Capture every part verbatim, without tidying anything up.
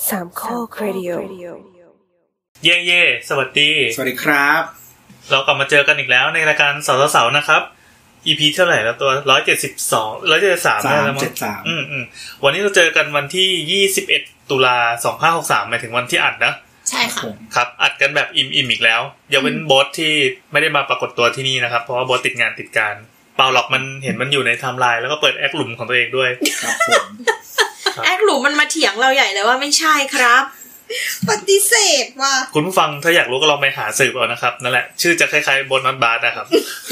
สามข้อเรดิโอเย่เย่สวัสดีสวัสดีครับเรากลับมาเจอกันอีกแล้วในรายการเสาร์เสาร์นะครับ อี พี เท่าไหร่แล้วตัวหนึ่งร้อยเจ็ดสิบสอง หนึ่งร้อยเจ็ดสิบสามแล้วมั้งอืมๆวันนี้เราเจอกันวันที่ยี่สิบเอ็ดตุลาสองพันห้าร้อยหกสิบสามหมายถึงวันที่อัดนะใช่ค่ะครับอัดกันแบบอิ่มๆอีกแล้วยกเว้นโบ๊ทที่ไม่ได้มาปรากฏตัวที่นี่นะครับเพราะว่าโบ๊ทติดงานติดการเปาหรอกมันเห็นมันอยู่ในไทม์ไลน์แล้วก็เปิดแอคหลุมของตัวเองด้วยครับผมแอคหลุมมันมาเถียงเราใหญ่เลยว่าไม่ใช่ครับปฏิเสธว่าคุณผู้ฟังถ้าอยากรู้ก็ลองไปหาสืบเอานะครับนั่นแหละชื่อจะคล้ายๆโบนนอตบาร์นะครับ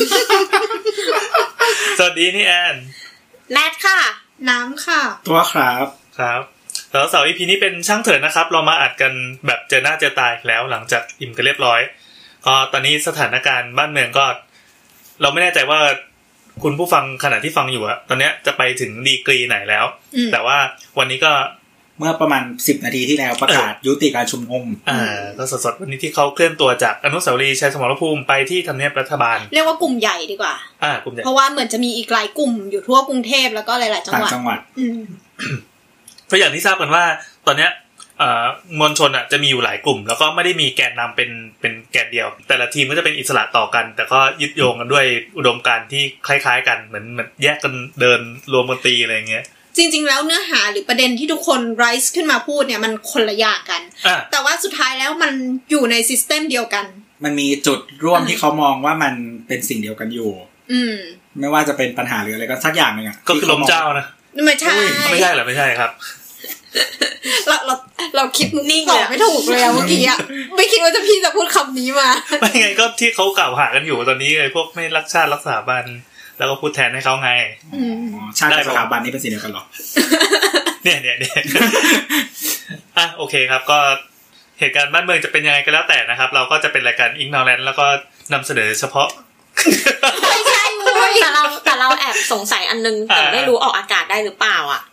สวัสดีนี่แอนแนทค่ะน้ำค่ะตัวครับครับแล้วเสาร์ อี พี นี้เป็นช่างเถิดนะครับเรามาอัดกันแบบเจอหน้าเจอตาแล้วหลังจากอิ่มกันเรียบร้อยก็ตอนนี้สถานการณ์บ้านเมืองก็เราไม่แน่ใจว่าคุณผู้ฟังขณะที่ฟังอยู่อะตอนนี้จะไปถึงดีกรีไหนแล้วแต่ว่าวันนี้ก็เมื่อประมาณสิบนาทีที่แล้วประกาศยุติการชุมนุมอ่าก็สดๆวันนี้ที่เขาเคลื่อนตัวจากอนุสาวรีย์ชัยสมรภูมิไปที่ทำเนียบรัฐบาลเรียกว่ากลุ่มใหญ่ดีกว่าอ่ากลุ่มใหญ่เพราะว่าเหมือนจะมีอีกหลายกลุ่มอยู่ทั่วกรุงเทพแล้วก็หลายๆจังหวัดจังหวัดอืมเพราะอย่างที่ทราบกันว่าตอนเนี้ยเอ่อมวลชนอ่ะจะมีอยู่หลายกลุ่มแล้วก็ไม่ได้มีแกนนำเป็นเป็นแกนเดียวแต่ละทีมก็จะเป็นอิสระต่อกันแต่ก็ยึดโยงกันด้วยอุดมการณ์ที่คล้ายๆกันเหมือนเหมือนแยกกันเดินรวมกันตีอะไรอย่างเงี้ยจริงๆแล้วเนื้อหาหรือประเด็นที่ทุกคน rise ขึ้นมาพูดเนี่ยมันคนละอย่างกันแต่ว่าสุดท้ายแล้วมันอยู่ในซิสเต็มเดียวกันมันมีจุดร่วมที่เขามองว่ามันเป็นสิ่งเดียวกันอยู่อืมไม่ว่าจะเป็นปัญหาหรืออะไรก็สักอย่างนึงอ่ะก็คือล้มเจ้านะไม่ใช่ไม่ใช่เหรอไม่ใช่ครับเราเราเราคิดนิ่งเลยไม่ถูกเลยเมื่อกี้อ่ะไม่คิดว่าจะพี่จะพูดคำนี้มาไม่ไงก็ที่เขากล่าวหากันอยู่ตอนนี้ไอ้พวกไม่รักชาติรักสถาบันแล้วก็พูดแทนให้เขาไงชาติกับสถาบันนี่เป็นสิ่งเดียวกันหรอเนี่ยเนี่ยเนี่ยอ่ะโอเคครับก็เหตุการณ์บ้านเมืองจะเป็นยังไงก็แล้วแต่นะครับเราก็จะเป็นรายการ Ignorant แล้วก็นำเสนอเฉพาะไม่ใช่เว้ยแต่เราแต่เราแอบสงสัยอันนึงแต่ไม่รู้ออกอากาศได้หรือเปล่าอ่ะ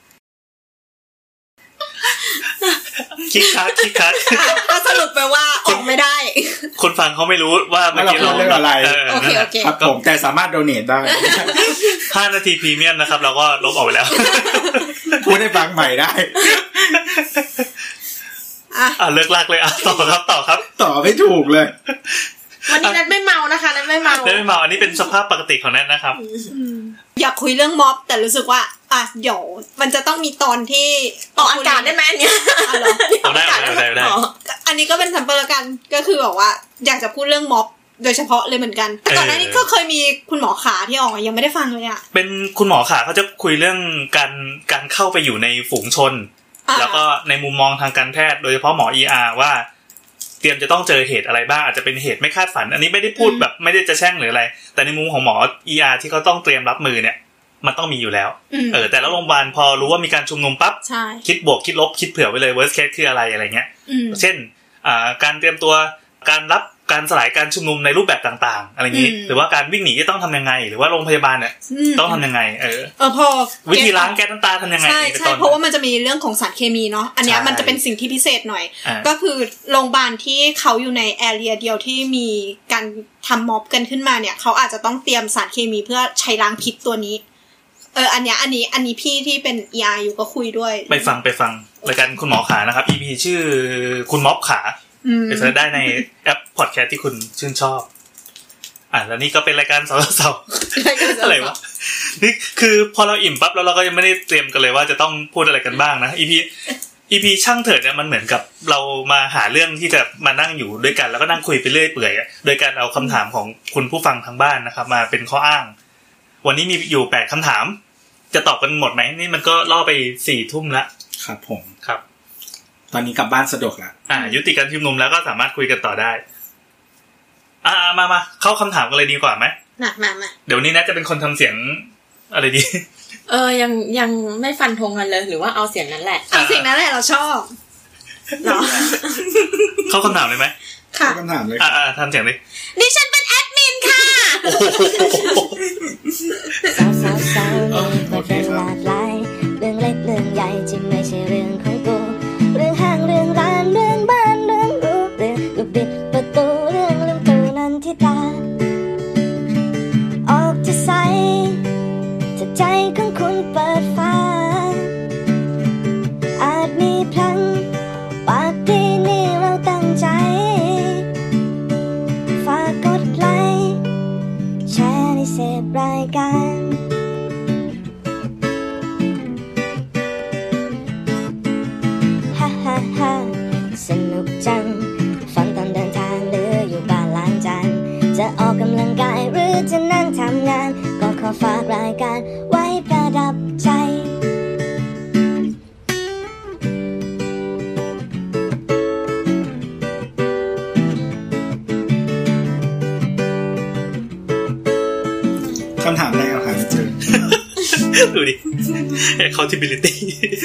คิดคัดคิดคัดก็สรุปไปว่าออกไม่ได้คนฟังเขาไม่รู้ว่าเมื่อกี้เราเรื่องอะไรโอเคโอเคครับผมแต่สามารถโดเนทได้ห้านาทีพรีเมียมนะครับเราก็ลบออกไปแล้วพูดให้ฟังใหม่ได้อ่ะเลิกลากเลยอ่ะต่อครับต่อครับต่อไม่ถูกเลยวันนี้นัทไม่เมานะคะนัทไม่เมานัทไม่เมาอันนี้เป็นสภาพปกติของนัทนะครับอยากคุยเรื่องม็อบแต่รู้สึกว่าอ่ะเดี๋ยวมันจะต้องมีตอนที่ออกอากาศได้ไหมอันเนี้ยอ๋อเหรอออกได้ได้ได้อันนี้ก็เป็นแซมเปิลละกันก็คือบอกว่าอยากจะพูดเรื่องม็อบโดยเฉพาะเลยเหมือนกันแต่ก่อนหน้านี้ก็เคยมีคุณหมอขาที่ออกยังไม่ได้ฟังเลยอ่ะเป็นคุณหมอขาเขาจะคุยเรื่องการการเข้าไปอยู่ในฝูงชนแล้วก็ในมุมมองทางการแพทย์โดยเฉพาะหมอ อี อาร์ ว่าเตรียมจะต้องเจอเหตุอะไรบ้างอาจจะเป็นเหตุไม่คาดฝันอันนี้ไม่ได้พูดแบบไม่ได้จะแช่งหรืออะไรแต่ในมุมของหมอ อี อาร์ ที่เขาต้องเตรียมรับมือเนี่ยมันต้องมีอยู่แล้วเออแต่ละโรงพยาบาลพอรู้ว่ามีการชุมนุมปั๊บคิดบวกคิดลบคิดเผื่อไว้เลย worst case คืออะไรอะไรเงี้ยเช่นอ่าการเตรียมตัวการรับการสลายการชุมนุมในรูปแบบต่างๆอะไรอย่างงี้หรือว่าการวิ่งหนีจะต้องทำยังไงหรือว่าโรงพยาบาลเนี่ยต้องทำยังไงเออเออพอวิธีล้างแก๊สน้ำตาทำยังไงใช่ใช่เพราะว่ามันจะมีเรื่องของสารเคมีเนาะอันเนี้ยมันจะเป็นสิ่งที่พิเศษหน่อยก็คือโรงพยาบาลที่เขาอยู่ในแอเรียเดียวที่มีการทำม็อบกันขึ้นมาเนี่ยเขาอาจจะต้องเตรียมสารเคมีเพื่อใช้ล้างพิษตัวนี้เอออันเนี้ยอันนี้อันนี้พี่ที่เป็น อี อาร์ อยู่ก็คุยด้วยไปฟังไปฟังรายการคุณหมอขานะครับ อี พี ชื่อคุณม็อบขาไปเสิร์ชได้ในแอปพอดแคสต์ที่คุณชื่นชอบอ่ะแล้วนี่ก็เป็นรายการสาวๆอะไรวะนี่คือพอเราอิ่มปั๊บแล้วเราก็ยังไม่ได้เตรียมกันเลยว่าจะต้องพูดอะไรกันบ้างนะ อี พี อี พี ช่างเถิดเนี่ยมันเหมือนกับเรามาหาเรื่องที่จะมานั่งอยู่ด้วยกันแล้วก็นั่งคุยไปเรื่อยเปื่อยโดยการเอาคำถามของคุณผู้ฟังทางบ้านนะครับมาเป็นข้ออ้างวันนี้มีอยู่แปดคำถามจะตอบกันหมดไหมนี่มันก็ล่อไปสี่ทุ่มละครับผมครับตอนนี้กลับบ้านสะดวกแล้วอ่ายุติการชุมนุมแล้วก็สามารถคุยกันต่อได้อ่ามามาเข้าคำถามกันเลยดีกว่าไหมมามามาเดี๋ยวนี้นะจะเป็นคนทำเสียงอะไรดีเออยังยังไม่ฟันธงกันเลยหรือว่าเอาเสียงนั้นแหละเอาเสียงนั้นแหละเราชอบเนาะเข้าคำถามเลยไหมค่ะคำถามเลยอ่าทำเสียงดิดิฉันเป็นแอดมินค่ะโอเคครับเรื่องเล็กเรื่องใหญ่ที่ไม่ใช่เรื่องของกูเรื่องห้างเรื่องร้านเรื่องบ้านเรื่องรูปเรื่องลูกบิดประตูเรื่องลืมตูนันทิตาออกจะใสถ้าใจของคุณเปิดฟ้าอาจมีพลังากรายการไว้ประดับใจคำถามแรกเราหาไม่เจอดูดิ accountability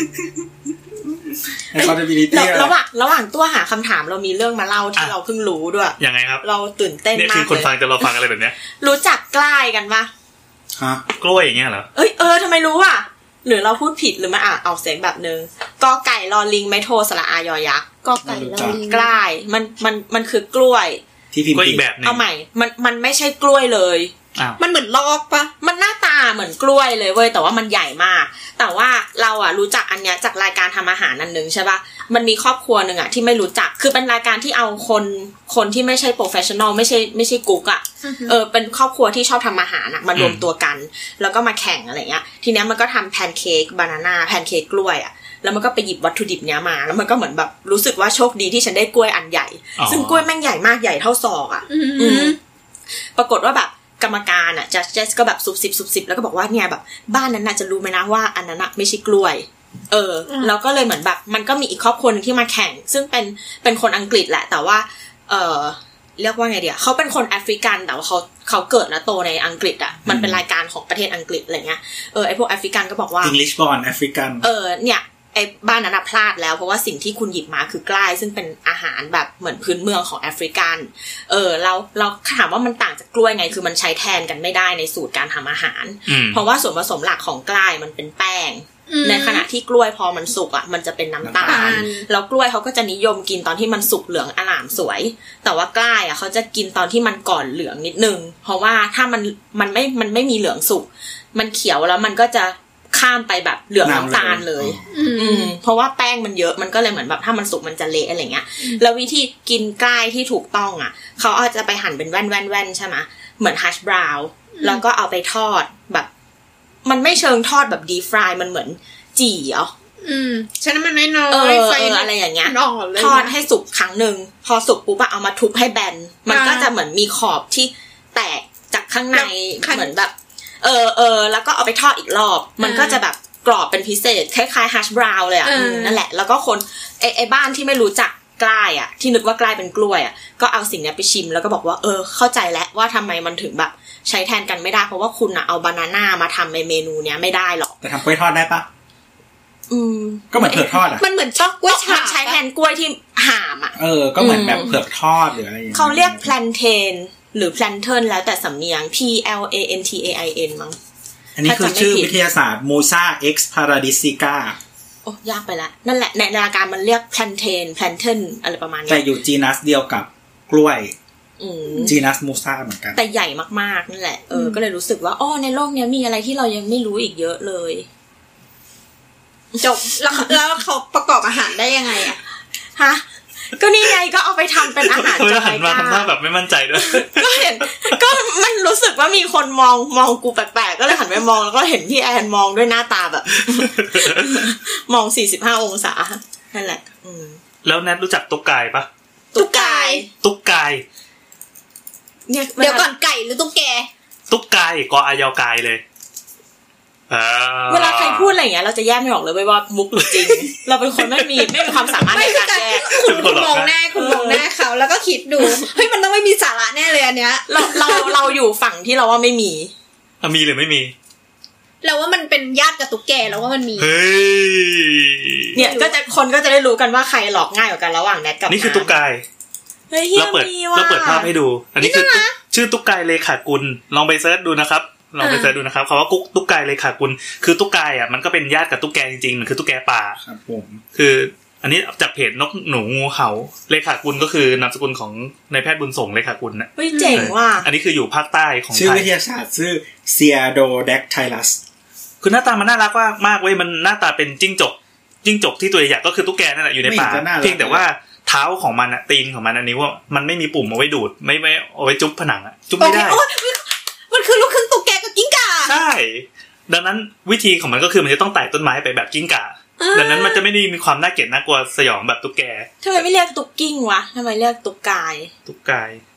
accountability ระหว่างระหว่างตัวหาคำถามเรามีเรื่องมาเล่าที่เราเพิ่งรู้ด้วยยังไงครับเราตื่นเต้นมากเลยนี่คือคนฟังจะรอฟังอะไรแบบเนี้ยรู้จักกล้ายกันปะฮะกล้วยอย่างเงี้ยเหรอเอ้ยเออทำไมรู้อ่ะหรือเราพูดผิดหรือมาอ่านออกเสียงแบบนึงกอไก่ลอลิงไม่โทสระอายอยักษ์กอไก่ลอลิงกล้ายมันมันมันคือกล้วยที่พิมพ์อีกแบบนึงเอาใหม่มันมันไม่ใช่กล้วยเลยมันเหมือนลอกปะมันหน้าตาเหมือนกล้วยเลยเว้ยแต่ว่ามันใหญ่มากแต่ว่าเราอ่ะรู้จักอันเนี้ยจากรายการทำอาหารอันนึงใช่ป่ะมันมีครอบครัวนึงอ่ะที่ไม่รู้จักคือเป็นรายการที่เอาคนคนที่ไม่ใช่โปรเฟสชั่นอลไม่ใช่ไม่ใช่กุ๊กอ่ะเออเป็นครอบครัวที่ชอบทำอาหารอ่ะมารวมตัวกันแล้วก็มาแข่งอะไรเงี้ยทีเนี้ยมันก็ทำแพนเค้กบานาน่าแพนเค้กกล้วยอ่ะแล้วมันก็ไปหยิบวัตถุดิบเนี้ยมาแล้วมันก็เหมือนแบบรู้สึกว่าโชคดีที่ฉันได้กล้วยอันใหญ่ซึ่งกล้วยแม่งใหญ่มากใหญ่เท่าศอกอ่ะปรากฏว่าแบบกรรมการอ่ะจัดเจสก็แบบซุบซิบซุบซิบแล้วก็บอกว่าเนี่ยแบบบ้านนั้นน่ะจะรู้ไหมนะว่าอันนั้นน่ะไม่ใช่กล้วยเออแล้วก็เลยเหมือนแบบมันก็มีอีกครอบครัวนึงที่มาแข่งซึ่งเป็นเป็นคนอังกฤษแหละแต่ว่าเออเรียกว่าไงเดียวเขาเป็นคนแอฟริกันแต่ว่าเขาเขาเกิดและโตในอังกฤษอ่ะมันเป็นรายการของประเทศอังกฤษอะไรเงี้ยเออไอพวกแอฟริกันก็บอกว่า English born African เออเนี่ยไอ้บ้านนั้นน่ะพลาดแล้วเพราะว่าสิ่งที่คุณหยิบมาคือกล้ายซึ่งเป็นอาหารแบบเหมือนพื้นเมืองของแอฟริกันเออเราเราถามว่ามันต่างจากกล้วยไงคือมันใช้แทนกันไม่ได้ในสูตรการทำอาหารเพราะว่าส่วนผสมหลักของกล้ายมันเป็นแป้งในขณะที่กล้วยพอมันสุกอ่ะมันจะเป็นน้ำตาลแล้วกล้วยเขาก็จะนิยมกินตอนที่มันสุกเหลืองอร่ามสวยแต่ว่ากล้ายอ่ะเขาจะกินตอนที่มันก่อนเหลืองนิดนึงเพราะว่าถ้ามันมันไม่มันไม่มีเหลืองสุกมันเขียวแล้วมันก็จะข้ามไปแบบเหลืองน้ำตาลเลยอืมเพราะว่าแป้งมันเยอะมันก็เลยเหมือนแบบถ้ามันสุกมันจะเละอะไรเงี้ยแล้ววิธีกินกล้ายที่ถูกต้องอ่ะเขาอาจจะไปหั่นเป็นแว่นๆๆใช่มั้ยเหมือนฮัชบราวน์แล้วก็เอาไปทอดแบบมันไม่เชิงทอดแบบดีฟรายมันเหมือนจี่เหรออืมฉะนั้นมันน้อยๆไฟอะไรอย่างเงี้ยทอดให้สุกครั้งนึงพอสุกปุ๊บเอามาทุบให้แบนมันก็จะเหมือนมีขอบที่แตกจากข้างในเหมือนแบบเออเออแล้วก็เอาไปทอดอีกรอบมันก็จะแบบกรอบเป็นพิเศษคล้ายๆฮัชบราวน์เลยอ่ะนั่นแหละแล้วก็คนไอ้ไอ้บ้านที่ไม่รู้จักกล้ายอ่ะที่นึกว่ากล้ายเป็นกล้วยอ่ะก็เอาสิ่งนี้ไปชิมแล้วก็บอกว่าเออเข้าใจแล้วว่าทำไมมันถึงแบบใช้แทนกันไม่ได้เพราะว่าคุณอ่ะเอาบานาน่ามาทำในเมนูเนี้ยไม่ได้หรอกแต่ทำกล้วยทอดได้ปะอืมก็เหมือนเผือกทอดอ่ะมันเหมือนชอบกล้วยฉาบใช้แทนกล้วยที่ห่ามอ่ะเออก็เหมือนแบบเผือกทอดหรืออะไรอย่างเงี้ยเขาเรียก plantain หรือ plantain แล้วแต่สำเนียง P L A N T A I N มั้งอันนี้คือชื่อวิทยาศาสตร์ Musa X Paradisica โอ้ยากไปละนั่นแหละในรายการมันเรียก plantain plantain อะไรประมาณนี้แต่อยู่จีนัสเดียวกับกล้วยจีนัส Musa เหมือนกันแต่ใหญ่มากๆนั่นแหละเออก็เลยรู้สึกว่าอ้อในโลกนี้มีอะไรที่เรายังไม่รู้อีกเยอะเลยจบแล้วแล้วเขาประกอบอาหารได้ยังไงอ่ะฮะก็นี่ไงก็เอาไปทำเป็นอาหารจากรายการทำหน้าแบบไม่มั่นใจด้วยก็เห็นก็มันรู้สึกว่ามีคนมองมองกูแปลกๆก็เลยหันไปมองแล้วก็เห็นพี่แอนมองด้วยหน้าตาแบบมองสี่สิบห้าองศานั่นแหละอืมแล้วแนทรู้จักตุ๊กไก่ปะตุ๊กไก่ตุ๊กไก่เนี่ยเดี๋ยวก่อนไก่หรือตุ๊กแกตุ๊กไก่กออายอไก่เลยเวลาใครพูดอะไรอย่างเงี้ยเราจะแยกไม่ออกเลยว่ามุกหรือจริงเราเป็นคนไม่มีไม่มีความสามารถในการแยกคุณมองหน้าคุณมองหน้าเขาแล้วก็คิดดูเฮ้ยมันต้องไม่มีสาระแน่เลยอันเนี้ยเราเราเราอยู่ฝั่งที่เราว่าไม่มีมีหรือไม่มีเราว่ามันเป็นญาติกับตุ๊กแกแล้วว่ามันมีเฮ้ยเนี่ยก็จะคนก็จะได้รู้กันว่าใครหลอกง่ายกว่ากันระหว่างแนทกับนี่คือตุ๊กไก่เราเปิดเราเปิดภาพให้ดูอันนี้คือชื่อตุ๊กไก่เลขากุลลองไปเสิร์ชดูนะครับลองไปเสิร์ชดูนะครับคำว่ากุ๊กตุ๊กไก่เลขากุลคือตุ๊กไก่อ่ะมันก็เป็นญาติกับตุ๊กแกจริงๆมันคือตุ๊กแกป่าครับผมคืออันนี้จากเพจนกหนูงูเห่าเลขากุลก็คือนามสกุลของนายแพทย์บุญส่งเลขากุลนะเฮ้ยเจ๋งว่ะอันนี้คืออยู่ภาคใต้ของไทยชื่อวิทยาศาสตร์ชื่อ Ceardodactylus คือหน้าตามันน่ารักมากมากเว้ยมันหน้าตาเป็นจิ้งจกจิ้งจกที่ตัวใหญ่ก็คือตุ๊กแกนั่นแหละอยู่ในป่าเพียงแต่ว่าเท้าของมันอ่ะตีนของมันอันนี้ว่ามันไม่มีปุ่มเอาไว้ดูดไม่ไม่เอาไว้จุ๊บผนังอ่ะจุ๊บไม่ได้มันคือลูกครึ่งตุ๊กแกกับกิ้งก่าใช่ดังนั้นวิธีของมันก็คือมันจะต้องไต่ต้นไม้ไปแบบกิ้งก่าดังนั้นมันจะไม่ได้มีความน่าเกลียดน่ากลัวสยองแบบตุ๊กแกทำไมไม่เรียกตุ๊กกิ้งวะทำไมเรียกตุ๊กกายตุ๊กกาย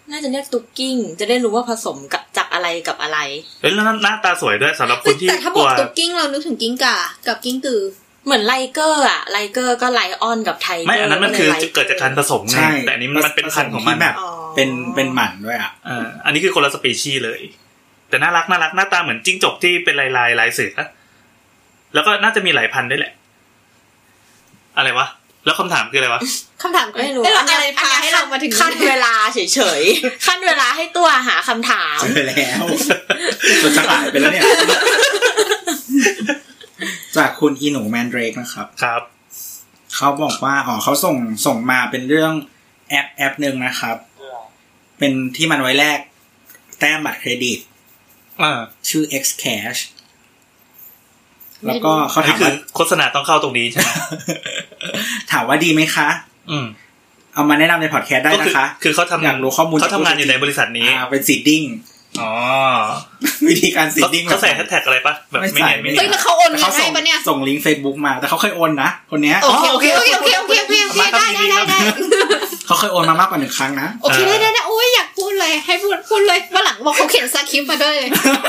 น่าจะเรียกตุ๊กกิ้งจะได้รู้ว่าผสมกับจากอะไรกับอะไรเฮ้ยแล้วหน้าตาสวยด้วยสำหรับคนที่แต่ถ้าบอกตุ๊กกิ้งเรานึกถึงกิ้งก่ากับกิ้งกือเหมือนไลเกอร์อะไลเกอร์ก็ไลออนกับไทเกอร์ไม่อันนั้นมันคือเกิดจากการผสมไงแต่อันนี้มันเป็นพันธุ์ของมันแบบเป็นเป็นหมันด้วยอ่ะอ่าอันนี้คือคนละสปีชีส์เลยแต่น่ารักน่ารักหน้าตาเหมือนจิ้งจกที่เป็นลายลายลายเสือแล้วก็น่าจะมีหลายพันธุ์ด้วยแหละอะไรวะแล้วคำถามคืออะไรวะคำถามไม่รู้อะไรพาให้เรามาถึงขั้นเวลาเฉยๆขั้นเวลาให้ตัวหาคำถามเจอแล้วจนจะหายไปแล้วเนี่ยจากคุณอีหนูแมนเดรกนะครับครับเขาบอกว่าอ๋อเขาส่งส่งมาเป็นเรื่องแอปแอปนึงนะครับเป็นที่มันไว้แลกแต้มบัตรเครดิตอ่าชื่อ Xcash แล้วก็เขาถามว่าโฆษณาต้องเข้าตรงนี้ใช่ไหมถามว่าดีไหมคะอืมเอามาแนะนำในพอดแคสต์ได้นะคะคือเขาทำอยากรู้ข้อมูลเขาทำงานอยู่ในบริษัทนี้อ่าเป็นซีดดิ้งอ๋อวิธีการซีดดิ้งเขาใส่แฮชแท็กอะไรปะแบบไม่เห็นไม่เห็นเฮ้ยแล้วเขาโอนเงินให้ปะเนี่ยส่งลิงก์ Facebook มาแต่เขาเคยโอนนะคนเนี้ยโอเคโอเคโอเคโอเคโอเคโอเคโอเคได้ได้ได้เขาเคยโอนมามากกว่าหนึ่งครั้งนะโอเคได้ได้ได้โอ้ยอยากพูดเลยให้พูดพูดเลยวันหลังบอกเขาเขียนสคริปต์มาด้วย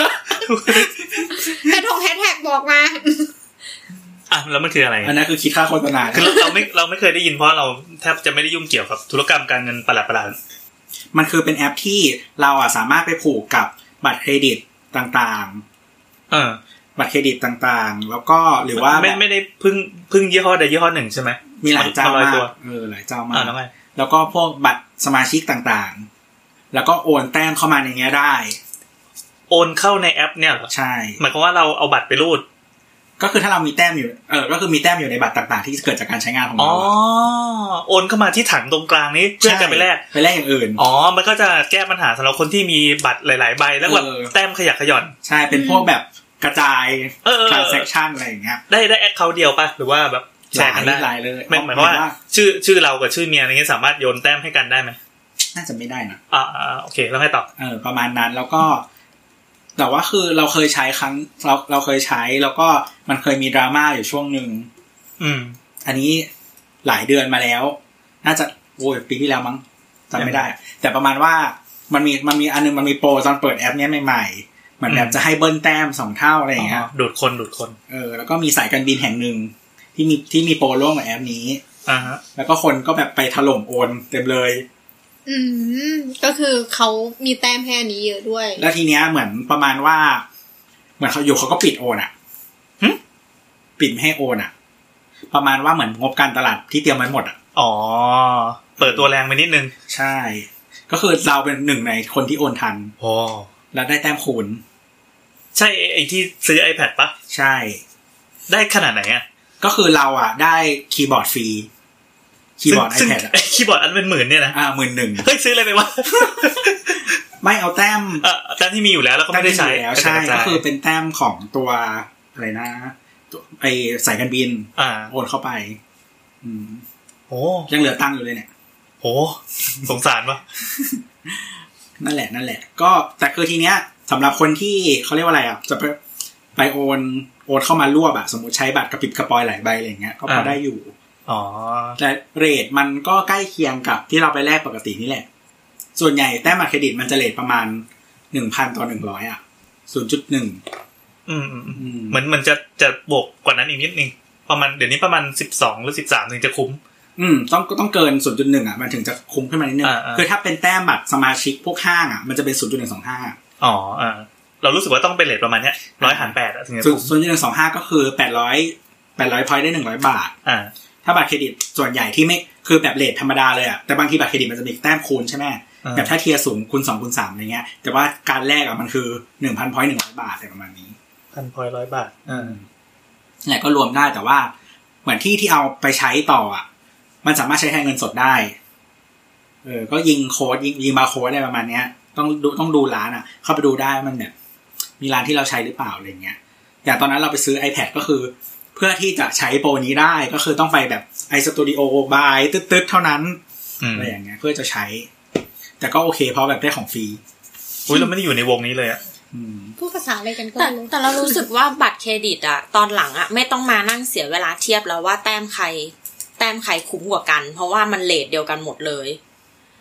แฮชแท็กบอกมาอ่ะแล้วมันคืออะไรอันนั้นคือคิดค่าโฆษณาคือเราไม่เราไม่เคยได้ยินเพราะเราแทบจะไม่ได้ยุ่งเกี่ยวกับธุรกรรมการเงินประหลาดๆมันคือเป็นแอปที่เราอ่ะสามารถไปผูกกับบัตรเครดิตต่างๆเออบัตรเครดิตต่างๆแล้วก็หรือว่าไม่ไม่ได้พึ่งพึ่งยี่ห้อใดยี่ห้อหนึ่งใช่ไหมมีหลายเจ้ามากเออหลายเจ้ามากแล้วก็พวกบัตรสมาชิกต่างๆแล้วก็โอนแต้มเข้ามาในเงี้ยได้โอนเข้าในแอปเนี่ยเหรอใช่หมายความว่าเราเอาบัตรไปรูดก็คือถ้าเรามีแต้มอยู่เออก็คือมีแต้มอยู่ในบัตรต่างๆที่เกิดจากการใช้งานของเราอ๋อโอนเข้ามาที่ถังตรงกลางนี้เพื่อจะไปแลกไปแลกอย่างอื่นอ๋อมันก็จะแก้ปัญหาสำหรับคนที่มีบัตรหลายๆใบแล้วแบบแต้มขยักขย่อนใช่เป็นพวกแบบกระจาย transaction อะไรอย่างเงี้ยได้ได้แอคเคาท์เดียวป่ะหรือว่าแบบแชร์กันได้หลายเลยหมายความว่าชื่อชื่อเรากับชื่อเมียอะไรเงี้ยสามารถโยนแต้มให้กันได้มั้ยน่าจะไม่ได้นะอ่าโอเคแล้วไงต่อเออประมาณนั้นแล้วก็แต่ว่าคือเราเคยใช้ครั้งเราเราเคยใช้แล้วก็มันเคยมีดราม่าอยู่ช่วงนึงอืมอันนี้หลายเดือนมาแล้วน่าจะโอ้ยปีที่แล้วมั้งจำไม่ได้แต่ประมาณว่ามันมีมันมีอันนึงมันมีโปรตอนเปิดแอปเนี้ยใหม่ๆเหมือนแบบจะให้เบิ้ลแต้มสองเท่าอะไรอย่างเงี้ยดูดคนดูดคนเออแล้วก็มีสายการบินแห่งนึงที่มีที่มีโปรร่วมกับแอปนี้อ่าฮะแล้วก็คนก็แบบไปถล่มโอนเต็มเลยอืมก็คือเขามีแต้มแค่นี้เยอะด้วยแล้วทีเนี้ยเหมือนประมาณว่าเหมือนเขาอยู่เขาก็ปิดโอนอ่ะหึปิดไม่ให้โอนอ่ะประมาณว่าเหมือนงบการตลาดที่เตรียมไว้หมดอ่ะอ๋อเปิดตัวแรงไปนิดนึงใช่ก็คือเราเป็นหนึ่งในคนที่โอนทันโอ้แล้วได้แต้มคูณใช่ไอ้ที่ซื้อ iPad ปะใช่ได้ขนาดไหนอ่ะก็คือเราอ่ะได้คีย์บอร์ดฟรีคีย์บอร์ด iPad อ่ะคีย์บอร์ดอันเป็นหมื่นเนี่ยนะอ่าหมื่นหนึ่งเฮ้ยซื้ออะไรไปวะไม่เอาแต้มเอ่อแต้มที่มีอยู่แล้วแล้วก็ไม่ได้ใช้แล้วใช่ก็คือเป็นแต้มของตัวอะไรนะไอสายการบินอ่าโอนเข้าไปอืมโอ้ยังเหลือตังค์อยู่เลยเนี่ยโอ้สงสารปะนั่นแหละนั่นแหละก็แต่คือทีเนี้ยสำหรับคนที่เขาเรียกว่าอะไรอ่ะจะไปไปโอนโอนเข้ามารวบอ่ะสมมติใช้บัตรกระปิบกระปอยหลายใบอะไรอย่างเงี้ยก็พอได้อยู่อ๋อแต่เรทมันก็ใกล้เคียงกับที่เราไปแลกปกตินี่แหละส่วนใหญ่แต้มบัตรเครดิตมันจะเรทประมาณ หนึ่งพัน ต่อหนึ่งร้อยอ่ะ ศูนย์จุดหนึ่งอืมๆๆเหมือนมันจะจะบวกกว่านั้นอีกนิดนึงประมาณเดี๋ยวนี้ประมาณสิบสองหรือสิบสามถึงจะคุ้มอืมต้องต้องเกิน ศูนย์จุดหนึ่ง อ่ะมันถึงจะคุ้มขึ้นมานิดนึงคือถ้าเป็นแต้มบัตรสมาชิกพวกห้างอ่ะมันจะเป็น ศูนย์จุดหนึ่งสองห้าอ๋ออ่าเรารู้สึกว่าต้องเป็นเรทประมาณเนี้ยหนึ่งร้อยหารแปดอ่ะถึงจะคุ้มศูนย์จุดหนึ่งสองห้า ก็คือแปดร้อย แปดร้อยพอยต์ได้หนึ่งร้อยบาทอ่าถ้าบัตรเครดิตส่วนใหญ่ที่ไม่คือแบบเรทธรรมดาเลยอ่ะแต่บางทีบัตรเครดิตมันจะมีแต้มคูณใช่มั้ยแบบถ้าเทียร์สูงคูณสองคูณสามอะไรเงี้ยแต่ว่าการแลกอ่ะมันคือ หนึ่งพัน พอยต์หนึ่งร้อยบาทอะไรประมาณนี้หนึ่งพัน พอยต์หนึ่งร้อยบาทอืมแหละก็รวมได้แต่ว่าเหมือนที่ที่เอาไปใช้ต่ออ่ะมันสามารถใช้แทนเงินสดได้เออก็ยิงโค้ดยิงยิงบาร์โค้ดอะไรประมาณเนี้ยต้องดูต้องดูร้านอ่ะเข้าไปดูได้มันแบบมีร้านที่เราใช้หรือเปล่าอะไรเงี้ยอย่างตอนนั้นเราไปซื้อ iPad ก็คือเพื่อที่จะใช้โปรนี้ได้ก็คือต้องไปแบบ iStudio by ตึ๊ดๆเท่านั้นอะไรอย่างเงี้ยเพื่อจะใช้แต่ก็โอเคเพราะแบบได้ของฟรีอุ๊ยเราไม่ได้อยู่ในวงนี้เลยอ่ะอืมพูดภาษาอะไรกันก็แต่แต่เรารู้สึกว่าบัตรเครดิตอ่ะตอนหลังอ่ะไม่ต้องมานั่งเสียเวลาเทียบแล้วว่าแต้มใครแต้มใครคุ้มกว่ากันเพราะว่ามันเรทเดียวกันหมดเลย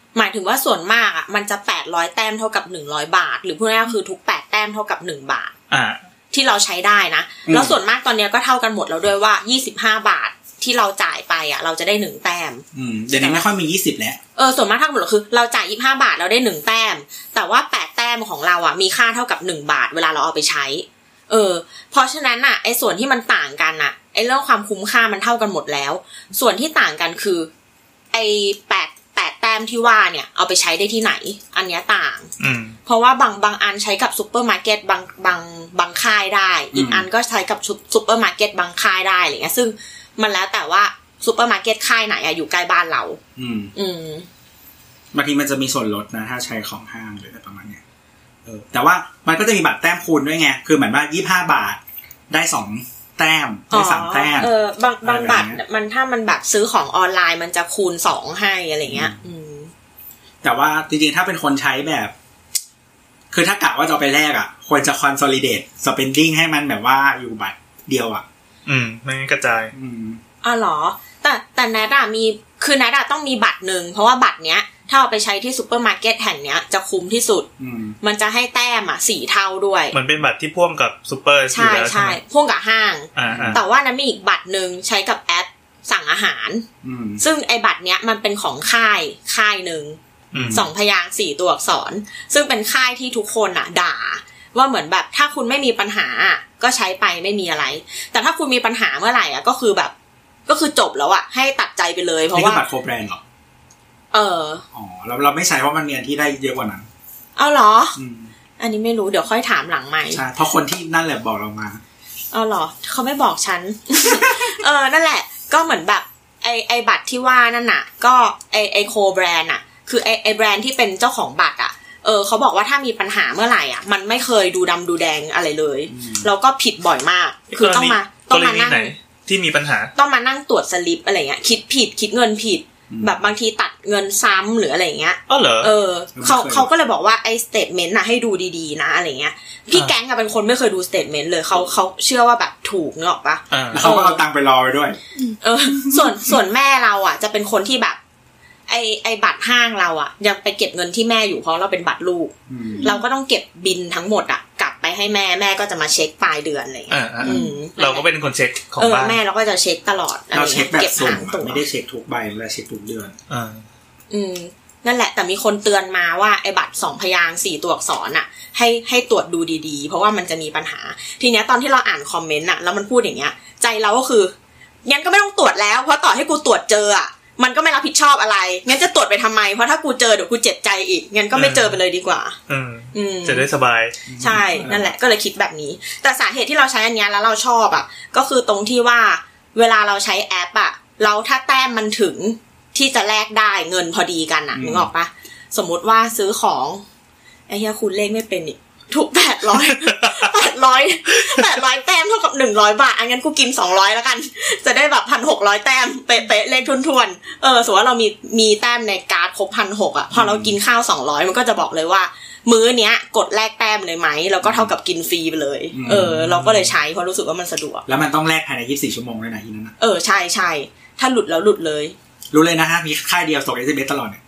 หมายถึงว่าส่วนมากอ่ะมันจะแปดร้อยแต้มเท่ากับหนึ่งร้อยบาทหรือพูดง่ายๆคือทุกแปดแต้มเท่ากับหนึ่งบาทอ่าที่เราใช้ได้นะแล้วส่วนมากตอนนี้ก็เท่ากันหมดแล้วด้วยว่ายี่สิบห้าบาทที่เราจ่ายไปอ่ะเราจะได้หนึ่งแต้มอืมเดี๋ยวนี้ไม่ค่อยมียี่สิบแล้วเออส่วนมากทั้งหมดคือเราจ่ายยี่สิบห้าบาทเราได้หนึ่งแต้มแต่ว่าแปดแต้มของเราอ่ะมีค่าเท่ากับหนึ่งบาทเวลาเราเอาไปใช้เออเพราะฉะนั้นอ่ะไอ้ส่วนที่มันต่างกันอ่ะไอ้เรื่องความคุ้มค่ามันเท่ากันหมดแล้วส่วนที่ต่างกันคือไอ้แปดแปดแต้มที่ว่าเนี่ยเอาไปใช้ได้ที่ไหนอันเนี้ยต่างเพราะว่าบางบางอันใช้กับซุปเปอร์มาร์เก็ตบางบางบางค่ายได้อีกอันก็ใช้กับซุปเปอร์มาร์เก็ตบางค่ายได้อะไรเงี้ยซึ่งมันแล้วแต่ว่าซุปเปอร์มาร์เก็ตค่ายไหนอะอยู่ใกล้บ้านเราอืมอืมบางทีมันจะมีส่วนลดนะถ้าใช้ของห้างหรืออะไรประมาณเนี้ยเออแต่ว่ามันก็จะมีบัตรแต้มคูณด้วยไงคือเหมือนว่ายี่สิบห้าบาทได้สองแต้มได้สามแต้มเออบางบางบัตรมันถ้ามันแบบซื้อของออนไลน์มันจะคูณสองให้อะไรเงี้ยอืมแต่ว่าจริงๆถ้าเป็นคนใช้แบบคือถ้ากะว่าจะไปแลกอ่ะควรจะ consolidate spending ให้มันแบบว่าอยู่บัตรเดียวอ่ะอืมไม่กระจายอืมอ๋อเหรอแต่แต่แนทอะมีคือแนทอะต้องมีบัตรนึงเพราะว่าบัตรเนี้ยถ้าเอาไปใช้ที่ซุปเปอร์มาร์เก็ตแห่งเนี้ยจะคุ้มที่สุดมันจะให้แต้มอ่ะสี่เท่าด้วยมันเป็นบัตรที่พ่วงกับซุปเปอร์ใช่ใช่พ่วงกับห้างแต่ว่านั้นมีอีกบัตรนึงใช้กับแอปสั่งอาหารซึ่งไอ้บัตรเนี้ยมันเป็นของค่ายค่ายนึงสองพยางค์สี่ตัวอักษรซึ่งเป็นค่ายที่ทุกคนอ่ะด่าว่าเหมือนแบบถ้าคุณไม่มีปัญหาก็ใช้ไปไม่มีอะไรแต่ถ้าคุณมีปัญหาเมื่อไหร่อ่ะก็คือแบบก็คือจบแล้วอ่ะให้ตัดใจไปเลยเพราะว่านี่คือบัตรโคแบรนด์เหรอเอออ๋อเราเราไม่ใช้เพราะมันมีอันที่ได้เยอะกว่านั้นเอาเหรออืมอันนี้ไม่รู้เดี๋ยวค่อยถามหลังไมค์ใช่เพราะคนที่นั่นแหละบอกเรามาเอาเหรอเขาไม่บอกฉัน เออนั่นแหละก็เหมือนแบบไอไอบัตรที่ว่านั่นน่ะก็ไอไอโคแบรนด์อ่ะคือไอไอแบรนด์ที่เป็นเจ้าของบัตรอ่ะเออเขาบอกว่าถ้ามีปัญหาเมื่อไหร่อ่ะมันไม่เคยดูดำดูแดงอะไรเลยแล้วก็ผิดบ่อยมากคือต้องมาต้องมานั่งที่มีปัญหาต้องมานั่งตรวจสลิปอะไรเงี้ยคิดผิดคิดเงินผิดแบบบางทีตัดเงินซ้ำหรืออะไรเงี้ยอ๋อเหรอเออเขาเขาก็เลยบอกว่าไอ้สเตทเมนต์น่ะให้ดูดีๆนะอะไรเงี้ยพี่แก๊งอะเป็นคนไม่เคยดูสเตทเมนต์เลยเขาเขาเชื่อว่าแบบถูกเนอะปะแล้วเขาก็เอาตังค์ไปรอไว้ด้วยเออส่วนส่วนแม่เราอะจะเป็นคนที่แบบไอไอบัตรห้างเราอะยังไปเก็บเงินที่แม่อยู่เพราะเราเป็นบัตรลูกเราก็ต้องเก็บบินทั้งหมดอะกลับไปให้แม่แม่ก็จะมาเช็คปลายเดือนอะไรอย่างเงี้ยเราก็เป็นคนเช็คของบ้านแม่เราก็จะเช็คตลอดเราเช็คแบบสุ่มไม่ได้เช็คทุกใบเราเช็คทุกเดือนอ่าอืมนั่นแหละแต่มีคนเตือนมาว่าไอ้บัตรสองพยางค์สี่ตัวอักษรน่ะให้ให้ตรวจดูดีๆเพราะว่ามันจะมีปัญหาทีเนี้ยตอนที่เราอ่านคอมเมนต์น่ะแล้วมันพูดอย่างเงี้ยใจเราก็คืองั้นก็ไม่ต้องตรวจแล้วเพราะต่อให้กูตรวจเจออ่ะมันก็ไม่รับผิดชอบอะไรงั้นจะตรวจไปทำไมเพราะถ้ากูเจอเดี๋ยวกูเจ็บใจอีกงั้นก็ไม่เจอไปเลยดีกว่าอืมจะได้สบายใช่นั่นแหละก็เลยคิดแบบนี้แต่สาเหตุที่เราใช้อันนี้แล้วเราชอบอ่ะก็คือตรงที่ว่าเวลาเราใช้แอปอ่ะเราถ้าแต้มมันถึงที่จะแลกได้เงินพอดีกันอ่ะนึกออกปะสมมติว่าซื้อของไอ้เหี้ยคุณเลขไม่เป็นอีกถูกแปดร้อย แปดร้อย แปดร้อยแต้มเท่ากับหนึ่งร้อยบาทอันงั้นกูกินสองร้อยแล้วกันจะได้แบบ หนึ่งพันหกร้อย แต้มเป๊ะๆเลขทวนๆเออสมมุติว่าเรามีมีแต้มในการ์ดครบ หนึ่งพันหกร้อย อ่ะพอเรากินข้าวสองร้อยมันก็จะบอกเลยว่ามื้อเนี้ยกดแลกแต้มเลยไหมแล้วก็เท่ากับกินฟรีไปเลยเออเราก็เลยใช้เพราะรู้สึกว่ามันสะดวกแล้วมันต้องแลกภายในยี่สิบสี่ชั่วโมงด้วยนะอีนั้นเออใช่ๆถ้าหลุดแล้วหลุดเลยรู้เลยนะฮะมีค่ายเดียวส่ง เอส เอ็ม เอส ตลอดเนี่ย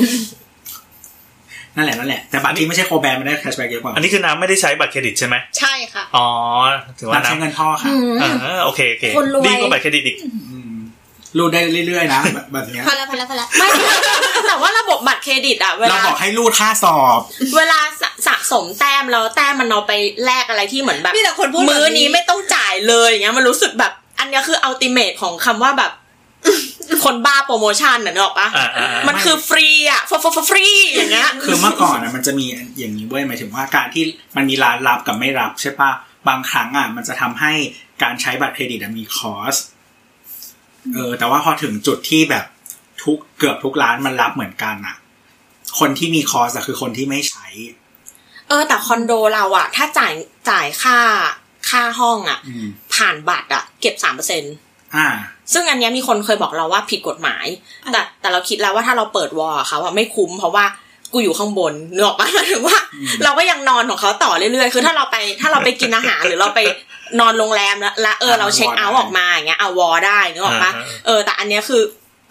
นั่นแหละนั่นแหละแต่บัตรที่ไม่ใช่โคแบนมันได้แคชแบ็กเยอะกว่าอันนี้คือน้ำไม่ได้ใช้บัตรเครดิตใช่ไหมใช่ค่ะอ๋อถือว่าน้ำใช้เงินพ่อค่ะเออโอเคโอเคดีกว่าบัตรเครดิตอีกรูดได้เรื่อยๆนะแบบนี้พอแล้วพอแล้วพอแล้วไม่แต่ว่าระบบบัตรเครดิตอ่ะเวลาเราบอกให้รูดค่าสอบเวลาสะสมแต้มแล้วแต้มมันเอาไปแลกอะไรที่เหมือนแบบมื้อนี้ไม่ต้องจ่ายเลยอย่างเงี้ยมันรู้สึกแบบอันนี้คืออัลติเมทของคำว่าแบบคนบ้าโปรโมชั่นน่ะนึกออกปะมันคือฟรีอ่ะฟรีอย่างเงี้ยคือเมื่อก่อนอ่ะมันจะมีอย่างนี้เว้ยหมายถึงว่าการที่มันมีร้านรับกับไม่รับใช่ปะบางครั้งอ่ะมันจะทำให้การใช้บัตรเครดิตมีคอสเออแต่ว่าพอถึงจุดที่แบบทุกเกือบทุกร้านมันรับเหมือนกันอ่ะคนที่มีคอสอ่ะคือคนที่ไม่ใช้เออแต่คอนโดเราอ่ะถ้าจ่ายจ่ายค่าค่าห้องอ่ะผ่านบัตรอ่ะเก็บ สามเปอร์เซ็นต์อ่าซึ่งอันนี้มีคนเคยบอกเราว่าผิดกฎหมายแต่แต่เราคิดแล้วว่าถ้าเราเปิดวอลเขาอะไม่คุ้มเพราะว่ากูอยู่ข้างบนนึกออกปะหมายถึงว่าเราก็ยังนอนของเขาต่อเรื่อยๆคือถ้าเราไปถ้าเราไปกินอาหารหรือเราไปนอนโรงแรมแล้วเออเราเช็คเอาท์ออกมาอย่างเงี้ยเอาวอลได้นึกออกปะเออแต่อันนี้คือ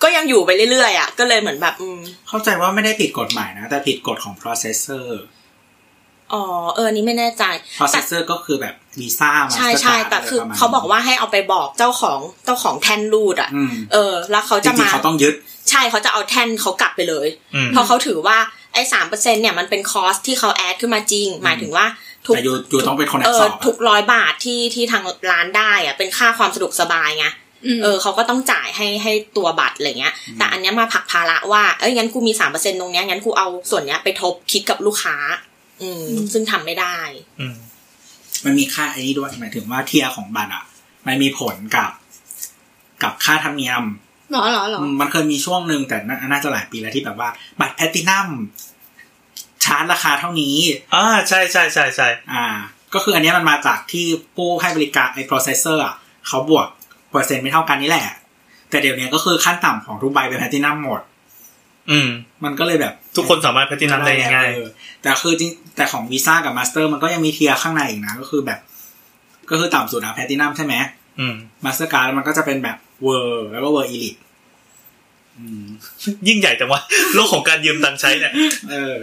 ก็ยังอยู่ไปเรื่อยๆอ่ะก็เลยเหมือนแบบอืมเข้าใจว่าไม่ได้ผิดกฎหมายนะแต่ผิดกฎของ processor อ๋อเออนี่ไม่แน่ใจ processor ก็คือแบบวีซ่ามาใช่ๆแต่คือเขาบอกว่าให้เอาไปบอกเจ้าของเจ้าของแท่นรูดอ่ะเออแล้วเขาจะมาจริงๆเขาต้องยึดใช่เขาจะเอาแท่นเขากลับไปเลยเพราะเขาถือว่าไอ้ สามเปอร์เซ็นต์ เนี่ยมันเป็นคอสที่เขาแอดขึ้นมาจริงหมายถึงว่าทุกอยู่อยู่ต้องเป็นคนแอบสอบทุกร้อยบาทที่ที่ทางร้านได้อ่ะเป็นค่าความสะดวกสบายไงเออเขาก็ต้องจ่ายให้ให้ตัวบัตรอะไรเงี้ยแต่อันเนี้ยมาผลักภาระว่าเอ้ยงั้นกูมี สามเปอร์เซ็นต์ ตรงเนี้ยงั้นกูเอาส่วนเนี้ยไปทบคิดกับลูกค้าอืมซึ่งทำไม่ได้อืมมันมีค่าไอ้นี้ด้วยหมายถึงว่าเทียร์ของบัตรอ่ะมันมีผลกับกับค่าธรรมเนียมหรอหรอหรอมันเคยมีช่วงนึงแต่น่าจะหลายปีแล้วที่แบบว่าบัตรแพลตินัมชาร์จราคาเท่านี้อ่าใช่ๆๆๆอ่าก็คืออันนี้มันมาจากที่ผู้ให้บริการไอ้ processor อ่ะเขาบวกเปอร์เซ็นต์ไม่เท่ากันนี่แหละแต่เดี๋ยวนี้ก็คือขั้นต่ำของทุกใบเป็นแพลตินัมหมดอืมมันก็เลยแบบทุกคนสามารถแพลตินัมได้ง่ายๆแต่คือจริงแต่ของ Visa กับ Master มันก็ยังมีเทียร์ข้างในอีกนะก็คือแบบก็คือต่ำสุดอ่ะแพลตินัมใช่ไหมอืม Mastercard มันก็จะเป็นแบบ World แล้วก็ World Elite อืมยิ่งใหญ่จังวะโลกของการยืมตังค์ใช้เนี่ยเออ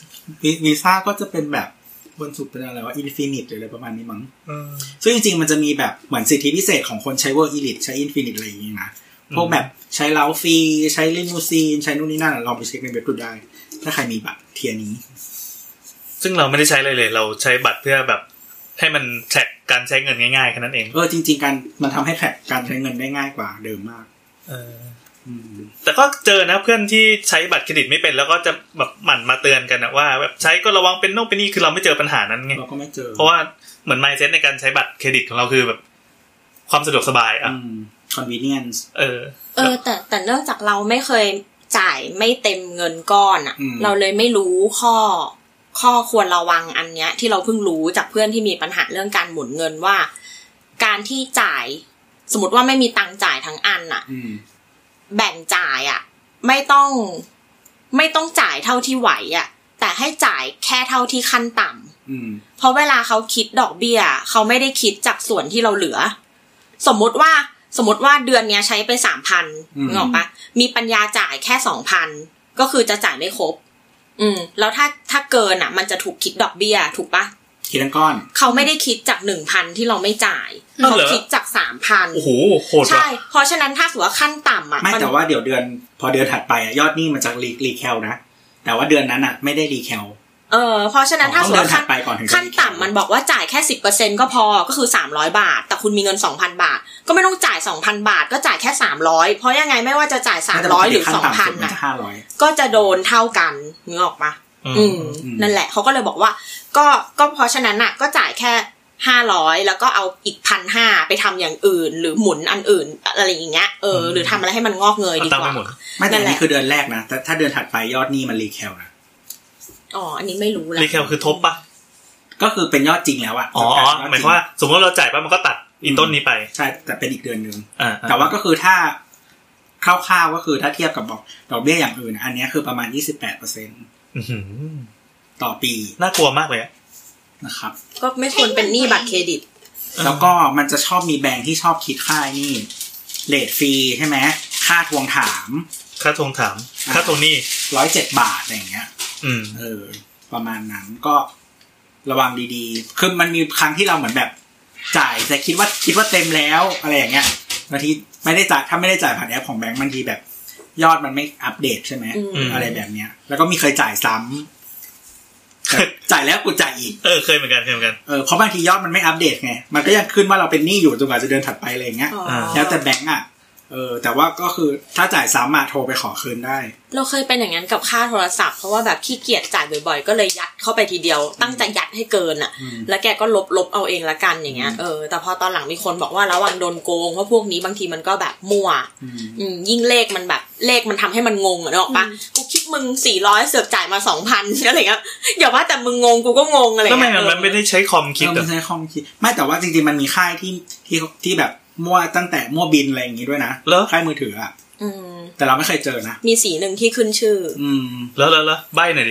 Visa ก็จะเป็นแบบบนสุดเป็นอะไรว่า Infinite หรืออะไรประมาณนี้มั้งซึ่งจริงๆมันจะมีแบบเหมือนสิทธิพิเศษของคนใช้ World Elite ใช้ Infinite อะไรอย่างงี้นะพวกแบบใช้เล้าฟรีใช้ลิมูซีนใช้นู่นนี่นั่นลองไปเช็คในเว็บดูได้ถ้าใครมีบัตรเทียนี้ซึ่งเราไม่ได้ใช้เลยเลยเราใช้บัตรเพื่อแบบให้มันแทร็กการใช้เงินง่ายๆแค่นั้นเองเออจริงๆการมันทำให้แทร็กการใช้เงินได้ง่ายกว่าเดิมมากเออแต่ก็เจอนะเพื่อนที่ใช้บัตรเครดิตไม่เป็นแล้วก็จะแบบหมั่นมาเตือนกันนะว่าแบบใช้ก็ระวังเป็นโน่นเป็นนี่คือเราไม่เจอปัญหานั้นไงเราก็ไม่เจอเพราะว่าเหมือน mindset ในการใช้บัตรเครดิตของเราคือแบบความสะดวกสบายอ่ะ convenience เออเออแต่แต่เนื่องจากเราไม่เคยจ่ายไม่เต็มเงินก้อนอ่ะเราเลยไม่รู้ข้อข้อควรระวังอันเนี้ยที่เราเพิ่งรู้จากเพื่อนที่มีปัญหาเรื่องการหมุนเงินว่าการที่จ่ายสมมติว่าไม่มีตังค์จ่ายทั้งอันอ่ะแบ่งจ่ายอ่ะไม่ต้องไม่ต้องจ่ายเท่าที่ไหวอ่ะแต่ให้จ่ายแค่เท่าที่ขั้นต่ำเพราะเวลาเขาคิดดอกเบี้ยเขาไม่ได้คิดจากส่วนที่เราเหลือสมมติว่าสมมติว่าเดือนเนี้ยใช้ไป สามพัน นึกออกปะมีปัญญาจ่ายแค่ สองพัน ก็คือจะจ่ายไม่ครบอืมแล้วถ้าถ้าเกินอ่ะมันจะถูกคิดดอกเบี้ยถูกปะคิดทั้งก้อนเขาไม่ได้คิดจาก หนึ่งพัน ที่เราไม่จ่ายเขาคิดจาก สามพันโอ้โหโหดใช่เพราะฉะนั้นถ้าสมมุติว่าขั้นต่ำอ่ะไม่แต่ว่าเดี๋ยวเดือนพอเดือนถัดไปอ่ะยอดหนี้มันจะรีรีแคลนะแต่ว่าเดือนนั้นอ่ะไม่ได้รีแคลเออเพราะฉะนั้นถ้าสมมุติขั้นขั้นต่ำมันบอกว่าจ่ายแค่ สิบเปอร์เซ็นต์ ก็พอก็คือสามร้อยบาทแต่คุณมีเงิน สองพัน บาทก็ไม่ต้องจ่าย สองพัน บาทก็จ่ายแค่สามร้อยเพราะยังไงไม่ว่าจะจ่ายสามร้อยหรือ สองพัน น่ะก็จะโดนเท่ากันนึกออกปะอืมนั่นแหละเขาก็เลยบอกว่าก็ก็เพราะฉะนั้นน่ะก็จ่ายแค่ห้าร้อยแล้วก็เอาอีก หนึ่งพันห้าร้อย ไปทำอย่างอื่นหรือหมุนอันอื่นอะไรอย่างเงี้ยเออหรือทำอะไรให้มันงอกเงยดีกว่าไม่แต่นี่คือเดือนแรกนะแต่ถ้าเดือนถัดไปยอดหนี้มันรีแคลนะอ๋ออันนี้ไม่รู้แล้วรีแคลคือทบปะก็คือเป็นยอดจริงแล้วอ่ะอ๋อหมายความว่าสมมติเราจ่ายปั๊บมันก็ตัดอีต้นนี้ไปใช่แต่เป็นอีกเดือนนึงแต่ว่าก็คือถ้าคร่าวๆก็คือถ้าเทียบกับบอกดอกเบี้ยอย่างอื่นอันนี้คือประมาณ ยี่สิบแปดเปอร์เซ็นต์อื้อหือต่อปีน่ากลัวมากเลยนะครับก็ไม่ควรเป็นหนี้บัตรเครดิตแล้วก็มันจะชอบมีแบงค์ที่ชอบคิดค่านี่เรทฟรีใช่ไหมค่าทวงถามค่าทวงถามค่าทวงหนี้หนึ่งร้อยเจ็ดบาทอะไรอย่างเงี้ยอืมเออประมาณนั้นก็ระวังดีๆคือมันมีครั้งที่เราเหมือนแบบจ่ายแต่คิดว่าคิดว่าเต็มแล้วอะไรอย่างเงี้ยบางทีไม่ได้จ่ายถ้าไม่ได้จ่ายผ่านแอปของแบงค์บางทีแบบยอดมันไม่อัปเดตใช่ไหมอะไรแบบเนี้ยแล้วก็มีเคยจ่ายซ้ำจ่ายแล้วกูจ่ายอีกเออเคยเหมือนกันเคยเหมือนกันเออเพราะบางทียอดมันไม่อัปเดตไงมันก็ยังขึ้นว่าเราเป็นหนี้อยู่จนกว่าจะเดือนถัดไปอะไรอย่างเงี้ยแล้วแต่แบงค์อ่ะเออแต่ว่าก็คือถ้าจ่ายซ้ำมาโทรไปขอคืนได้เราเคยเป็นอย่างนั้นกับค่าโทรศัพท์เพราะว่าแบบขี้เกียจจ่ายบ่อยๆก็เลยยัดเข้าไปทีเดียวตั้งใจยัดให้เกินอ่ะแล้วแกก็ลบๆเอาเองละกันอย่างเงี้ยเออแต่พอตอนหลังมีคนบอกว่าระวังโดนโกงเพราะพวกนี้บางทีมันก็แบบมั่วอืมยิ่งเลขมันแบบเลขมันทำให้มันงงอ่ะนึกออกปะกูคิดมึงสี่ร้อยเสือกจ่ายมา สองพัน อะไรเงี้ยอย่าว่าแต่มึงงงกูก็งงอะไรเงี้ยแล้วมันไม่ได้ใช้คอมคิดอ่ะไม่ใช้คอมคิดไม่แต่ว่าจริงๆมันมีค่ายที่ที่ที่แบบมั่วตั้งแต่มั่วบินอะไรอย่างงี้ด้วยนะค่ายมือถืออ่ะแต่เราไม่เคยเจอนะมีสีหนึ่งที่ขึ้นชื่ออืมแล้วแล้วแล้วใบ้หน่อยดิ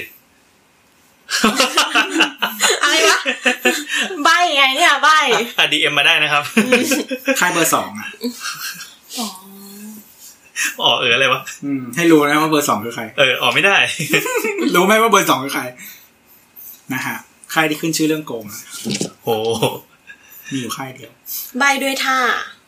อะไรวะใบ้ไงเนี่ยใบ้อ่ะ ดี เอ็ม มาได้นะครับค่ายเบอร์สองอ่ะอ๋ออ๋อเอออะไรวะอืมให้รู้นะว่าเบอร์สองคือใครเอออ๋อไม่ได้รู้ไหมว่าเบอร์สองคือใครนะฮะค่ายที่ขึ้นชื่อเรื่องโกงโอ้มีอยู่ค่ายเดียวใบด้วยท่า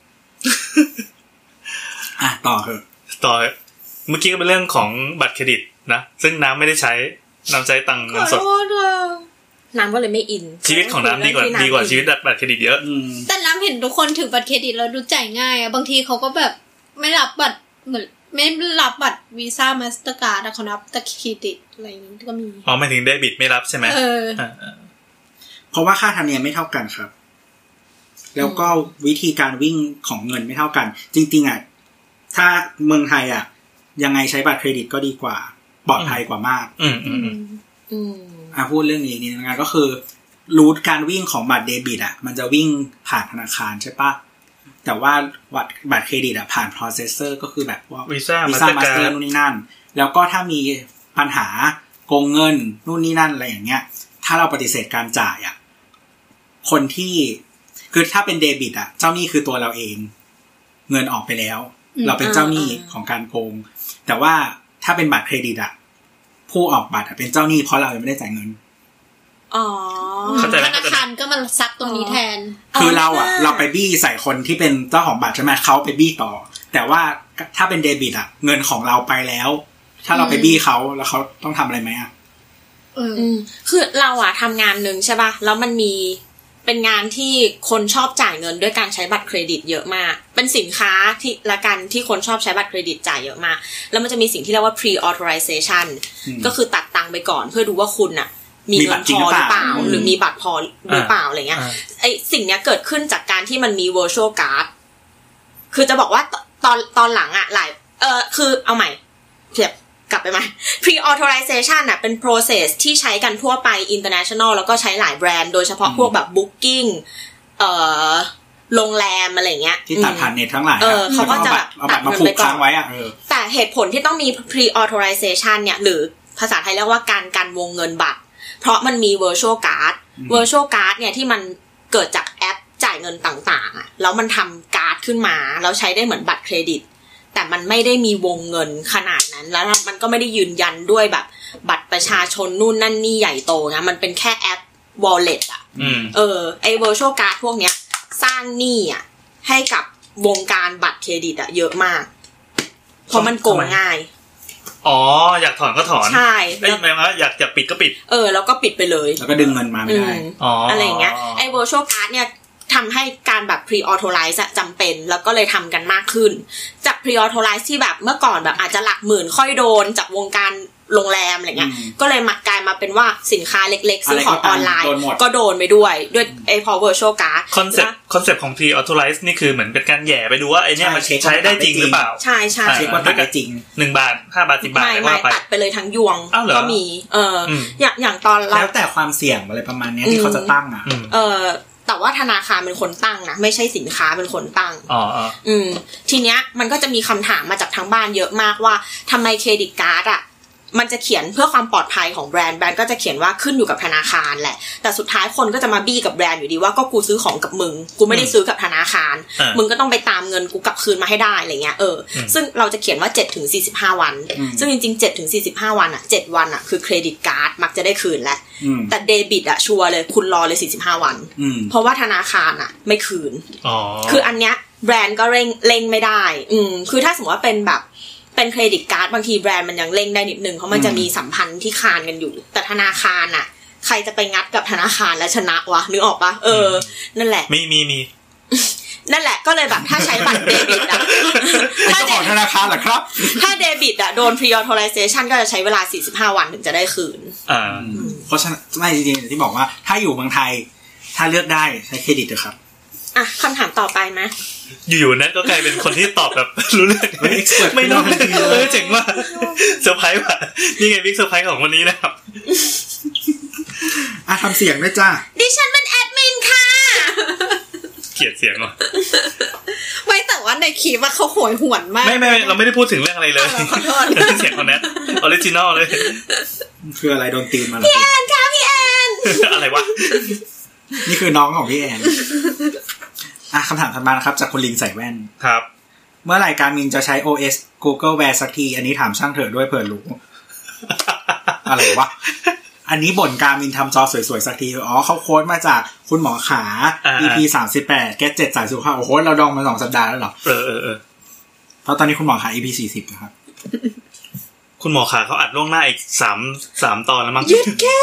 อ่ะต่อเถอะต่อเมื่อกี้ก็เป็นเรื่องของบัตรเครดิตนะซึ่งน้ำไม่ได้ใช้น้ำใช้ตังค์เงินสดน้ำก็เลยไม่อินชีวิตของน้ำดีกว่าดีกว่าชีวิตบัตรเครดิตเยอะแต่น้ำเห็นทุกคนถือบัตรเครดิตแล้วดูจ่ายง่ายอ่ะบางทีเขาก็แบบไม่รับบัตรเหมือนไม่รับบัตรวีซ่ามาสเตอร์การ์ดเขานับแต่เครดิตอะไรอย่างนี้ก็มีอ๋อหมายถึงเดบิตไม่รับใช่ไหมเออเพราะว่าค่าธรรมเนียมไม่เท่ากันครับแล้วก็วิธีการวิ่งของเงินไม่เท่ากันจริงๆอ่ะถ้าเมืองไทยอ่ะยังไงใช้บัตรเครดิตก็ดีกว่าปลอดภัยกว่ามากอืมอืมอืมอ่ะพูดเรื่องนี้นี่นะก็คือรูทการวิ่งของบัตรเดบิตอ่ะมันจะวิ่งผ่านธนาคารใช่ปะแต่ว่าบัตรบัตรเครดิตอ่ะผ่าน processor ก็คือแบบว่า Visa Master นู่นนี่นั่นแล้วก็ถ้ามีปัญหาโกงเงินนู่นนี่นั่นอะไรอย่างเงี้ยถ้าเราปฏิเสธการจ่ายอ่ะคนที่คือถ้าเป็นเดบิตอ่ะเจ้าหนี้คือตัวเราเองเงินออกไปแล้วเราเป็นเจ้าหนี้ของการโกงแต่ว่าถ้าเป็นบัตรเครดิตอ่ะผู้ออกบัตรเป็นเจ้าหนี้เพราะเรายังไม่ได้จ่ายเงินอ๋อธนาคารก็มาซับตรงนี้แทนคือเราอ่ะเราไปบี้ใส่คนที่เป็นเจ้าของบัตรใช่ไหมเขาไปบี้ต่อแต่ว่าถ้าเป็นเดบิตอ่ะเงินของเราไปแล้วถ้าเราไปบี้เขาแล้วเขาต้องทำอะไรไหมอ่ะอืมคือเราอ่ะทำงานนึงใช่ป่ะแล้วมันมีเป็นงานที่คนชอบจ่ายเงินด้วยการใช้บัตรเครดิตเยอะมากเป็นสินค้าที่ละกันที่คนชอบใช้บัตรเครดิตจ่ายเยอะมากแล้วมันจะมีสิ่งที่เรียกว่า pre authorization ก็คือตัดตังค์ไปก่อนเพื่อดูว่าคุณน่ะมีเงินพอหรือเปล่าหรือมีบัตรพอหรือเปล่าอะไรเงี้ยไอสิ่งเนี้ยเกิดขึ้นจากการที่มันมี virtual card คือจะบอกว่าตอนตอนหลังอ่ะหลายเออคือเอาใหม่เทียบกลับไปไหม pre authorization น่ะเป็น process ที่ใช้กันทั่วไป international แล้วก็ใช้หลายแบรนด์โดยเฉพาะพวกแบบ booking เอ่อโรงแรมอะไรเงี้ยที่ตัดผ่านเน็ตทั้งหลายเออเขาก็จะแบบเอาบัตรมาผูกค้างไว้อ่ะเออแต่เหตุผลที่ต้องมี pre authorization เนี่ยหรือภาษาไทยเรียกว่าการกันวงเงินบัตรเพราะมันมี virtual card virtual card เนี่ยที่มันเกิดจากแอปจ่ายเงินต่างๆอ่ะแล้วมันทำการ์ดขึ้นมาแล้วใช้ได้เหมือนบัตรเครดิตแต่มันไม่ได้มีวงเงินขนาดนั้นแล้วมันก็ไม่ได้ยืนยันด้วยแบบบัตรประชาชนนู่นนั่นนี่ใหญ่โตนะมันเป็นแค่แอป wallet อ่ะเออไอ้ virtual card พวกเนี้ยสร้างหนี้อ่ะให้กับวงการบัตรเครดิตอ่ะเยอะมากเพราะมันโกงง่ายอ๋ออยากถอนก็ถอนใช่แล้วไม่ว่าอยากจะปิดก็ปิดเออแล้วก็ปิดไปเลยแล้วก็ดึงเงินมาไม่ได้อ๋ออะไรอย่างเงี้ยไอ้ virtual card เนี่ยทำให้การแบบ pre authorize จำเป็นแล้วก็เลยทำกันมากขึ้นจาก pre authorize ที่แบบเมื่อก่อนแบบอาจจะหลักหมื่นค่อยโดนจากวงการโรงแรมอะไรเงี้ยก็เลยมากลายมาเป็นว่าสินค้าเล็กๆซื้อของออนไลน์ก็โดนไปด้วยด้วยไอ้ virtual card คอนเซ็ปต์คอนเซ็ปต์ของ pre authorize นี่คือเหมือนเป็นการแย่ไปดูว่าไอ้เนี่ยมันใช้ได้จริงหรือเปล่าใช่ๆเช็คว่าตัดได้จริงหนึ่งบาทห้าบาทสิบบาทไม่ๆตัดไปเลยทั้งยวงก็มีเอออย่างอย่างตอนเราแล้วแต่ความเสี่ยงอะไรประมาณนี้ที่เขาจะตั้งอ่ะเออแต่ว่าธนาคารเป็นคนตั้งนะไม่ใช่สินค้าเป็นคนตั้งอ๋ออืมทีเนี้ยมันก็จะมีคำถามมาจากทางบ้านเยอะมากว่าทำไมเครดิตการ์ดอ่ะมันจะเขียนเพื่อความปลอดภัยของแบรนด์แบรนด์ก็จะเขียนว่าขึ้นอยู่กับธนาคารแหละแต่สุดท้ายคนก็จะมาบี้กับแบรนด์อยู่ดีว่าก็กูซื้อของกับมึงกูไม่ได้ซื้อกับธนาคารมึงก็ต้องไปตามเงินกูกลับคืนมาให้ได้อะไรเงี้ยเออซึ่งเราจะเขียนว่า เจ็ดถึงสี่สิบห้า วันซึ่งจริงๆ เจ็ดถึงสี่สิบห้า วันอ่ะเจ็ดวันอ่ะคือเครดิตการ์ดมักจะได้คืนแล้วแต่เดบิตอ่ะชัวร์เลยคุณรอเลยสี่สิบห้าวันเพราะว่าธนาคารอ่ะไม่คืนอ๋อคืออันเนี้ยแบรนด์ก็เร่งเร่งไม่ได้อืมคือถ้าสมมติว่าเป็นแบบเป็นเครดิตการ์ดบางทีแบรนด์มันยังเร่งได้นิดนึงเพราะมันจะมีสัมพันธ์ที่คานกันอยู่แต่ธนาคารน่ะใครจะไปงัดกับธนาคารและชนะวะนึกออกปะเออนั่นแหละมีมีมีนั่นแหละก็เลยแบบถ้าใช้บัตรเดบิตอ่ะถ้าของธนาคารเหรอครับถ้าเดบิตอ่ะโดน pre authorization ก็จะใช้เวลาสี่สิบห้าวันถึงจะได้คืนอ่าเพราะฉะนั้นไม่จริงๆที่บอกว่าถ้าอยู่เมืองไทยถ้าเลือกได้ใช้เครดิตเถอะครับอ่ะคำถามต่อไปไหมอยู่ๆนั่นก็กลายเป็นคนที่ตอบแบบรู้เรื่องไม่รู้เออเจ๋งว่ะเซอร์ไพรส์ว่ะนี่ไงบิ๊กเซอร์ไพรส์ของวันนี้นะครับอ่ะทำเสียงด้วยจ้าดิฉันเป็นแอดมินค่ะเกลียดเสียงว่ะไม่แต่ว่าในคลิปว่าเขาโหยหวนมากไม่ไม่เราไม่ได้พูดถึงเรื่องอะไรเลยขอโทษเสียงของแนทออริจินอลเลยคืออะไรโดนตีมาพี่แอนค่ะพี่แอนอะไรวะนี่คือน้องของพี่แอนอ่ะคำถามถัดมานะครับจากคุณลิงใส่แว่นครับเมื่อไหร่การมินจะใช้ โอ เอส Google Wear สักทีอันนี้ถามช่างเถอะด้วยเผื่อรู้ อะไรวะอันนี้บ่นการมินทำจอสวยๆสักทีอ๋อเขาโค้ดมาจากคุณหมอขา อี พี สามสิบแปด Gadget สายสุขภาพโอ้โหเราดองมาสองสัปดาห์แล้วเหรอเออเออเออเพราะตอนนี้คุณหมอขา อี พี สี่สิบนะครับคุณหมอขาเขาอัดล่วงหน้าอีกสามสามตอนแล้วมั้งยึดแค่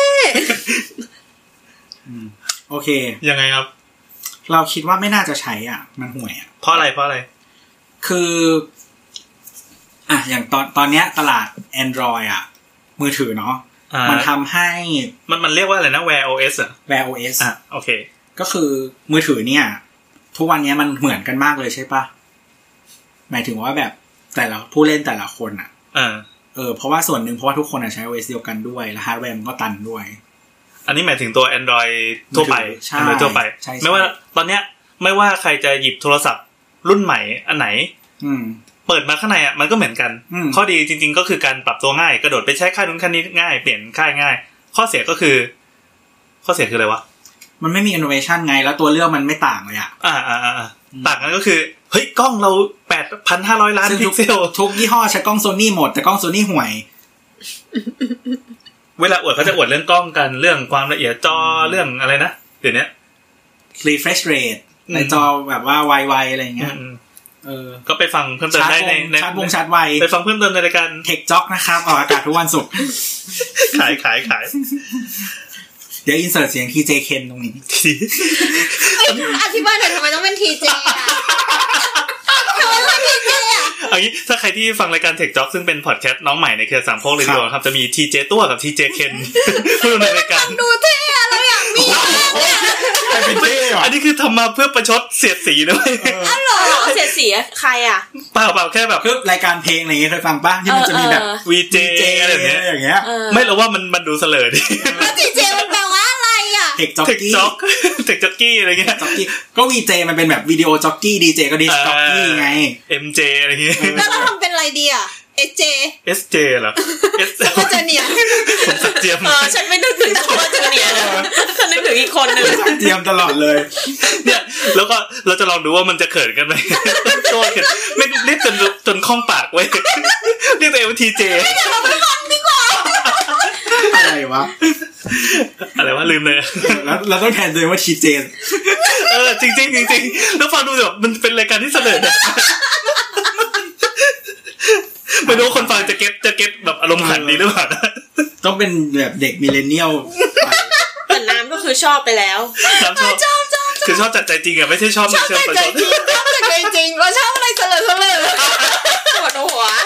โอเคยังไงครับเราคิดว่าไม่น่าจะใช้อ่ะมันห่วยอ่ะเพราะอะไรเพราะอะไรคืออ่ะอย่างตอนตอนเนี้ยตลาด Android อ่ะมือถือเนาะมันทำให้มันมันเรียกว่าอะไรนะ Wear โอ เอส อ่ะ Wear โอ เอสอ่ะโอเคก็คือมือถือเนี่ยทุกวันนี้มันเหมือนกันมากเลยใช่ปะหมายถึงว่าแบบแต่ละผู้เล่นแต่ละคนอ่ะเออเออเพราะว่าส่วนหนึ่งเพราะว่าทุกคนอ่ะใช้ โอ เอส เดียวกันด้วยและฮาร์ดแวร์มันก็ตันด้วยอันนี้หมายถึงตัว Android ทั่วไป Android ทั่วไปไม่ว่าตอนเนี้ยไม่ว่าใครจะหยิบโทรศัพท์รุ่นใหม่อันไหนอืมเปิดมาข้างในอ่ะมันก็เหมือนกันข้อดีจริงๆก็คือการปรับตัวง่ายกระโดดไปใช้ค่ายนู้นค่ายนี้ง่ายเปลี่ยนค่ายง่ายข้อเสียก็คือข้อเสียคืออะไรวะมันไม่มี innovation ไงแล้วตัวเลือกมันไม่ต่างเลยอ่ะอ่าๆๆต่างกันก็คือเฮ้ยกล้องเรา แปดพันห้าร้อย ล้านพิกเซลทุกยี่ห้อใช้กล้อง Sony หมดแต่กล้อง Sony ห่วยเวลาอวดเขาจะอวดเรื่องกล้องกันเรื่องความละเอียดจอเรื่องอะไรนะเดี๋ยวนี้ refresh rate ในจอแบบว่าไวๆอะไรอย่างเงี้ยเออก็ไปฟังเพิ่มเติมได้ในในชาร์จวงชาร์จไวไปฟังเพิ่มเติมในรายการ Tech Jock นะครับออกอากาศทุกวันศุกร์ขายขายขายเดี๋ยวอินเสิร์ตเสียง ที เจ Ken ตรงนี้อธิบายหน่อยทำไมต้องเป็น ที เจ อ่ะทำไมต้อง ที เจ อ่ะเอางี้ถ้าใครที่ฟังรายการ Tech Jock ซึ่งเป็นพอดแคสต์น้องใหม่ในเครือสามโคกเรดิโอครับจะมี ที เจ ตัวกับ ที เจ Ken ผู้ดำเนินรายการดูเท่อะไรอย่างมีเป็นเท่ว่ะอันนี้คือทำมาเพื่อประชดเสียดสีนะเว้ยอ๋อเหรอเสียดสีใครอ่ะเปล่าๆแค่แบบคือรายการเพลงอะไรอย่างเงี้ยเคยฟังป่ะที่มันจะมีแบบวี เจ อะไรแบบนี้อย่างเงี้ยไม่รู้ว่ามันมันดูเสลอดิที เจ มันแปลว่าอะไรอ่ะ Tech Jockey Tech Jockey อะไรเงี้ย Jockey ก็ วี เจ มันเป็นแบบวิดีโอจ็อกกี้ ดี เจ ก็ดิสจ็อกกี้ไงเอ็ม เจ อะไรเงี้ยแล้วเราทำเป็นอะไรดีอ่ะ เอส เจเอส เจ เหรอ S ก็จะเนี่ยผมสักเจียมเออฉันไม่นึกถึงตัวจะเนี่ยฉันนึกถึงอีกคนนึงสักเจียมตลอดเลยเนี่ยแล้วก็เราจะลองดูว่ามันจะเขินกันไหมตัวเขินไม่เรียกจนจนคล่องปากไว้เรียกตัวเองว่า ที เจเราไม่ลองดีกว่าอะไรวะอะไรวะลืมเลยแล้วเราต้องแทนตัวเองว่า ที เจเออจริงๆจริงๆแล้วฟังดูแบบมันเป็นรายการที่เสนอไม่รู้คนฟังจะเก็ตจะเก็ตแบบอารมณ์ขันดีหรือเปล่าต้องเป็นแบบเด็กมิเลเนียลแต่น้ำก็คือชอบไปแล้วชอบชอบคือชอบจัดใจจริงอะไม่ใช่ชอบเชิงประชดชอบจัดใจจริงก็ชอบอะไรเสลอเสลอปวดหัว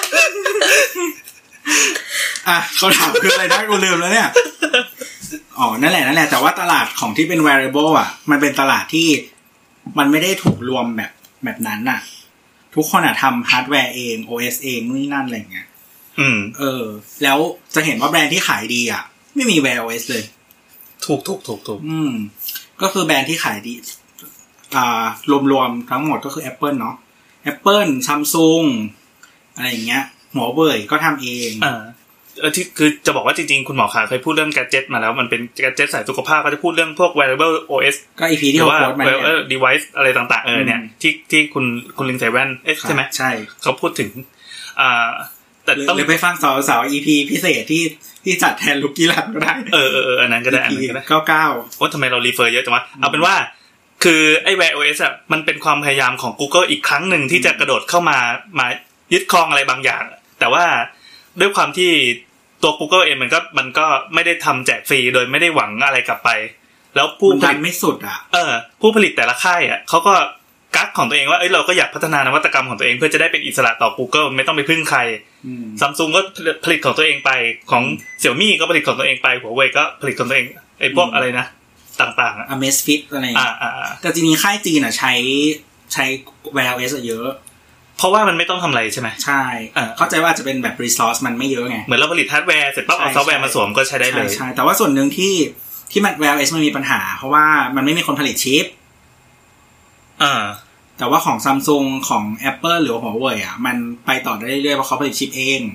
อ่ะเขาถามคืออะไรนะกูลืมแล้วเนี่ยอ๋อนั่นแหละนั่นแหละแต่ว่าตลาดของที่เป็น wearable อ่ะมันเป็นตลาดที่มันไม่ได้ถูกรวมแบบแบบนั้นน่ะทุกคนอะทำฮาร์ดแวร์เอง โอ เอส เองนู่นนี่นั่นอะไรอย่างเงี้ยอืมเออแล้วจะเห็นว่าแบรนด์ที่ขายดีอ่ะไม่มี Wear โอ เอส เลยถูกถูกถูกถูกอืมก็คือแบรนด์ที่ขายดีอ่ารวมๆทั้งหมดก็คือ Apple เนาะ Apple Samsung อะไรอย่างเงี้ยหัวเว่ยก็ทำเองอ่าเออที่คือจะบอกว่าจริงๆคุณหมอขาเคยพูดเรื่อง gadget มาแล้วมันเป็น gadget สายสุขภาพก็จะพูดเรื่องพวก wearable โอ เอสก็ อี พี ที่เขาโพสต์มาเนี่ย wearable device อะไรต่างๆเออเนี่ยที่ที่คุณคุณลิงใส่แว่นเอ๊ะใช่ไหมใช่เขาพูดถึงอ่าแต่ต้องไปฟังสาวๆ อี พี พิเศษที่ที่จัดแทนลูกกี้รันก็ได้เออเออเอออันนั้นก็ได้อันนั้นก็ได้เก้าสิบเก้าโอ้ทำไมเรารีเฟอร์เยอะจังวะเอาเป็นว่าคือไอ้ Wear โอ เอส อ่ะมันเป็นความพยายามของ Google อีกครั้งนึงที่จะกระโดดเข้ามามายึดครองอะไรบางอย่างแต่ว่าด้วยความที่ตัว Google เองมันก็มันก็ไม่ได้ทำแจกฟรีโดยไม่ได้หวังอะไรกลับไปแล้วผู้ผลิตไม่สุดอ่ะเออผู้ผลิตแต่ละค่ายอ่ะเขาก็กักของตัวเองว่าเอ้ยเราก็อยากพัฒนานวัตกรรมของตัวเองเพื่อจะได้เป็นอิสระต่อ Google ไม่ต้องไปพึ่งใคร Samsung ก็ผลิตของตัวเองไปของ Xiaomi ก็ผลิตของตัวเองไป Huawei ก็ผลิตของตัวเองไอ้พวกอะไรนะต่างๆอ่ะ Amazfit อะไรอ่าๆแต่จริงๆค่ายจีนอ่ะใช้ใช้ Wear โอ เอส เยอะเพราะว่ามันไม่ต้องทำอะไรใช่ไหมใช่เข้าใจว่าจะเป็นแบบ resource มันไม่เยอะไงเหมือนเราผลิตฮาร์ดแวร์เสร็จปั๊บเอาซอฟต์แวร์มาสวมก็ใช้ได้เลยใช่แต่ว่าส่วนหนึ่งที่ที่มัน Wear โอ เอส มันมีปัญหาเพราะว่ามันไม่มีคนผลิตชิปอ่าแต่ว่าของ Samsung ของ Apple หรือ Huawei อ่ะมันไปต่อได้เรื่อยๆเพราะเขาผลิตชิปเอง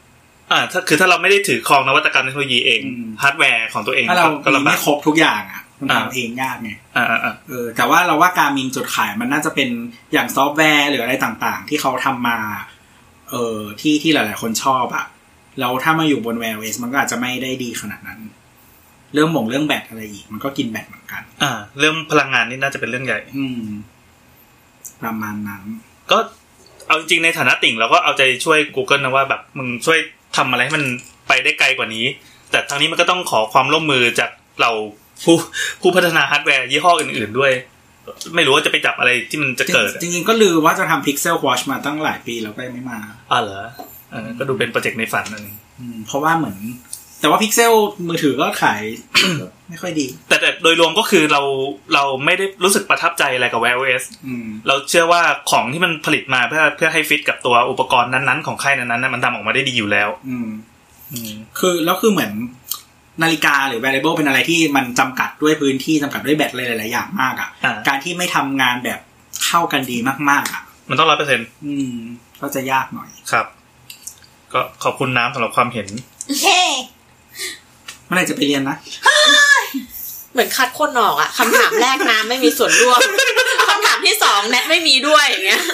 อ่าถ้าคือถ้าเราไม่ได้ถือครองนวัตกรรมเทคโนโลยีเองฮาร์ดแวร์ของตัวเองถ้าเราก็ไม่ครบทุกอย่างอ่ะมันทำเองยากไงอ่าอ่าเออแต่ว่าเราว่าการมีจุดขายมันน่าจะเป็นอย่างซอฟต์แวร์หรืออะไรต่างๆที่เขาทำมาเออที่ที่หลายๆคนชอบอะแล้วถ้ามาอยู่บน Wear โอ เอส มันก็อาจจะไม่ได้ดีขนาดนั้นเรื่องหม่งเรื่องแบตอะไรอีกมันก็กินแบตเหมือนกันอ่าเรื่องพลังงานนี่น่าจะเป็นเรื่องใหญ่อืมประมาณนั้นก็เอาจริงๆในฐานะติ่งเราก็เอาใจช่วย Google นะว่าแบบมึงช่วยทำอะไรให้มันไปได้ไกลกว่านี้แต่ทางนี้มันก็ต้องขอความร่วมมือจากเราผู้ผู้พัฒนาฮาร์ดแวร์ยี่ห้ออื่นๆด้วยไม่รู้ว่าจะไปจับอะไรที่มันจะเกิดจริงๆก็ลือว่าจะทำ Pixel Watch มาตั้งหลายปีแล้วก็ยังไม่มาอ๋อเหรอเออก็ดูเป็นโปรเจกต์ในฝันนั่นอืมเพราะว่าเหมือนแต่ว่า Pixel มือถือก็ขาย ไม่ค่อยดีแต่แต่โดยรวมก็คือเราเราไม่ได้รู้สึกประทับใจอะไรกับ Wear โอ เอสอืมเราเชื่อว่าของที่มันผลิตมาเพื่อเพื่อให้ฟิตกับตัวอุปกรณ์นั้นๆของค่ายนั้นๆมันทำออกมาได้ดีอยู่แล้วอืมอืมคือแล้วคือเหมือนนาฬิกาหรือ wearable เป็นอะไรที่มันจำกัดด้วยพื้นที่จำกัดด้วยแบตหลายๆอย่างมากอ่ะการที่ไม่ทำงานแบบเข้ากันดีมากๆอ่ะมันต้อง ร้อยเปอร์เซ็นต์อืมก็จะยากหน่อยครับก็ขอบคุณน้ำสำหรับความเห็นเฮ้เมื่อไหร่จะไปเรียนนะเหมือนคัดคนออกอ่ะคำถามแรกน้ำไม่มีส่วนร่วมคำถามที่สองแนทไม่มีด้วยอย่างเงี้ย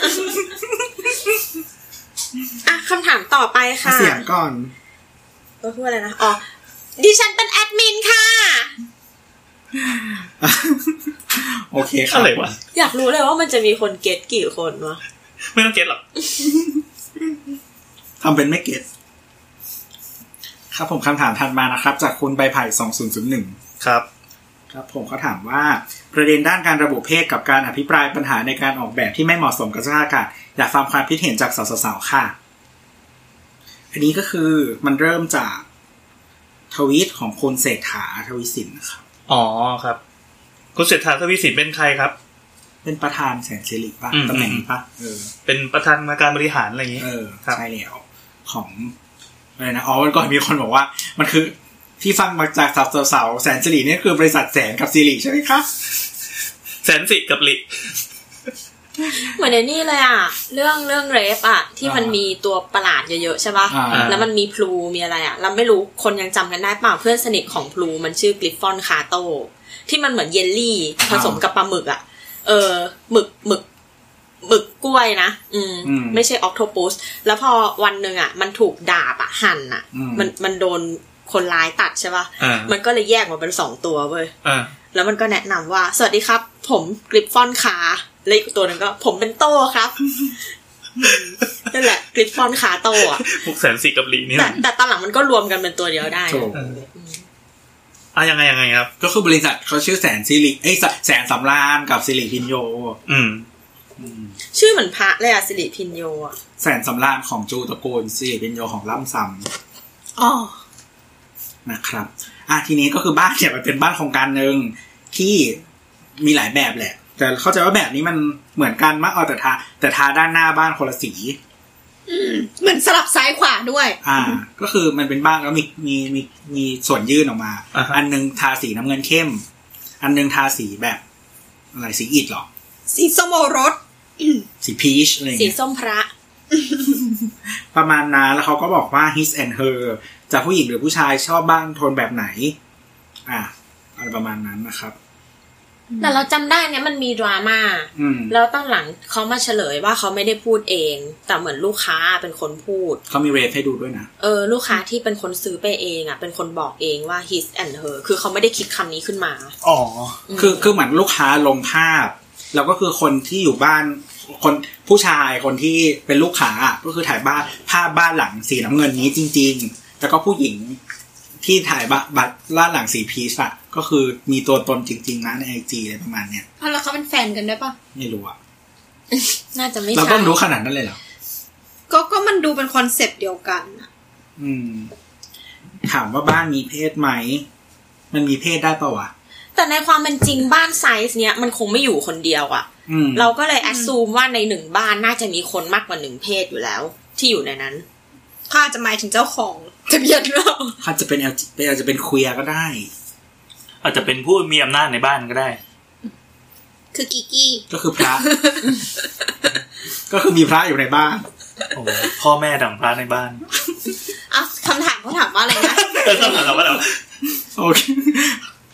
อ่ะคำถามต่อไปค่ะเสียงก่อนก็พูดอะไรนะอ๋อดิฉันเป็นแอดมินค่ะโอเคครับอะไรวะอยากรู้เลยว่ามันจะมีคนเก็ตกี่คนวะไม่ต้องเก็ตหรอกทำเป็นไม่เก็ตครับผมคำถามถัดมานะครับจากคุณใบไผ่สองศูนย์ศูนย์หนึ่งครับครับผมเขาถามว่าประเด็นด้านการระบุเพศกับการอภิปรายปัญหาในการออกแบบที่ไม่เหมาะสมกับสภาพอากาศอยากฟังความคิดเห็นจากสาวๆค่ะอันนี้ก็คือมันเริ่มจากทวีตของคุณเศรษฐาทวีสินนะครับอ๋อครับคุณเศรษฐาทวีสินเป็นใครครับเป็นประธานแสนสิริป่ะตำแหน่งนี้ป่ะเออเป็นประธานการบริหารอะไรอย่างงี้เออใช่แล้วของอะไรนะอ๋อวันก่อนมีคนบอกว่ามันคือที่ฟังมาจากสาวๆแสนสิรินี่คือบริษัทแสนกับสิริใช่ไหมครับแสนสิกับลิเหมือนในนี่เลยอ่ะเรื่องเรื่องเรฟอ่ะที่มันมีตัวประหลาดเยอะๆใช่ป่ะแล้วมันมีพลูมีอะไรอ่ะเราไม่รู้คนยังจำกันได้เปล่าเพื่อนสนิทของพลูมันชื่อกริฟฟอนคาโตที่มันเหมือนเยลลี่ผสมกับปลาหมึกอ่ะเออหมึกหมึกหมึกกล้วยนะอืมไม่ใช่ออกโทปัสแล้วพอวันนึงอ่ะมันถูกดาบอ่ะหั่นอ่ะมันมันโดนคนร้ายตัดใช่ป่ะมันก็เลยแยกมาเป็นสองตัวเว้ยแล้วมันก็แนะนำว่าสวัสดีครับผมกริฟฟอนคาแล้วอีกตัวนึงก็ผมเป็นโต้ครับนั่นแหละกริฟฟอนคาโต้อ่ะพวกแสนสิกับลีนี่แต่แต่ตอนหลังมันก็รวมกันเป็นตัวเดียวได้อ่ะยังไงยังไงครับก็คือบริษัทเขาชื่อแสนสิริเอ้ยแสนสำราญกับสิริพิญโยอืมชื่อเหมือนพระเลยอ่ะสิริพิญโยอ่ะแสนสำราญของจูตระกูลสิริพิญโยของล่ำซำอ๋อนะครับอ่ะทีนี้ก็คือบ้านเนี่ยมันเป็นบ้านโครงการนึงที่มีหลายแบบแหละแต่เข้าใจว่าแบบนี้มันเหมือนกันมากเอาแต่ทาแต่ทาด้านหน้าบ้านคนละสีอืมเหมือนสลับซ้ายขวาด้วยอ่าก็คือมันเป็นบ้านแล้วมีมีมีมีส่วนยื่นออกมา uh-huh. อันนึงทาสีน้ำเงินเข้มอันนึงทาสีแบบอะไรสีอิฐหรอสีส้มโอรสสีพีชอะไรอย่างเงี้ยสีส้มพระประมาณนั้นแล้วเขาก็บอกว่า his and her จะผู้หญิงหรือผู้ชายชอบบ้านโทนแบบไหนอ่าอะไรประมาณนั้นนะครับแต่เราจำได้เนี่ยมันมีดราม่าแล้วตอนหลังเขามาเฉลยว่าเขาไม่ได้พูดเองแต่เหมือนลูกค้าเป็นคนพูดเขามีเรฟให้ดูด้วยนะเออลูกค้าที่เป็นคนซื้อไปเองอ่ะเป็นคนบอกเองว่า his and her คือเขาไม่ได้คิดคำนี้ขึ้นมาอ๋อคือคือเหมือนลูกค้าลงภาพแล้วก็คือคนที่อยู่บ้านคนผู้ชายคนที่เป็นลูกค้าก็คือถ่ายบ้านภาพบ้านหลังสีน้ำเงินนี้จริงๆแล้วก็ผู้หญิงที่ถ่ายบัตรล่าหลังสีพีชอะก็คือมีตัวตนจริงๆนะใน ไอ จี อะไรประมาณเนี้ยอ๋อแล้วเขาเป็นแฟนกันได้ปะไม่รู้อะน่าจะไม่ใช่เราต้องรู้ขนาดนั้นเลยเหรอก็ก็มันดูเป็นคอนเซ็ปต์เดียวกันอะอืมถามว่าบ้านมีเพศไหมมันมีเพศได้ปะวะแต่ในความเป็นจริงบ้านไซส์เนี้ยมันคงไม่อยู่คนเดียวอะเราก็เลยแอดซูมว่าในหนึ่งบ้านน่าจะมีคนมากกว่าหนึ่งเพศอยู่แล้วที่อยู่ในนั้นข้าจะหมายถึงเจ้าของทะเบียนเราข้าจะเป็นอาจจะเป็นเคลียร์ก็ได้อาจจะเป็นผู้มีอำนาจในบ้านก็ได้คือกิกี้ก็คือพระ ก็คือมีพระอยู่ในบ้านโอ้พ่อแม่ดั่งพระในบ้านอ่ะคำถามเขาถามว่าอะไรนะคำถามว่าอะไรโอเค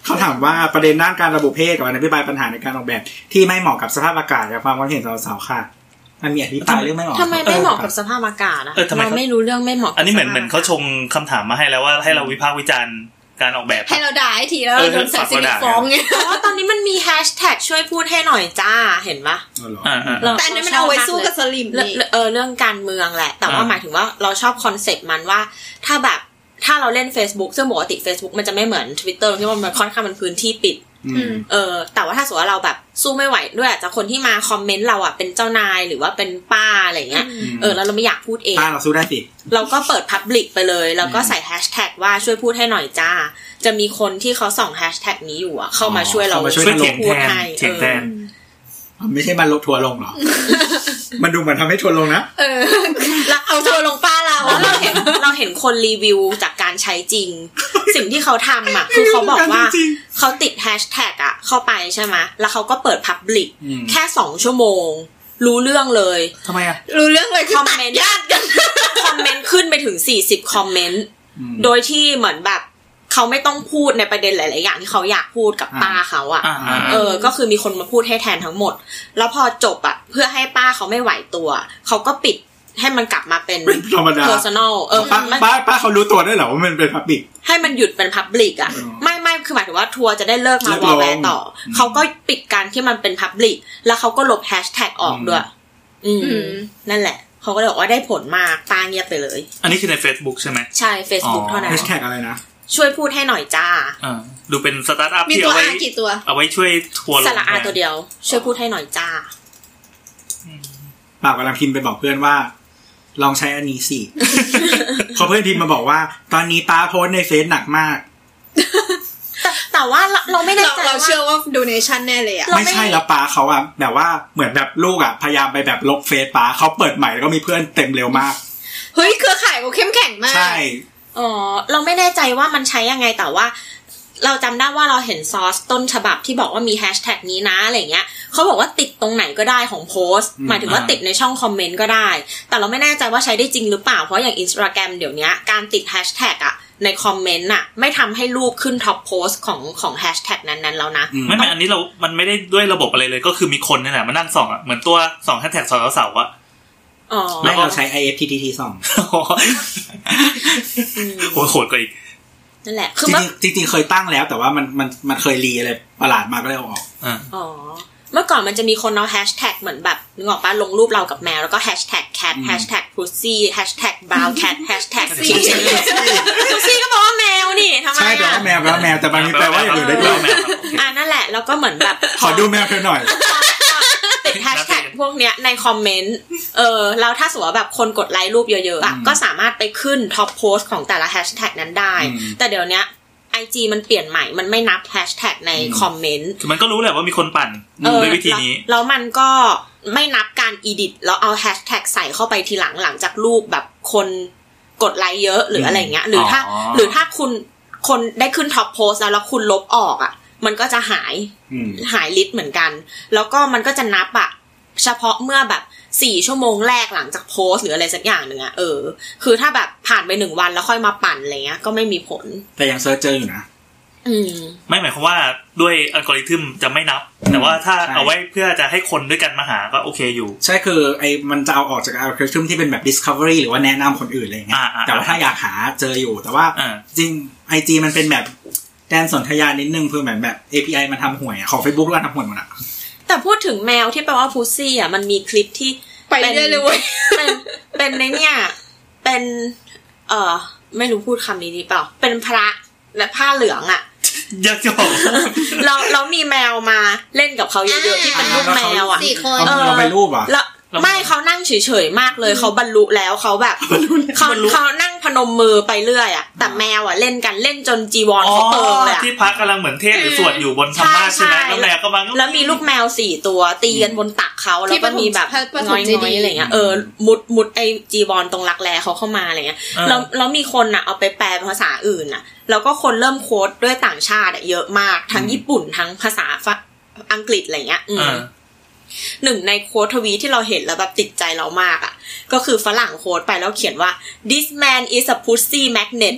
เขาถามว่าประเด็นด้านการระบุเพศกับการอธิบายปัญหาในการออกแบบที่ไม่เหมาะกับสภาพอากาศกับความคิดเห็นสาวๆค่ะมันมีอธิบายเรื่องไม่เหมาะทำไมไม่เหมาะกับสภาพอากาศอ่ะเราไม่รู้เรื่องไม่เหมาะอันนี้เหมือนเหมือนเขาชงคำถามมาให้แล้วว่าให้เราวิพากษ์วิจารณ์การออกแบบให้เราด่าให้ทีแล้วโดนสัตว์สิริฟ้องไงเพราะว่าตอนนี้มันมีแฮชแท็กช่วยพูดให้หน่อยจ้าเห็นปะแต่อันนี้มันเอาไว้สู้กับสลิมนี่เออเรื่องการเมืองแหละแต่ว่าหมายถึงว่าเราชอบคอนเซ็ปต์มันว่าถ้าแบบถ้าเราเล่น Facebook ซึ่งปกติ Facebook มันจะไม่เหมือน Twitter ที่มันค่อนข้างเป็นพื้นที่ปิดเออแต่ว่าถ้าสมมติว่าเราแบบสู้ไม่ไหวด้วยอาจจะคนที่มาคอมเมนต์เราอ่ะเป็นเจ้านายหรือว่าเป็นป้าอะไรเงี้ยเออแล้วเราไม่อยากพูดเองป้าเราสู้ได้สิเราก็เปิด Public ไปเลยแล้วก็ใส่แฮชแท็กว่าช่วยพูดให้หน่อยจ้าจะมีคนที่เขาส่องแฮชแท็กนี้อยู่อ่ะเข้ามาช่วยเราช่วยเถียงแทนเถียงแทนไม่ใช่มันลดทัวร์ลงหรอ มันดูเหมือนทำให้ทัวร์ลงนะเออแล้วเอาทัวร์ลงป้าเราเราเห็นเราเห็นคนรีวิวจากการใช้จริง สิ่งที่เขาทำอ่ะคือเขาบอกว่าเขาติดแฮชแท็กอ่ะเข้าไปใช่ไหมแล้วเขาก็เปิด Public แค่สองชั่วโมงรู้เรื่องเลยทำไมอ่ะรู้เรื่องเลยคอมเมนต์คอมเมนต์ขึ้นไปถึงสี่สิบคอมเมนต์โดยที่เหมือนแบบเขาไม่ต้องพูดในประเด็นหลายๆอย่างที่เขาอยากพูดกับป้าเขาอ่ะเออก็คือมีคนมาพูดให้แทนทั้งหมดแล้วพอจบอ่ะเพื่อให้ป้าเขาไม่ไหวตัวเขาก็ปิดให้มันกลับมาเป็นธรรมดา personal เออป้าป้าป้าเขารู้ตัวได้เหรอว่ามันเป็น public ให้มันหยุดเป็น public อ่ะไม่ไม่คือหมายถึงว่าทัวร์จะได้เลิกมาวอลแวร์ต่อเขาก็ปิดการที่มันเป็น public แล้วเขาก็ลบแฮชแท็กออกด้วยอืมนั่นแหละเขาก็เลยบอกว่าได้ผลมากป้าเงียบไปเลยอันนี้คือใน Facebook ใช่ไหมใช่ Facebook เท่านั้นแฮชแท็กอะไรนะช่วยพูดให้หน่อยจ้าอ่าดูเป็นสตาร์ทอัพที่เอาไว้เอาไว้ช่วยทัวร์ลงสระอาตัวเดียวช่วยพูดให้หน่อยจ้าป่าวกำลังพิมพ์ไปบอกเพื่อนว่าลองใช้อันนี้สิพอเพื่อนพิมพ์มาบอกว่าตอนนี้ป้าโพสในเฟซหนักมากแต่แต่ว่าเราไม่ได้ใจเราเชื่อว่าโดเนชั่นแน่เลยอ่ะไม่ใช่แล้วป้าเขาอ่ะแบบว่าเหมือนแบบลูกอ่ะพยายามไปแบบลบเฟซป้าเขาเปิดใหม่แล้วก็มีเพื่อนเต็มเร็วมากเฮ้ยเครือข่ายเขาเข้มแข็งมากใช่อ๋อเราไม่แน่ใจว่ามันใช้ยังไงแต่ว่าเราจำได้ว่าเราเห็นซอสต้นฉบับที่บอกว่ามีแฮชแท็กนี้นะอะไรเงี้ยเขาบอกว่าติดตรงไหนก็ได้ของโพสต์หมายถึงว่าติดในช่องคอมเมนต์ก็ได้แต่เราไม่แน่ใจว่าใช้ได้จริงหรือเปล่าเพราะอย่าง Instagram เดี๋ยวนี้การติดแฮชแท็กอะในคอมเมนต์อะไม่ทำให้รูปขึ้นท็อปโพสต์ของของแฮชแท็กนั้นๆแล้วนะไม่ไม่อันนี้เรามันไม่ได้ด้วยระบบอะไรเลยก็คือมีคนนี่แหละมานั่งส่องอะเหมือนตัวส่องแฮชแท็กสาวสาวอะอ๋อไม่เราใช้ ไอ เอฟ ที ที ที ส่องโหโหดกว่าอีกนั่นแหละคือจริงจริงๆเคยตั้งแล้วแต่ว่ามันมันมันเคยรีอะไรประหลาดมาก็เลยเอาออกอ๋อเมื่อก่อนมันจะมีคนเอาแฮชแท็กเหมือนแบบนึกออกป่ะลงรูปเรากับแมวแล้วก็แฮชแท็ก cat แฮชแท็ก pussy แฮชแท็ก brown cat แฮชแท็ก pussy ก็บอกว่าแมวนี่ทำไมใช่แปลว่าแมวแปลว่าแมวแต่บางทีแปลว่าอย่างอื่นได้ด้วยอ่านั่นแหละแล้วก็เหมือนแบบขอดูแมวเพิ่มหน่อยติดแฮชแท็กพวกเนี้ยในคอมเมนต์เออแล้วถ้าสมมติว่าแบบคนกดไลค์รูปเยอะๆอ่ะก็สามารถไปขึ้นท็อปโพสต์ของแต่ละแฮชแท็กนั้นได้แต่เดี๋ยวนี้ไอ จี มันเปลี่ยนใหม่มันไม่นับแฮชแท็กในคอมเมนต์คือมันก็รู้แหละว่ามีคนปั่นด้วยวิธีนี้แล้วมันก็ไม่นับการอีดิทแล้วเอาแฮชแท็กใส่เข้าไปทีหลังหลังจากรูปแบบคนกดไลค์เยอะหรืออะไรเงี้ยหรือถ้าหรือถ้าคุณคนได้ขึ้นท็อปโพสต์แล้วแล้วคุณลบออกอ่ะมันก็จะหายหายลิสต์เหมือนกันแล้วก็มันก็จะนับอ่ะเฉพาะเมื่อแบบสี่ชั่วโมงแรกหลังจากโพสหรืออะไรสักอย่างนึงอ่ะเออคือถ้าแบบผ่านไปหนึ่งวันแล้วค่อยมาปั่นอะไรเงี้ยก็ไม่มีผลแต่ยังเซิร์ชเจออยู่นะอืมไม่หมายความว่าด้วยอัลกอริทึมจะไม่นับแต่ว่าถ้าเอาไว้เพื่อจะให้คนด้วยกันมาหาก็โอเคอยู่ใช่คือไอ้มันจะเอาออกจากอัลกอริทึมที่เป็นแบบ discovery หรือว่าแนะนำคนอื่นอะไรเงี้ยแต่ว่าถ้าอยากหาเจออยู่แต่ว่าจริง ไอ จี มันเป็นแบบแดนสนทยานิดนึงคือเหมือนแบบ เอ พี ไอ มันทำห่วยของ Facebook ก็ทำห่วยหมดอ่ะแต่พูดถึงแมวที่แปลว่า pussy อ่ะมันมีคลิปที่ไปเรื่อยเลยเว้ยเป็นเป็นในเนี่ยเป็นเอ่อไม่รู้พูดคำนี้ดีเปล่าเป็นพระและผ้าเหลืองอ่ะอยากจะบอกเราเรามีแมวมาเล่นกับเขาเยอะๆที่เป็นลูกแมวอ่ะเออเราไปรูปอ่ะไม่เขานั่งเฉยๆมากเลยเขาบรรลุแล้วเขาแบบเขาเขานั่งพนมมือไปเรื่อยอ่ะแต่แมวอ่ะเล่นกันเล่นจนจีวรเขาเปิงเลยอ่ะที่พักกำลังเหมือนเทศหรือสวดอยู่บนธรรมะใช่ไหมแล้วแมวก็มาแล้วมีลูกแมวสี่ตัวตีกันบนตักเขาแล้วก็มีแบบน้อยๆอะไรเงี้ยเออมุดมุดไอจีวรตรงรักแร้เขาเข้ามาอะไรเงี้ยแล้วแล้วมีคนอ่ะเอาไปแปลเป็นภาษาอื่นอ่ะแล้วก็คนเริ่มโค้ดด้วยต่างชาติเยอะมากทั้งญี่ปุ่นทั้งภาษาอังกฤษอะไรเงี้ยอืมหนึ่งในโค้ดทวีตที่เราเห็นแล้วแบบติดใจเรามากอ่ะก็คือฝรั่งโค้ดไปแล้วเขียนว่า this man is a pussy magnet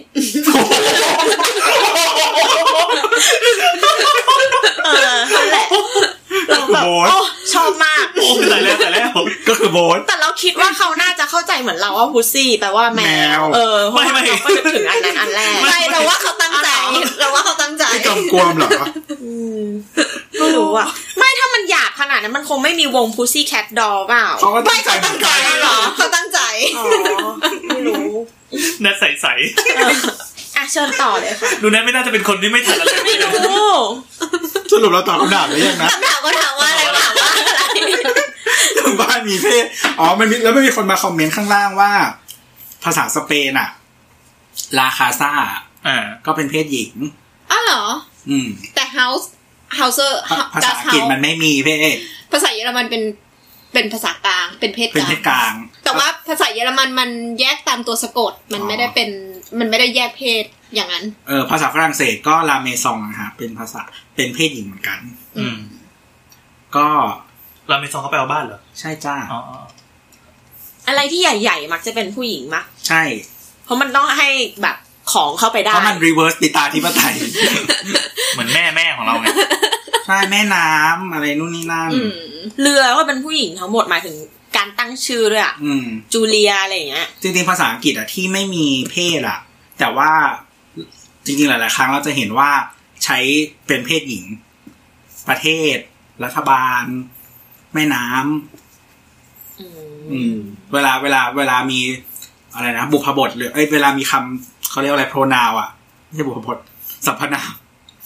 เออนั่นแหละเราแบบโอ้ชอบมากโอ้แต่แล้วแต่แล้วก็คือโบสแต่เราคิดว่าเขาน่าจะเข้าใจเหมือนเราว่าพุซซี่แปลว่าแมวเออไม่ไม่เราก็นึกถึงอันนั้นอันแรกไม่เราว่าเขาตั้งใจเราว่าเขาตั้งใจกำกวมเหรอไม่รู้อ่ะไม่ถ้ามันหยาบขนาดนั้นมันคงไม่มีวง Pussy Cat Doll เปล่าเขาก็ตั้งใจตั้งใจเหรอเขาตั้งใจอ๋อไม่รู้แนทใสๆอ่ะเชิญต่อเลยค่ะดูแนทไม่น่าจะเป็นคนที่ไม่ทันอะไรไม่รู้สรุปเราตอบคำถามได้ยังนะคำถามก็ถามว่าอะไรถามว่าอะไรบ้านมีเพศอ๋อมันมีแล้วไม่มีคนมาคอมเมนต์ข้างล่างว่าภาษาสเปนอะลาคาซาอ่าก็เป็นเพศหญิงอ้าวเหรออืมแต่ house houser ภาษาอังกฤษมันไม่มีเพศภาษาเยอรมันเป็นเป็นภาษากลางเป็นเพศกลางเป็นเพศกลางแต่ว่าภาษาเยอรมันมันแยกตามตัวสะกดมันไม่ได้เป็นมันไม่ได้แยกเพศอย่างนั้นเออภาษาฝรั่งเศสก็ลาเมซองอะฮะเป็นภาษาเป็นเพศหญิงเหมือนกันอืมก็ลาเมซองเขาแปลว่าบ้านเหรอใช่จ้าอ๋ออะไรที่ใหญ่ๆมักจะเป็นผู้หญิงมั้ยใช่เพราะมันต้องให้แบบของเข้าไปได้เพราะมันรีเวิร์สติตาธิปไตยเหมือนแม่แม่ของเราไงใช่แม่น้ำอะไรนู่นนี่นั่นเรือก็เป็นผู้หญิงทั้งหมดหมายถึงการตั้งชื่อด้วยอ่ะจูเลียอะไรอย่างเงี้ยจริงๆภาษาอังกฤษอ่ะที่ไม่มีเพศอ่ะแต่ว่าจริงๆหลายๆครั้งเราจะเห็นว่าใช้เป็นเพศหญิงประเทศรัฐบาลแม่น้ำอืมเวลาเวลาเวลามีอะไรนะบุพบทหรือเอ้ยเวลามีคำเขาเรียกอะไร pronoun อ่ะไม่ใช่บุพบทสรรพนาม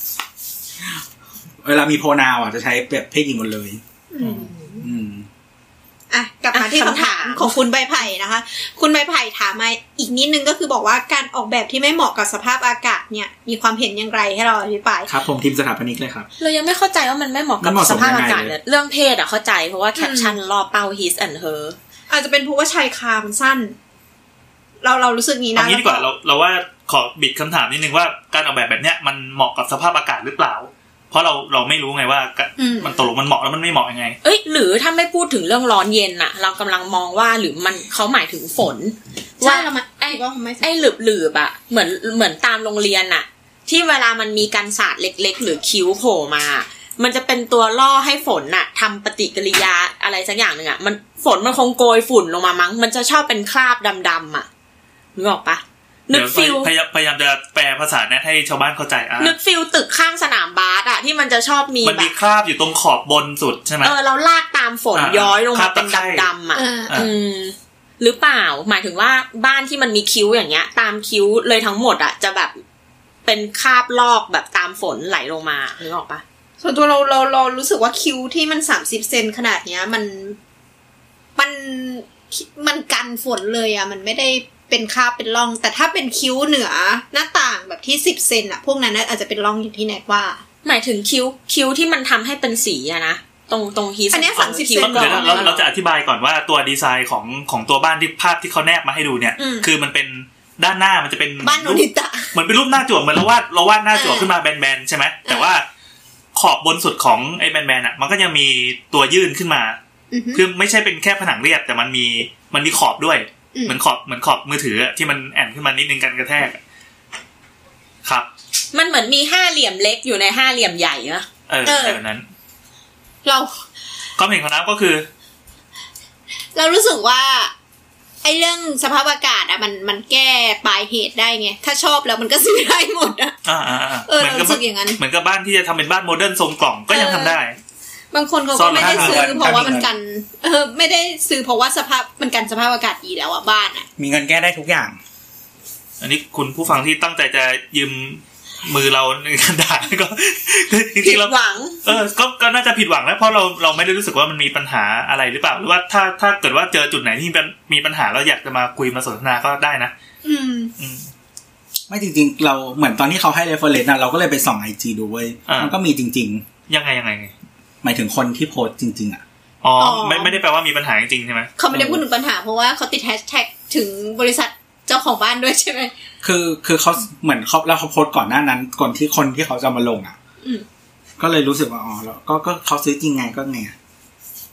เวลามี pronoun อ่ะจะใช้แบบเพศหญิงหมดเลยอืมอืมอ่ะกลับมาที่คำถามของคุณใบไผ่นะคะคุณใบไผ่ถามมาอีกนิดนึงก็คือบอกว่าการออกแบบที่ไม่เหมาะกับสภาพอากาศเนี่ยมีความเห็นอย่างไรให้เราอธิบายครับผมทีมสถาปนิกเลยครับเรายังไม่เข้าใจว่ามันไม่เหมาะกับสภาพอากาศเลยเรื่องเพศอ่ะเข้าใจเพราะว่าแคปชั่นรอบเป้า his and her อาจจะเป็นเพราะว่าชายคามันสั้นเราเรารู้สึกงี้นะเอางี้ดีกว่าเราเราว่าขอบิดคำถามนิดนึงว่าการออกแบบแบบเนี้ยมันเหมาะกับสภาพอากาศหรือเปล่าเพราะเราเราไม่รู้ไงว่ามันตกลงมันเหมาะแล้วมันไม่เหมาะยังไงเอ้ยหรือถ้าไม่พูดถึงเรื่องร้อนเย็นน่ะเรากำลังมองว่าหรือมันเขาหมายถึงฝนว่าไอ้ไอ้หลืบๆอ่ะเหมือนเหมือนตามโรงเรียนน่ะที่เวลามันมีกันศาสตร์เล็กๆหรือคิ้วโผล่มามันจะเป็นตัวล่อให้ฝนน่ะทำปฏิกิริยาอะไรสักอย่างนึงอ่ะมันฝนมันคงโกยฝุ่นลงมามั้งมันจะชอบเป็นคราบดำๆอ่ะนึกออกปะนึกฟิลพยายามพยายามจะแปลภาษาแนทให้ชาวบ้านเข้าใจอ่ะนึกฟิลตึกข้างสนามบาสอ่ะที่มันจะชอบมีมันมีคราบอยู่ตรงขอบบนสุดใช่ไหมเออเราลากตามฝนย้อยลงมาเป็นดำๆอ่ะอืมหรือเปล่าหมายถึงว่าบ้านที่มันมีคิ้วอย่างเงี้ยตามคิ้วเลยทั้งหมดอ่ะจะแบบเป็นคราบลอกแบบตามฝนไหลลงมานึกออกปะส่วนตัวเราเราเรารู้สึกว่าคิ้วที่มันสามสิบเซนขนาดเนี้ยมันมันมันกันฝนเลยอ่ะมันไม่ได้เป็นคราบเป็นร่องแต่ถ้าเป็นคิ้วเหนือหน้าต่างแบบที่สิบเซนอ่ะพวกนั้นอาจจะเป็นร่องอย่างที่แนทว่าหมายถึงคิ้วคิ้วที่มันทำให้เป็นสีอะนะตรงตรงฮีสอันนี้สามสิบเซนก่อนเราเราจะอธิบายก่อนว่าตัวดีไซน์ของของตัวบ้านที่ภาพที่เขาแนบมาให้ดูเนี่ยคือมันเป็นด้านหน้ามันจะเป็นบ้านโนริตะเหมือนเป็นรูปหน้าจั่วเหมือนเราวาดเราวาดหน้าจั่วขึ้นมาแบนๆใช่ไหมแต่ว่าขอบบนสุดของไอ้แบนๆอ่ะมันก็ยังมีตัวยื่นขึ้นมาคือไม่ใช่เป็นแค่ผนังเรียบแต่มันมีมันมีขอบด้วยเหมือนขอบเหมือนขอบมือถือที่มันแอนขึ้นมานิดนึงกันกระแทกครับมันเหมือนมีห้าเหลี่ยมเล็กอยู่ในห้าเหลี่ยมใหญ่นะเออแบบนั้นเราความเห็นของน้ำก็คือเรารู้สึกว่าไอ้เรื่องสภาพอากาศอ่ะมันมันแก้ปลายเหตุได้ไงถ้าชอบแล้วมันก็ซื้อได้หมดอ่ะอ่าๆเออรู้สึกอย่างนั้นเหมือนกับบ้านที่จะทำเป็นบ้านโมเดิร์นทรงกล่องก็ยังทำได้บางคนเขาก็ไม่ได้ซื้อเพราะว่ามันกันเออไม่ได้ซื้อเพราะว่าสภาพมันกันสภาพอากาศดีแล้วอ่ะบ้านอ่ะมีเงินแก้ได้ทุกอย่างอันนี้คุณผู้ฟังที่ตั้งใจจะยืมมือเราในการด่าก็จริงๆเราเออก็ก็น่าจะผิดหวังแล้วเพราะเราเราไม่ได้รู้สึกว่ามันมีปัญหาอะไรหรือเปล่าหรือว่าถ้าถ้าเกิดว่าเจอจุดไหนที่มีปัญหาเราอยากจะมาคุยมาสนทนาก็ได้นะอืมอืมไม่จริงๆเราเหมือนตอนที่เขาให้ reference นะเราก็เลยไปส่อง ไอ จี ดูเว้ยมันก็มีจริงๆยังไงยังไงหมายถึงคนที่โพสจริงๆอ่ะอ๋อไม่ไม่ได้แปลว่ามีปัญหาจริงๆใช่ไหมเขาไม่ได้พูดถึงปัญหาเพราะว่าเขาติดแฮชแท็กถึงบริษัทเจ้าของบ้านด้วยใช่ไหมคือคือเขาเหมือนเขาแล้วเขาโพสก่อนหน้านั้นก่อนที่คนที่เขาจะมาลงอ่ะก็เลยรู้สึกว่าอ๋อแล้วก็ก็เขาซื้อจริงไงก็ไง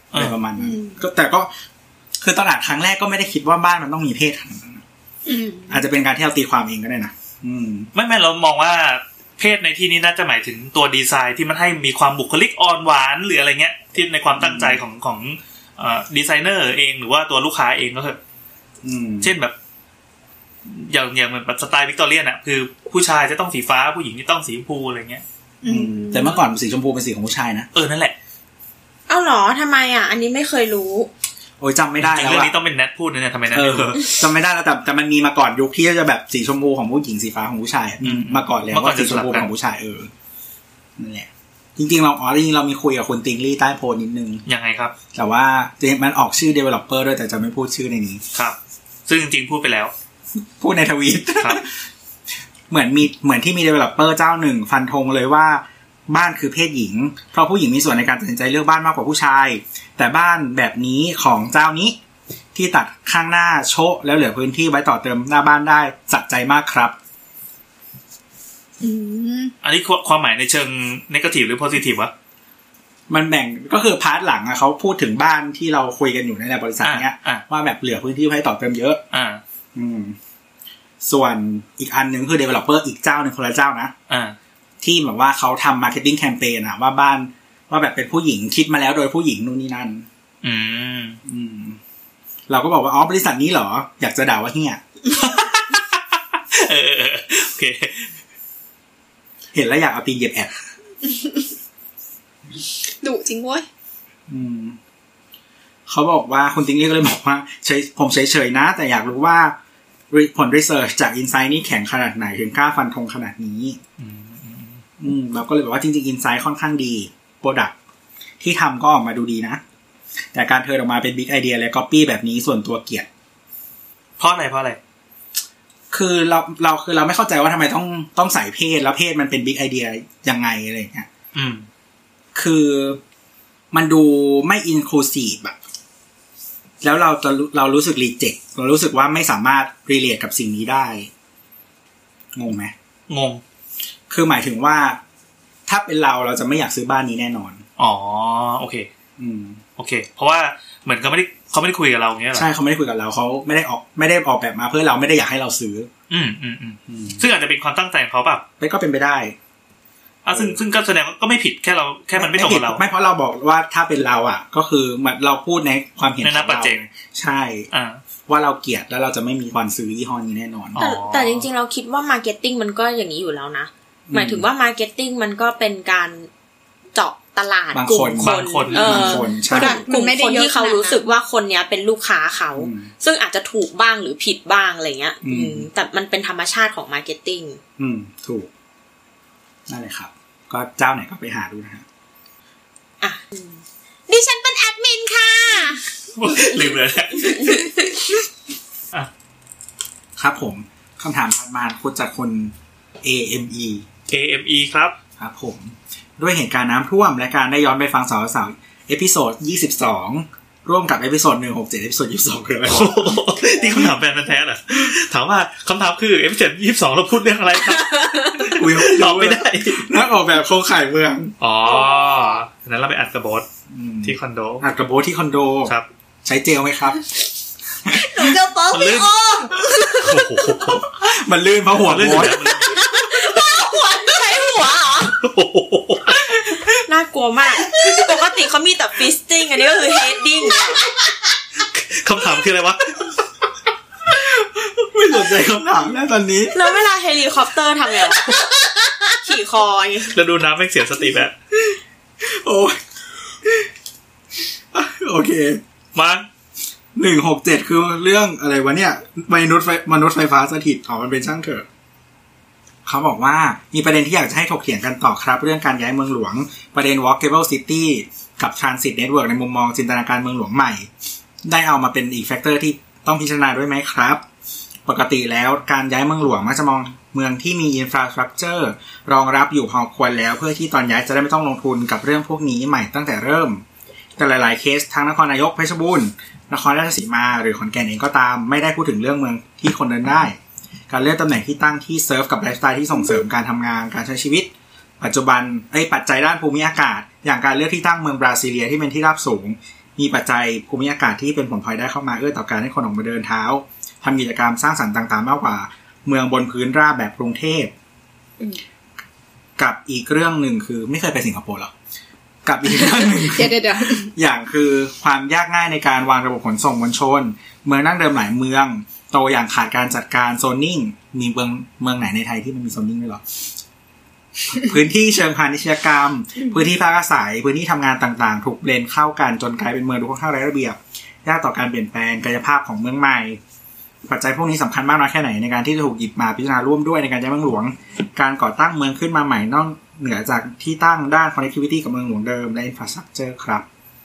อะไรประมาณนั้นก็แต่ก็คือตอนอ่านครั้งแรกก็ไม่ได้คิดว่าบ้านมันต้องมีเพศขนาดนั้นอาจจะเป็นการที่เราตีความเองก็ได้นะอืมไม่ไม่เรามองว่าเพศในที่นี้น่าจะหมายถึงตัวดีไซน์ที่มันให้มีความบุคลิกอ่อนหวานหรืออะไรเงี้ยที่ในความตั้งใจของของเอ่อดีไซเนอร์เองหรือว่าตัวลูกค้าเองก็คือเช่นแบบอย่างอย่างแบบสไตล์วิกตอเรียนอ่ะคือผู้ชายจะต้องสีฟ้าผู้หญิงที่ต้องสีชมพูอะไรเงี้ยแต่เมื่อก่อนสีชมพูเป็นสีของผู้ชายนะเออนั่นแหละเอ้าหรอทำไมอ่ะอันนี้ไม่เคยรู้โอ้ยจำไม่ได้แล้วเรื่องนี้ต้องเป็นแนทพูดนะเนี่ยทำไมนะจำไม่ได้แล้วแต่แต่มันมีมาก่อนยุคที่จะแบบสีชมพูของผู้หญิงสีฟ้าของผู้ชายมาก่อนแล้วว่าสีชมพูของผู้ชายเออนั่นแหละจริงๆเราอ๋อจริงๆเรามีคุยกับคุณติงลี่ใต้โพสนิดนึงยังไงครับแต่ว่ามันออกชื่อ developer ด้วยแต่จะไม่พูดชื่อในนี้ครับซึ่งจริงๆพูดไปแล้วพูดในทวีตครับเหมือนมีเหมือนที่มี developer เจ้าหนึ่งฟันธงเลยว่าบ้านคือเพศหญิงเพราะผู้หญิงมีส่วนในการตัดสินใจเลือกบ้านมากกว่าผู้ชายแต่บ้านแบบนี้ของเจ้านี้ที่ตัดข้างหน้าโชะแล้วเหลือพื้นที่ไว้ต่อเติมหน้าบ้านได้สะใจมากครับอันนี้ความหมายในเชิง negative หรือ positive วะมันแบ่งก็คือพาร์ทหลังอะเขาพูดถึงบ้านที่เราคุยกันอยู่ในบริษัทเนี้ยว่าแบบเหลือพื้นที่ให้ต่อเติมเยอะอ่าอืมส่วนอีกอันนึงคือ developer อีกเจ้านึงคนละเจ้านะอ่าที่แบบว่าเขาทำ marketing campaign อะว่าบ้านว่าแบบเป็นผู้หญิงคิดมาแล้วโดยผู้หญิงนู่นนี่นั่นอืมอืมเราก็บอกว่าอ๋อบริษัทนี้เหรออยากจะด่าว่าเหี้ยเออโอเคเห็นแล้วอยากเอาตีนเหยียบแอดดุจริงเว้ยอืมเขาบอกว่าคุณติ๊งลี่ก็เลยบอกว่าใช้ผมเฉยๆนะแต่อยากรู้ว่าผลรีเสิร์ชจาก Insight นี่แข็งขนาดไหนถึงกล้าฟันธงขนาดนี้อืมอืมเราก็เลยบอกว่าจริงๆ Insight ค่อนข้างดีโปรดักต์ที่ทำก็ออกมาดูดีนะแต่การเทิร์นออกมาเป็นบิ๊กไอเดียและ copy แบบนี้ส่วนตัวเกลียดเพราะอะไรเพราะอะไรคือเราเราคือเราไม่เข้าใจว่าทำไมต้องต้องใส่เพศแล้วเพศมันเป็นบิ๊กไอเดียยังไงอะไรอย่างเงี้ยอืมคือมันดูไม่ inclusive อะแล้วเราจะเรารู้สึก reject เรารู้สึกว่าไม่สามารถ relate กับสิ่งนี้ได้งงไหมงงคือหมายถึงว่าถ้าเป็นเราเราจะไม่อยากซื้อบ้านนี้แน่นอนอ๋อโอเคอืมโอเคเพราะว่าเหมือนเขาไม่ได้เขาไม่ได้คุยกับเราเงี้ยหรอใช่เขาไม่ได้คุยกับเราเขาไม่ได้ออกไม่ได้ออกแบบมาเพื่อเราไม่ได้อยากให้เราซื้ออืมอืมอืมซึ่งอาจจะเป็นความตั้งใจของเขาแบบไม่ก็เป็นไปได้อ่ะซึ่งซึ่งก็แสดงว่าก็ไม่ผิดแค่เราแค่มันไม่ตรงกับเราไม่เพราะเราบอกว่าถ้าเป็นเราอ่ะก็คือเหมือนเราพูดในความเห็นของเราใช่อ่าว่าเราเกลียดแล้วเราจะไม่มีวันซื้อยี่ห้อนี้แน่นอนแต่แต่จริงๆเราคิดว่ามาร์เก็ตติ้งมันก็อย่างนี้อยู่แล้วนะหมายถึงว่ามาร์เก็ตติ้งมันก็เป็นการเจาะตลาดกลุ่มคนบางคนบางคนใช่กลุ่มคนที่เขารู้สึกว่าคนเนี้ยเป็นลูกค้าเขาซึ่งอาจจะถูกบ้างหรือผิดบ้างอะไรเงี้ยแต่มันเป็นธรรมชาติของมาร์เก็ตติ้งอืมถูกนั่นแหละครับก็เจ้าไหนก็ไปหาดูนะฮะอ่ะดิฉันเป็นแอดมินค่ะลืมเลยอ่ะครับผมคำถามถัดมาคุณจากคน เอ เอ็ม อีเอ เอ็ม อี ครับครับผมด้วยเหตุการณ์น้ำท่วมและการได้ย้อนไปฟังสาวสาวเอพิโซดยี่สิบสองร่วมกับเอพิโซดหนึ่งหกเจ็ดเอพิโซดยี่สิบสองคืออะไรนี่คำถามแฟนมันแท้เหรอถามว่าคำถามคือเอพิโซดยี่สิบสองเราพูดเรื่องอะไรครับตอบไม่ได้นักออกแบบโครงข่ายเมืองอ๋อนั้นเราไปอัดกระโบสที่คอนโดอัดกระโบสที่คอนโดครับใช้เจลไหมครับหนูจะฟ้องพี่โอมันลื่นเพราะหัวลื่นหัวใช้หัวเหรอน่ากลัวมากปกติเขามีแต่ฟิสติ้งอันนี้ก็คือเฮดดิ้งคำถามคืออะไรวะไม่สนใจคำถามแล้วตอนนี้แล้วเวลาเฮลิคอปเตอร์ทำไงขี่คอยแล้วดูน้ำไม่เสียสติแบบโอ้โอเคมาหนึ่งหกเจ็ดคือเรื่องอะไรวะเนี่ยมนุษย์ไฟมนุษย์ไฟฟ้าสถิตอ๋อมันเป็นช่างเถอะเขาบอกว่ามีประเด็นที่อยากจะให้ถกเถียงกันต่อครับเรื่องการย้ายเมืองหลวงประเด็น Walkable City กับ Transit Network ในมุมมองจินตนาการเมืองหลวงใหม่ได้เอามาเป็นอีกแฟกเตอร์ที่ต้องพิจารณาด้วยไหมครับปกติแล้วการย้ายเมืองหลวงมักจะมองเมืองที่มี infrastructure รองรับอยู่พอควรแล้วเพื่อที่ตอนย้ายจะได้ไม่ต้องลงทุนกับเรื่องพวกนี้ใหม่ตั้งแต่เริ่มแต่หลายๆเคสทั้งนครนายกเพชรบูรณ์นครราชสีมาหรือขอนแก่นเองก็ตามไม่ได้พูดถึงเรื่องเมืองที่คนเดินได้การเลือกตำแหน่งที่ตั้งที่เซิร์ฟกับไลฟ์สไตล์ที่ส่งเสริมการทำงานการใช้ชีวิตปัจจุบันไอ้ปัจจัยด้านภูมิอากาศอย่างการเลือกที่ตั้งเมืองบราซิเลียที่เป็นที่ราบสูงมีปัจจัยภูมิอากาศที่เป็นผลพลอยได้เข้ามาเอื้อต่อการให้คนออกมาเดินเท้าทำกิจกรรมสร้างสรรค์ต่างๆมากกว่าเมืองบนพื้นราบแบบกรุงเทพกับอีกเรื่องหนึ่งคือไม่เคยไปสิงคโปร์หรอกกับอีกเรื่องหนึ่ง อย่างคือความยากง่ายในการวางระบบขนส่งมวลชนเมืองดั้งเดิมหลายเมืองโตอย่างขาดการจัดการโซนนิ่งมีเมืองเมืองไหนในไทยที่มันมีโซนนิ่งด้วยหรอ พื้นที่เชิงพาณิชยกรรมพื้นที่พักอาศัยพื้นที่ทำงานต่างๆถูกเบลนเข้ากันจนกลายเป็นเมืองดูค่อนข้างไร้ระเบียบยากต่อการเปลี่ยนแปลงกายภาพของเมืองใหม่ปัจจัยพวกนี้สำคัญมากน้อยแค่ไหนในการที่จะถูกหยิบมาพิจารณาร่วมด้วยในการย้ายเมืองหลวงการก่อตั้งเมืองขึ้นมาใหม่นอกเหนือจากที่ตั้งด้าน connectivity กับเมืองหลวงเดิมและ infrastructure ครับ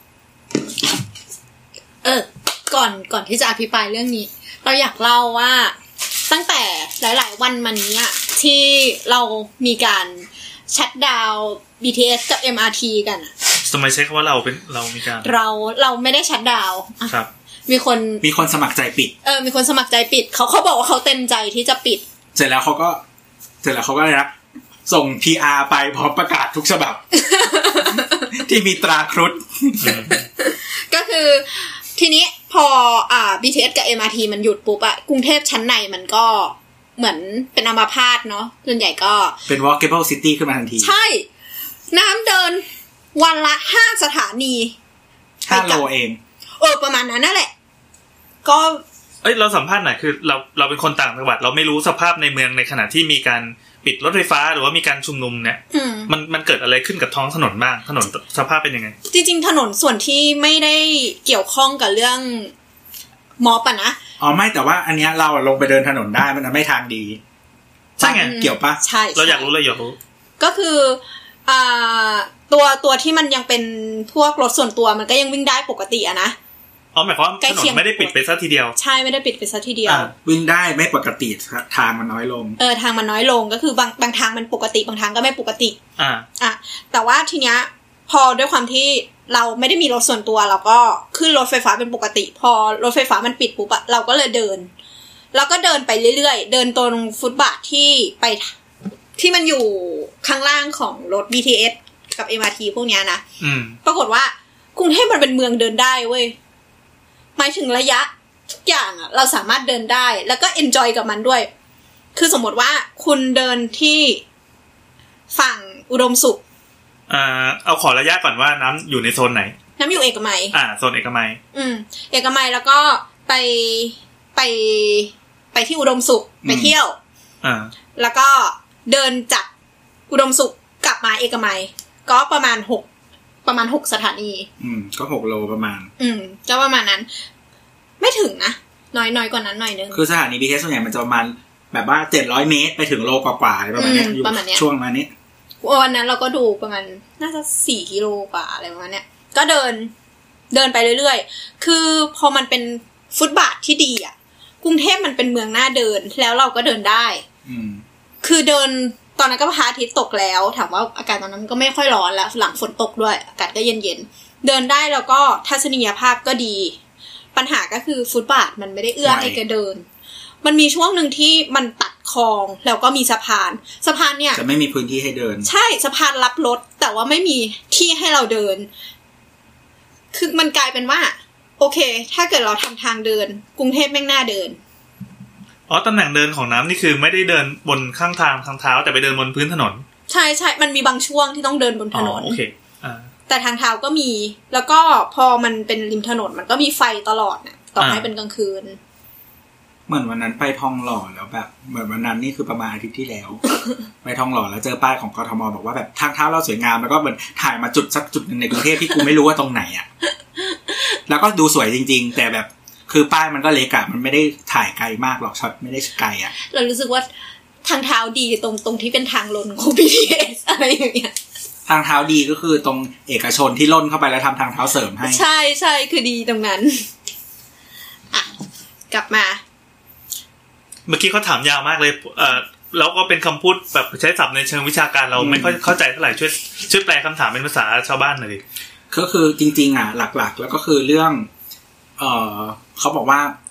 เออก่อนก่อนที่จะอภิปรายเรื่องนี้เราอยากเล่าว่าตั้งแต่หลายๆวันมานี้อ่ะที่เรามีการชัตดาวน์ บี ที เอส กับ เอ็ม อาร์ ที กันอ่ะทำไมใช้คำว่าเราเป็นเรามีการเราเราไม่ได้ชัตดาวน์ครับมีคนมีคนสมัครใจปิดเออมีคนสมัครใจปิดเขาเขาบอกว่าเขาเต็มใจที่จะปิดเสร็จแล้วเขาก็เสร็จแล้วเขาก็เลยนะส่ง พี อาร์ ไปพร้อมประกาศทุกฉบับ ที่มีตราครุฑก็คือทีนี้พออ่า บี ที เอส กับ เอ็ม อาร์ ที มันหยุดปุ๊บอะกรุงเทพชั้นในมันก็เหมือนเป็นอัมพาตเนาะส่วนใหญ่ก็เป็น walkable city ขึ้นมาทันทีใช่น้ำเดินวันละห้าสถานีห้าโลเองเออประมาณนั้นนั่นแหละก็เอ้ยเราสัมภาษณ์หน่อยคือเราเราเป็นคนต่างจังหวัดเราไม่รู้สภาพในเมืองในขณะที่มีการปิดรถไฟฟ้าหรือว่ามีการชุมนุมเนี่ยมันมันเกิดอะไรขึ้นกับท้องถนนบ้างถนนสภาพเป็นยังไงจริงๆถนนส่วนที่ไม่ได้เกี่ยวข้องกับเรื่องม็อบอะนะอ๋อไม่แต่ว่าอันเนี้ยเราลงไปเดินถนนได้มันไม่ทางดีใช่ไงเกี่ยวปะใช่เราอยากรู้เลยอยากรู้ก็คืออ่าตัวตัวที่มันยังเป็นพวกรถส่วนตัวมันก็ยังวิ่งได้ปกติอะนะอ๋อหมายความถนนไม่ได้ปิดไปซะทีเดียวใช่ไม่ได้ปิดไปซะทีเดียววิ่งได้ไม่ปกติทางมันน้อยลงเออทางมันน้อยลงก็คือบางบางทางมันปกติบางทางก็ไม่ปกติอ่าอ่ะแต่ว่าทีเนี้ยพอด้วยความที่เราไม่ได้มีรถส่วนตัวเราก็ขึ้นรถไฟฟ้าเป็นปกติพอรถไฟฟ้ามันปิดปุ๊บอะเราก็เลยเดินแล้วก็เดินไปเรื่อยๆเดินตรงฟุตบาทที่ไปที่มันอยู่ข้างล่างของรถ บี ที เอส กับ เอ็ม อาร์ ที พวกเนี้ยนะอืมปรากฏว่ากรุงเทพมันเป็นเมืองเดินได้เว้ยหมายถึงระยะทุกอย่างอ่ะเราสามารถเดินได้แล้วก็เอนจอยกับมันด้วยคือสมมติว่าคุณเดินที่ฝั่งอุดมสุขอ่าเอาขอระยะก่อนว่าน้ำอยู่ในโซนไหนน้ำอยู่เอกมัยอ่าโซนเอกมัยอืมเอกมัยแล้วก็ไปไปไปที่อุดมสุขไปเที่ยวอ่าแล้วก็เดินจากอุดมสุขกลับมาเอกมัยก็ประมาณหกประมาณหกสถานีอืมก็หกโลประมาณอืมก็ประมาณนั้นไม่ถึงนะน้อยน้อยกว่านั้นหน่อยนึงคือสถานี บี ที เอส ส่วนใหญ่มันจะประมาณแบบว่าเจ็ดร้อยเมตรไปถึงโลกว่าๆอะไรประมาณนี้อยู่ช่วงนั้นนี้วันนั้นเราก็ดูประมาณน่าจะสี่กิโลกว่าอะไรประมาณเนี้ยก็เดินเดินไปเรื่อยๆคือพอมันเป็นฟุตบาทที่ดีอ่ะกรุงเทพมันเป็นเมืองน่าเดินแล้วเราก็เดินได้อืมคือเดินตอนนั้นก็พระอาทิตย์ตกแล้วถามว่าอากาศตอนนั้นก็ไม่ค่อยร้อนแล้วหลังฝนตกด้วยอากาศก็เย็นๆเดินได้แล้วก็ทัศนียภาพก็ดีปัญหาก็คือฟุตบาทมันไม่ได้เอื้อให้แกเดินมันมีช่วงนึงที่มันตัดคลองแล้วก็มีสะพานสะพานเนี่ยจะไม่มีพื้นที่ให้เดินใช่สะพานรับรถแต่ว่าไม่มีที่ให้เราเดินคือมันกลายเป็นว่าโอเคถ้าเกิดเราทำทางเดินกรุงเทพแม่งน่าเดินอ๋อตำแหน่งเดินของน้ำนี่คือไม่ได้เดินบนข้างทางทางเท้าแต่ไปเดินบนพื้นถนนใช่ใช่มันมีบางช่วงที่ต้องเดินบนถนนอ๋อโอเคอ่าแต่ทางเท้าก็มีแล้วก็พอมันเป็นริมถนนมันก็มีไฟตลอดน่ะต่อให้เป็นกลางคืนเหมือนวันนั้นไปทองหล่อแล้วแบบเหมือนวันนั้นนี่คือประมาณอาทิตย์ที่แล้ว ไปทองหล่อแล้วเจอป้ายของกทมบอกว่าแบบทางเท้าเราสวยงามแล้วก็เหมือนถ่ายมาจุดสักจุดนึงในกรุงเทพที่กูไม่รู้ว่าตรงไหนอ่ะแล้วก็ดูสวยจริงๆแต่แบบคือป้ายมันก็เล็กอะมันไม่ได้ถ่ายไกลมากหรอกช็อตไม่ได้ไกลอะเรารู้สึกว่าทางเท้าดีตรงตรงที่เป็นทางลงของ บี ที เอส อะไรอย่างเงี้ยทางเท้าดีก็คือตรงเอกชนที่ล่นเข้าไปแล้วทำทางเท้าเสริมให้ใช่ใช่คือดีตรงนั้นอ่ะกลับมาเมื่อกี้เขาถามยาวมากเลยเอ่อแล้วก็เป็นคำพูดแบบใช้ศัพท์ในเชิงวิชาการเราไม่ค่อยเข้าใจเท่าไหร่ช่วยช่วยแปลคำถามเป็นภาษาชาวบ้านหน่อยดิก็คือจริงๆอ่ะหลักๆแล้วก็คือเรื่องเอ่อเขาบอกว่า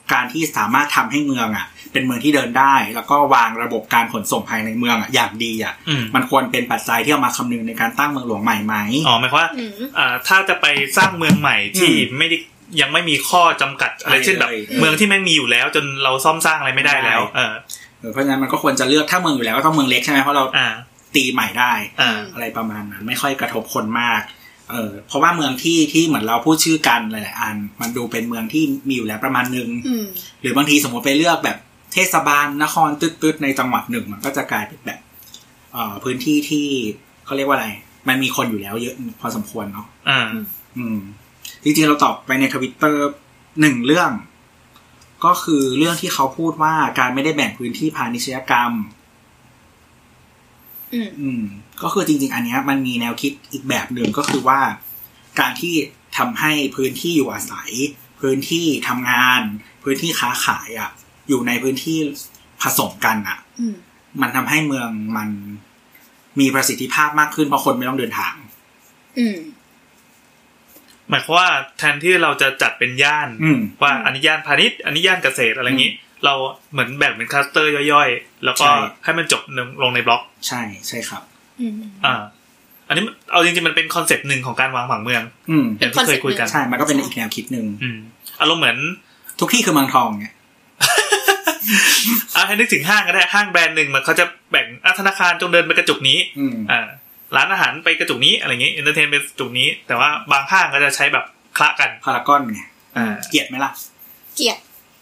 การที่สามารถทำให้เมืองอ่ะเป็นเมืองที่เดินได้แล้วก็วางระบบการขนส่งภายในเมืองอ่ะอย่างดีอ่ะมันควรเป็นปัจจัยที่เอามาคำนึงในการตั้งเมืองหลวงใหม่ไหมอ๋อหมายความว่าอ่าถ้าจะไปสร้างเมืองใหม่ที่ไม่ได้ยังไม่มีข้อจำกัดอะไรเช่นแบบเมืองที่แม่งมีอยู่แล้วจนเราซ่อมสร้างอะไรไม่ได้แล้วเออเพราะฉะนั้นมันก็ควรจะเลือกถ้าเมืองอยู่แล้วก็ต้องเมืองเล็กใช่ไหมเพราะเราตีใหม่ได้อ, อะไรประมาณนั้นไม่ค่อยกระทบคนมากเออเพราะว่าเมืองที่ที่เหมือนเราพูดชื่อกันหลายๆอันมันดูเป็นเมืองที่มีอยู่แล้วประมาณนึงหรือบางทีสมมติไปเลือกแบบเทศบาลนครตึ๊ดๆในจังหวัดหนึ่งมันก็จะกลายเป็นแบบเอ่อพื้นที่ที่เขาเรียกว่าอะไรมันมีคนอยู่แล้วเยอะพอสมควรเนาะอ่าอืมจริงๆเราตอบไปใน Twitter หนึ่งเรื่องก็คือเรื่องที่เขาพูดว่าการไม่ได้แบ่งพื้นที่พาณิชยกรรมอืมอืมก็คือจริงๆอันเนี้ยมันมีแนวคิดอีกแบบหนึ่งก็คือว่าการที่ทำให้พื้นที่อยู่อาศัยพื้นที่ทำงานพื้นที่ค้าขายอ่ะอยู่ในพื้นที่ผสมกันอ่ะมันทำให้เมืองมันมีประสิทธิภาพมากขึ้นเพราะคนไม่ต้องเดินทางอืมหมายความว่าแทนที่เราจะจัดเป็นย่านว่าอันนี้ย่านพาณิชย์อันนี้ย่านเกษตรอะไรอย่างนี้เราเหมือนแบ่งเป็นคลัสเตอร์ย่อยๆแล้วก็ให้มันจบลงในบล็อกใช่ใช่ครับอ่าอันนี้เอาจริงๆมันเป็นคอนเซปต์หนึ่งของการวางผังเมืองอย่างที่เคยคุยกันใช่มันก็เป็นอีกแนวคิดนึงอารมณ์เหมือนทุกที่คือเมืองทองเนี่ยอ่ะให้นึกถึงห้างก็ได้ห้างแบรนด์หนึ่งมันเขาจะแบ่งธนาคารจงเดินไปกระจุกนี้อ่าร้านอาหารไปกระจุกนี้อะไรอย่างงี้เอนเตอร์เทนไปกระจุกนี้แต่ว่าบางห้างก็จะใช้แบบคละกันพารากอนไงอ่าเกลียดไหมล่ะเกลียด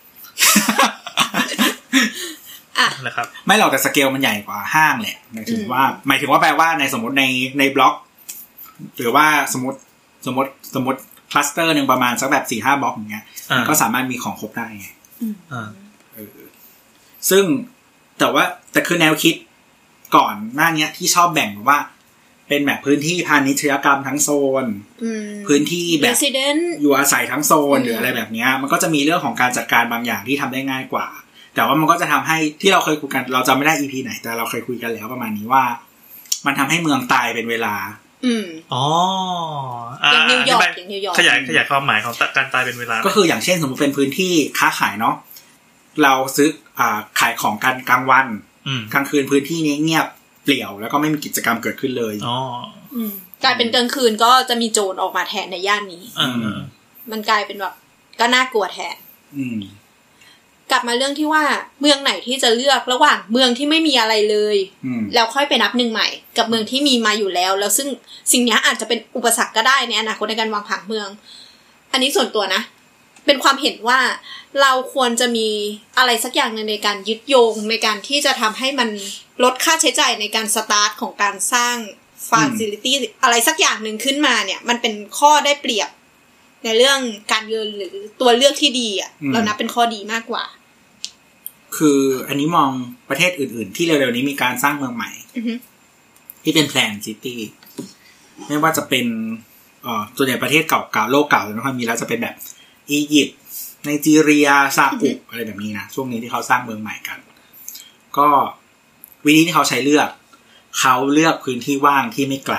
อ่ะนะครับไม่หรอกแต่สเกลมันใหญ่กว่าห้างแหละหมายถึงว่าหมายถึงว่าแปลว่าในสมมติในในบล็อกหรือว่าสมมติสมมติสมมติคลัสเตอร์นึงประมาณสักแบบ สี่ห้า บล็อกอย่างเงี้ยมันก็สามารถมีของครบได้ไงอ่าเออซึ่งแต่ว่าแต่คือแนวคิดก่อนหน้านี้ที่ชอบแบ่งว่าเป็นแบบพื้นที่พาณิชยกรรมทั้งโซนพื้นที่แบบอยู่อาศัยทั้งโซนหรืออะไรแบบนี้มันก็จะมีเรื่องของการจัดการบางอย่างที่ทำได้ง่ายกว่าแต่ว่ามันก็จะทำให้ที่เราเคยคุยกันเราจำไม่ได้ อี พี ไหนแต่เราเคยคุยกันแล้วประมาณนี้ว่ามันทำให้เมืองตายเป็นเวลาอืมอ๋ออย่างนิวยอร์กอย่างนิวยอร์กขยายขยายความหมายของการตายเป็นเวลาก็คืออย่างเช่นสมมติเป็นพื้นที่ค้าขายเนาะเราซื้ออ่าขายของกันกลางวันกลางคืนพื้นที่นี้เงียบเปลี่ยวแล้วก็ไม่มีกิจกรรมเกิดขึ้นเลยอ๋ออืมกลายเป็นกลางคืนก็จะมีโจรออกมาแทนในย่านนี้อืมมันกลายเป็นแบบก็น่ากลัวแทนอืมกลับมาเรื่องที่ว่าเมืองไหนที่จะเลือกระหว่างเมืองที่ไม่มีอะไรเลยแล้วค่อยไปนับหนึ่งใหม่กับเมืองที่มีมาอยู่แล้วแล้วซึ่งสิ่งนี้อาจจะเป็นอุปสรรคก็ได้ในอนาคตในการวางผังเมืองอันนี้ส่วนตัวนะเป็นความเห็นว่าเราควรจะมีอะไรสักอย่างนึงในการยึดโยงในการที่จะทำให้มันลดค่าใช้จ่ายในการสตาร์ทของการสร้างฟาซิลิตี้อะไรสักอย่างนึงขึ้นมาเนี่ยมันเป็นข้อได้เปรียบในเรื่องการเงินหรือตัวเลือกที่ดีอ่ะเรานับเป็นข้อดีมากกว่าคืออันนี้มองประเทศอื่นๆที่เร็วๆนี้มีการสร้างเมืองใหม่ที่เป็นแพลนซิตี้ไม่ว่าจะเป็นเอ่อส่วนใหญ่ประเทศเก่าๆโลกเก่าแล้วนะครับมีแล้วจะเป็นแบบอียิปต์ไนจีเรียซาอุอะไรแบบนี้นะช่วงนี้ที่เขาสร้างเมืองใหม่กันก็วิธีที่เขาใช้เลือกเขาเลือกพื้นที่ว่างที่ไม่ไกล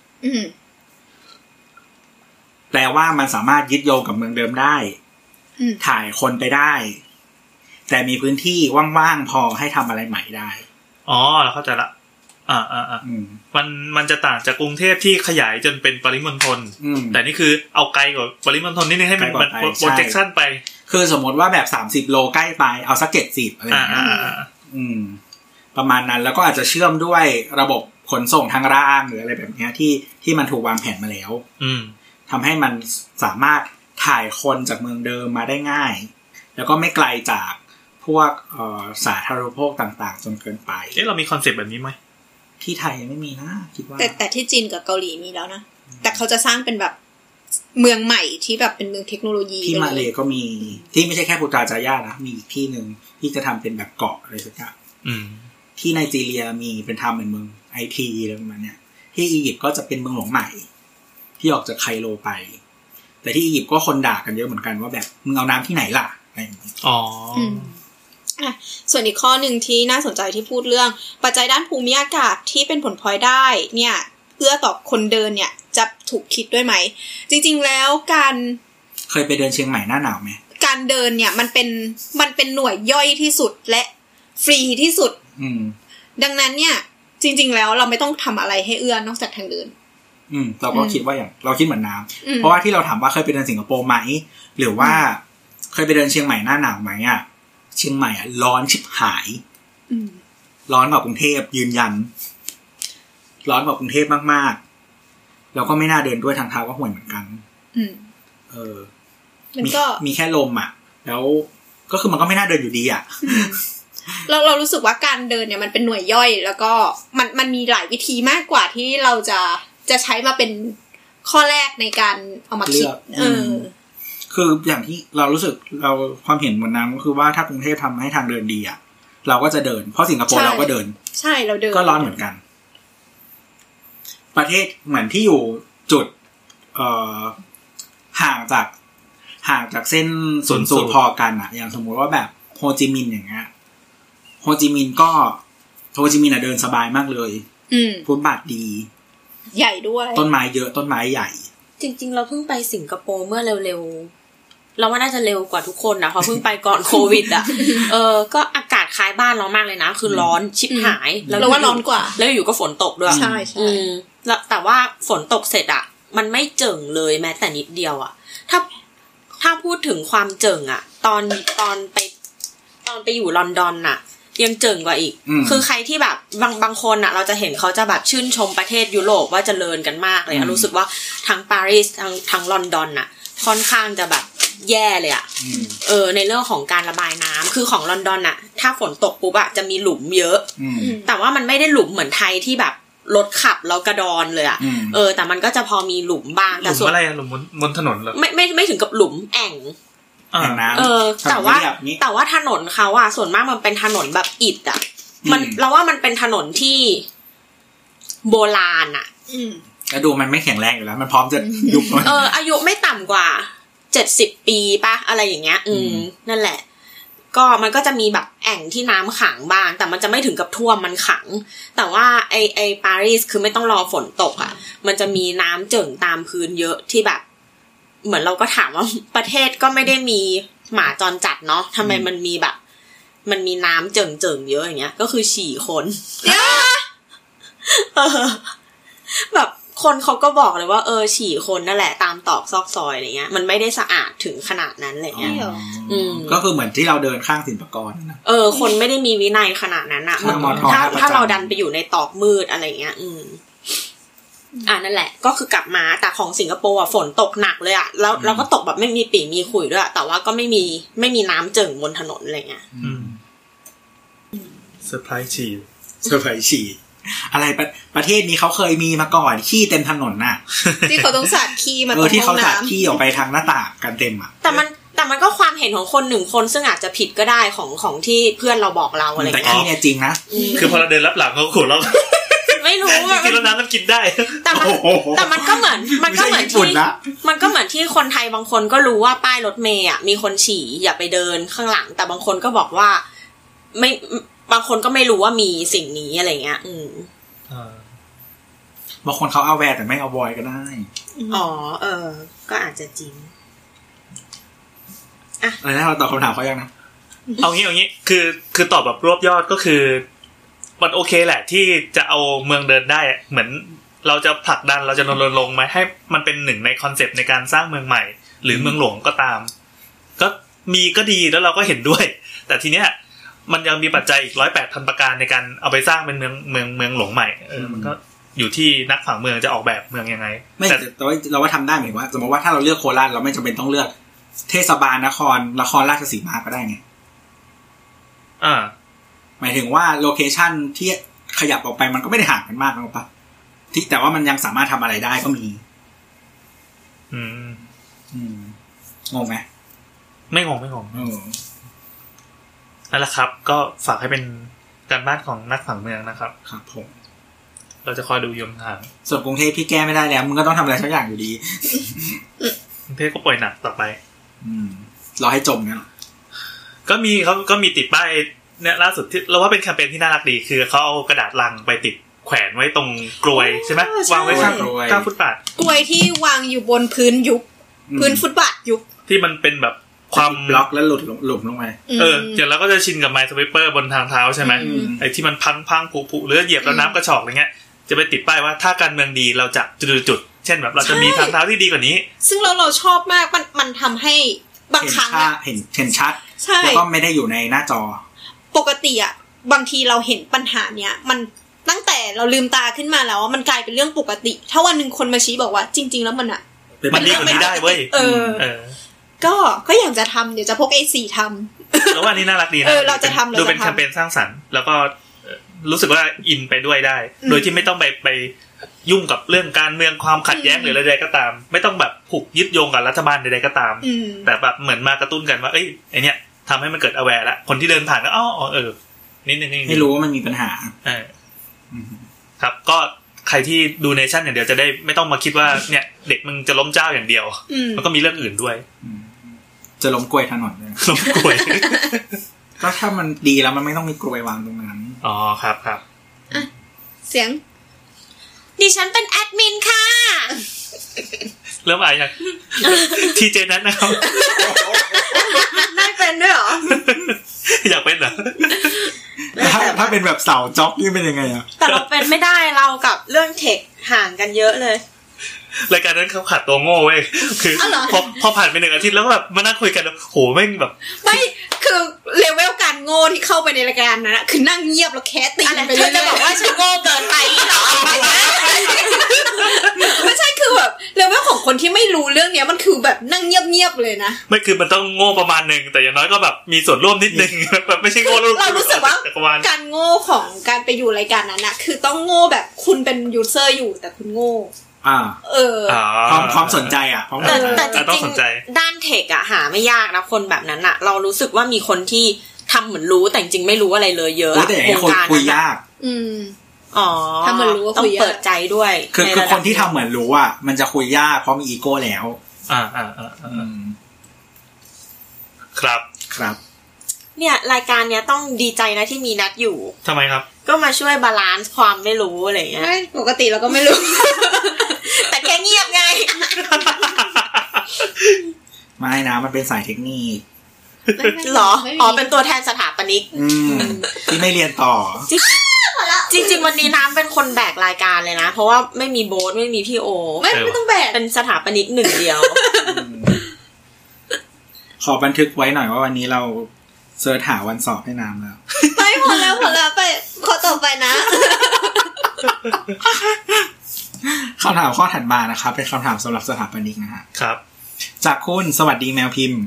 แปลว่ามันสามารถยึดโยงกับเมืองเดิมได้ถ่ายคนไปได้แต่มีพื้นที่ว่างๆพอให้ทำอะไรใหม่ได้อ๋อเราเข้าใจละอ่าอ่าอ่ามันมันจะต่างจากกรุงเทพที่ขยายจนเป็นปริมณฑลแต่นี่คือเอาไกลกว่าปริมณฑลนิดนึงให้มันโปรเจคชั่นไปคือสมมติว่าแบบสามสิบโลใกล้ไปเอาสักเจ็ดสิบอะไรอย่างเงี้ยอืมประมาณนั้นแล้วก็อาจจะเชื่อมด้วยระบบขนส่งทางรางหรืออะไรแบบนี้ที่ที่มันถูกวางแผนมาแล้วอืมทำให้มันสามารถถ่ายคนจากเมืองเดิมมาได้ง่ายแล้วก็ไม่ไกลจากพวกเอ่อสาธารณูปโภคต่างๆจนเกินไปเอ๊ะเรามีคอนเซ็ปต์แบบนี้ไหมที่ไทยยังไม่มีนะคิดว่าแต่แต่ที่จีนกับเกาหลีมีแล้วนะแต่เขาจะสร้างเป็นแบบเมืองใหม่ที่แบบเป็นเมืองเทคโนโลยีที่มาเลก็มีที่ไม่ใช่แค่ปูตราจายานะมีอีกที่นึงที่จะทำเป็นแบบเกาะอะไรสักอย่างที่ไนจีเรียมีเป็นทำเป็นเมืองไอทีอะไรประมาณเนี้ยที่อียิปต์ก็จะเป็นเมืองหลวงใหม่ที่ออกจากไคโรไปแต่ที่อียิปต์ก็คนด่ากันเยอะเหมือนกันว่าแบบมึงเอาน้ำที่ไหนล่ะอะไรอย่างนี้อ๋ออ่ะส่วนอีกข้อหนึ่งที่น่าสนใจที่พูดเรื่องปัจจัยด้านภูมิอากาศที่เป็นผลพลอยได้เนี่ยเอื้อต่อคนเดินเนี่ยจะถูกคิดด้วยไหมจริงๆแล้วการเคยไปเดินเชียงใหม่หน้าหนาวไหมกการเดินเนี่ยมันเป็นมันเป็นหน่วยย่อยที่สุดและฟรีที่สุดอืมดังนั้นเนี่ยจริงๆแล้วเราไม่ต้องทำอะไรให้เอื้อนอกจากทางเดินอืมเราก็คิดว่าอย่างเราคิดเหมือนน้ำเพราะว่าที่เราถามว่าเคยไปเดินสิงคโปร์ไหมหรือว่าเคยไปเดินเชียงใหม่หน้าหนาวไหมอ่ะเชียงใหม่อ่ะร้อนชิบหายร้อนกว่ากรุงเทพยืนยันร้อนกว่ากรุงเทพมากๆแล้วก็ไม่น่าเดินด้วยทางเท้าก็ห่วยเหมือนกันอืมเออมันก็มีแค่ลมอ่ะแล้วก็คือมันก็ไม่น่าเดินอยู่ดีอ่ะเราเรารู้สึกว่าการเดินเนี่ยมันเป็นหน่วยย่อยแล้วก็มันมันมีหลายวิธีมากกว่าที่เราจะจะใช้มาเป็นข้อแรกในการเอามาคิดเออคืออย่างที่เรารู้สึกเราความเห็นเหมือนนั้นก็คือว่าถ้ากรุงเทพทำให้ทางเดินดีอ่ะเราก็จะเดินเพราะสิงคโปร์เราก็เดินใช่เราเดินก็ร้อนเหมือนกันประเทศเหมือนที่อยู่จุดเอ่อห่างจากห่างจากเส้นศูนย์สูตรพอกันอ่ะอย่างสมมุติว่าแบบโฮจิมินห์อย่างเงี้ยโฮจิมินห์ก็โฮจิมินห์อ่ะเดินสบายมากเลยอืมฟุตบาทดีใหญ่ด้วยต้นไม้เยอะต้นไม้ใหญ่จริงๆเราเพิ่งไปสิงคโปร์เมื่อเร็วๆเราว่าน่าจะเร็วกว่าทุกคนนะเพราะเพิ่งไปก่อนโควิดอ่ะเออก็อากาศคล้ายบ้านเรามากเลยนะคือร้อนชิบหายแล้วว่าร้อนกว่าแล้วอยู่ก็ฝนตกด้วยใช่ใช่แล้วแต่ว่าฝนตกเสร็จอ่ะมันไม่เจิ่งเลยแม้แต่นิดเดียวอ่ะถ้าถ้าพูดถึงความเจิ่งอ่ะตอนตอนไปตอนไปอยู่ลอนดอนน่ะยังเจิ่งกว่าอีกคือใครที่แบบบางบางคนอ่ะเราจะเห็นเขาจะแบบชื่นชมประเทศยุโรปว่าเจริญกันมากเลยรู้สึกว่าทั้งปารีสทั้งทั้งลอนดอนน่ะค่อนข้างจะแบบแย่เลยอ่ะเออในเรื่องของการระบายน้ำคือของลอนดอนน่ะถ้าฝนตกปุ๊บอ่ะจะมีหลุมเยอะแต่ว่ามันไม่ได้หลุมเหมือนไทยที่แบบรถขับแล้วกระดอนเลยอ่ะเออแต่มันก็จะพอมีหลุมบ้างแต่ส่วนอะไรหลุมบนถนนเหรอไม่ไม่ไม่ถึงกับหลุมแอ่งเออแต่ว่าแต่ว่าถนนเขาอ่ะส่วนมากมันเป็นถนนแบบอิฐอ่ะมันเราว่ามันเป็นถนนที่โบราณอ่ะแล้วดูมันไม่แข็งแรงอยู่แล้วมันพร้อมจะยุบเอออายุไม่ต่ำกว่าเจ็ดสิบปีป่ะอะไรอย่างเงี้ยอืมนั่นแหละก็มันก็จะมีแบบแอ่งที่น้ำขังบ้างแต่มันจะไม่ถึงกับท่วมมันขังแต่ว่าไอไอปารีสคือไม่ต้องรอฝนตกอ่ะมันจะมีน้ำเจิ่งตามพื้นเยอะที่แบบเหมือนเราก็ถามว่าประเทศก็ไม่ได้มีหมาจรจัดเนาะทำไมมันมีแบบมันมีน้ำเจิ่งเจิ่งเยอะอย่างเงี้ยก็คือฉี่คนเออแบบคนเขาก็บอกเลยว่าเออฉี่คนนั่นแหละตามตอกซอกซอยอะไรเงี้ยมันไม่ได้สะอาดถึงขนาดนั้นอะไรเงี้ยอืมก็คือเหมือนที่เราเดินข้างศิลปากรนะเออคนไม่ได้มีวินัยขนาดนั้นอ่ะถ้าถ้าเราดันไปอยู่ในตอกมืดอะไรเงี้ยอืมอ่านั่นแหละก็คือกลับมาแต่ของสิงคโปร์อ่ะฝนตกหนักเลยอ่ะแล้วเราก็ตกแบบไม่มีปีมีขุยด้วยแต่ว่าก็ไม่มีไม่มีน้ำเจิ่งบนถนนอะไรเงี้ยอืมเซอร์ไพรส์ฉี่เซอร์ไพรส์ฉี่อะไรประประเทศนี้เขาเคยมีมาก่อนขี้เต็มถนนน่ะที่เขาต้องสาดขี้มาตรงห้องน้ำเออที่เขาสาดขี้ออกไปทางหน้าต่างกันเต็มอ่ะแต่มันแต่มันก็ความเห็นของคนหนึ่งคนซึ่งอาจจะผิดก็ได้ของของที่เพื่อนเราบอกเราอะไรแต่ขี้เนี่ยจริงนะคือพอเราเดินรับหลังเขาขูดเราไม่รู้ว่ากินแล้วน้ำมันกินได้แต่มันแต่มันก็เหมือนมันก็เหมือนที่มันก็เหมือนที่คนไทยบางคนก็รู้ว่าป้ายรถเมล์อ่ะมีคนฉี่อย่าไปเดินข้างหลังแต่บางคนก็บอกว่าไม่บางคนก็ไม่รู้ว่ามีสิ่งนี้อะไรเงี้ยอืมบางคนเขาเอาแวร์แต่ไม่เอาบอยก็ได้อ๋อเออก็อาจจะจริงอ่ะอะไรนะเราตอบคำถามเขายังนะเอางี้เอางี้คือคือตอบแบบรวบยอดก็คือมันโอเคแหละที่จะเอาเมืองเดินได้เหมือนเราจะผลักดันเราจะรณรงค์ไหมให้มันเป็นหนึ่งในคอนเซปต์ในการสร้างเมืองใหม่หรือเมืองหลวงก็ตามก็มีก็ดีแล้วเราก็เห็นด้วยแต่ทีเนี้ยมันยังมีปัจจัยอีกร้อยแปดพันประการในการเอาไปสร้างเป็นเมืองเมืองเมืองหลวงใหม่เออมันก็อยู่ที่นักผังเมืองจะออกแบบเมืองยังไงไม่แต่ว่าเราว่าทำได้หมายว่าสมมติว่าถ้าเราเลือกโคราชเราไม่จำเป็นต้องเลือกเทศบาลนครนครราชสีมาก็ได้ไงอ่าหมายถึงว่าโลเคชั่นที่ขยับออกไปมันก็ไม่ได้ห่างกันมากหรอกปะที่แต่ว่ามันยังสามารถทำอะไรได้ก็มีอืมอืมงงไหมไม่งงไม่งงเออนั่นแหละครับก็ฝากให้เป็นการบ้านของนักผังเมืองนะครับครับผมเราจะคอยดูยมทางส่วนกรุงเทพพี่แก้ไม่ได้แล้วมึงก็ต้องทำอะไรสักอย่างอยู่ดีกรุงเทพก็ปล่อยหนักต่อไปอืมรอให้จมเนี่ยก็มีเขาก็มีติดป้ายเนี่ยล่าสุดที่เราว่าเป็นแคมเปญที่น่ารักดีคือเขาเอากระดาษลังไปติดแขวนไว้ตรงกลวยใช่ไหมวางไว้ข้างข้างฟุตบาทกลวยที่วางอยู่บนพื้นยุบพื้นฟุตบาทยุบที่มันเป็นแบบความบล็อกแล้วหลุดหลุมลงไปเอออย่างเราก็จะชินกับ Minesweeper บนทางเท้าใช่ไหมไอ้ที่มันพังๆผุๆหรือเหยียบแล้วน้ำกระชอกอะไรเงี้ยจะไปติดป้ายว่าถ้าการเมืองดีเราจะจุดๆเช่นแบบเราจะมีทางเท้าที่ดีกว่านี้ซึ่งเราเราชอบมากมันมันทำให้บางครั้งเห็นเห็นชัดแล้วก็ไม่ได้อยู่ในหน้าจอปกติอ่ะบางทีเราเห็นปัญหาเนี้ยมันตั้งแต่เราลืมตาขึ้นมาแล้วมันกลายเป็นเรื่องปกติถ้าวันนึงคนมาชี้บอกว่าจริงๆแล้วมันอ่ะมันดีกว่านี้ได้เว้ยเออเออก็ก็อยากจะทำเดี๋ยวจะพก เอ สี่ ทำแล้วว่านี่น่ารักดีนะเออเราจะทำดูเป็นแคมเปญสร้างสรรค์แล้วก็รู้สึกว่าอินไปด้วยได้โดยที่ไม่ต้องไปไปยุ่งกับเรื่องการเมืองความขัดแย้งหรืออะไรใดก็ตามไม่ต้องแบบผูกยึดโยงกับรัฐบาลใดๆก็ตามแต่แบบเหมือนมากระตุ้นกันว่าเอ้ยไอเนี้ยทำให้มันเกิด aware ละคนที่เดินผ่านก็อ๋อเออนิดนึงให้รู้ว่ามันมีปัญหาเออครับก็ใครที่ดูเนชั่นอย่างเดียวจะได้ไม่ต้องมาคิดว่าเนี่ยเด็กมึงจะล้มเจ้าอย่างเดียวมันก็มีเรื่องอื่นด้วยจะล้มกล้วยถนนเลยล้มกล้วยก็ถ้ามันดีแล้วมันไม่ต้องมีกลวยวางตรงนั้นอ๋อครับครับอ่ะเสียงดิฉันเป็นแอดมินค่ะเริ่มอ่านอย่างทีเจนั้นนะครับได้เป็นด้วยเหรออยากเป็นเหรอถ้าถ้าเป็นแบบเสาจ็อกนี่เป็นยังไงอ่ะแต่เราเป็นไม่ได้เรากับเรื่องเทคห่างกันเยอะเลยรายการนั้นเขาขาดตัวโง่เว้ยคือพอพอผ่านไปหนึ่งอาทิตย์แล้วแบบมานั่งคุยกันโหแม่งแบบไม่คือเลเวลการโง่ที่เข้าไปในรายการนั้นคือนั่งเงียบแล้วแคสตีนไปเลยจะบอกว่าฉันโง่เกินไปหรอไม่ใช่คือแบบเลเวลของคนที่ไม่รู้เรื่องเนี้ยมันคือแบบนั่งเงียบๆเลยนะไม่คือมันต้องโง่ประมาณนึงแต่อย่างน้อยก็แบบมีส่วนร่วมนิดนึงแบบไม่ใช่โง่เรารู้สึกว่าการโง่ของการไปอยู่รายการนั้นน่ะคือต้องโง่แบบคุณเป็นยูเซอร์อยู่แต่คุณโง่อ่าเออความความสนใจอ่ะแต่แต่จริงๆด้านเทคอะหาไม่ยากนะคนแบบนั้นอะเรารู้สึกว่ามีคนที่ทำเหมือนรู้แต่จริงๆไม่รู้อะไรเลยเยอะอะโครงการคุยยากอืมอ๋อทำเหมือนรู้ต้องเปิดใจด้วยคือคือคนที่ทำเหมือนรู้อ่ะมันจะคุยยากเพราะมีอีโก้แล้วอ่าอ่าอ่าครับครับเนี่ยรายการเนี้ยต้องดีใจนะที่มีนัดอยู่ทำไมครับก็มาช่วยบาลานซ์ความไม่รู้อะไรเงี้ยปกติเราก็ไม่รู้แต่แค่เงียบไงไม่นะมันเป็นสายเทคนิคหรออ๋อเป็นตัวแทนสถาปนิกที่ไม่เรียนต่อจริงจริงวันนี้น้ำเป็นคนแบกรายการเลยนะเพราะว่าไม่มีโบ๊ทไม่มีพี่โอไม่ไม่ต้องแบกเป็นสถาปนิกหนึ่งเดียวขอบันทึกไว้หน่อยว่าวันนี้เราเสิร์ชหาวันสอบให้น้ำแล้วไปหมดแล้วหมดแล้วไปขอต่อไปนะคำถามข้อถัดมานะครับเป็นคำถามสำหรับสถาปนิกนะฮะครับจากคุณสวัสดีแมวพิมพ์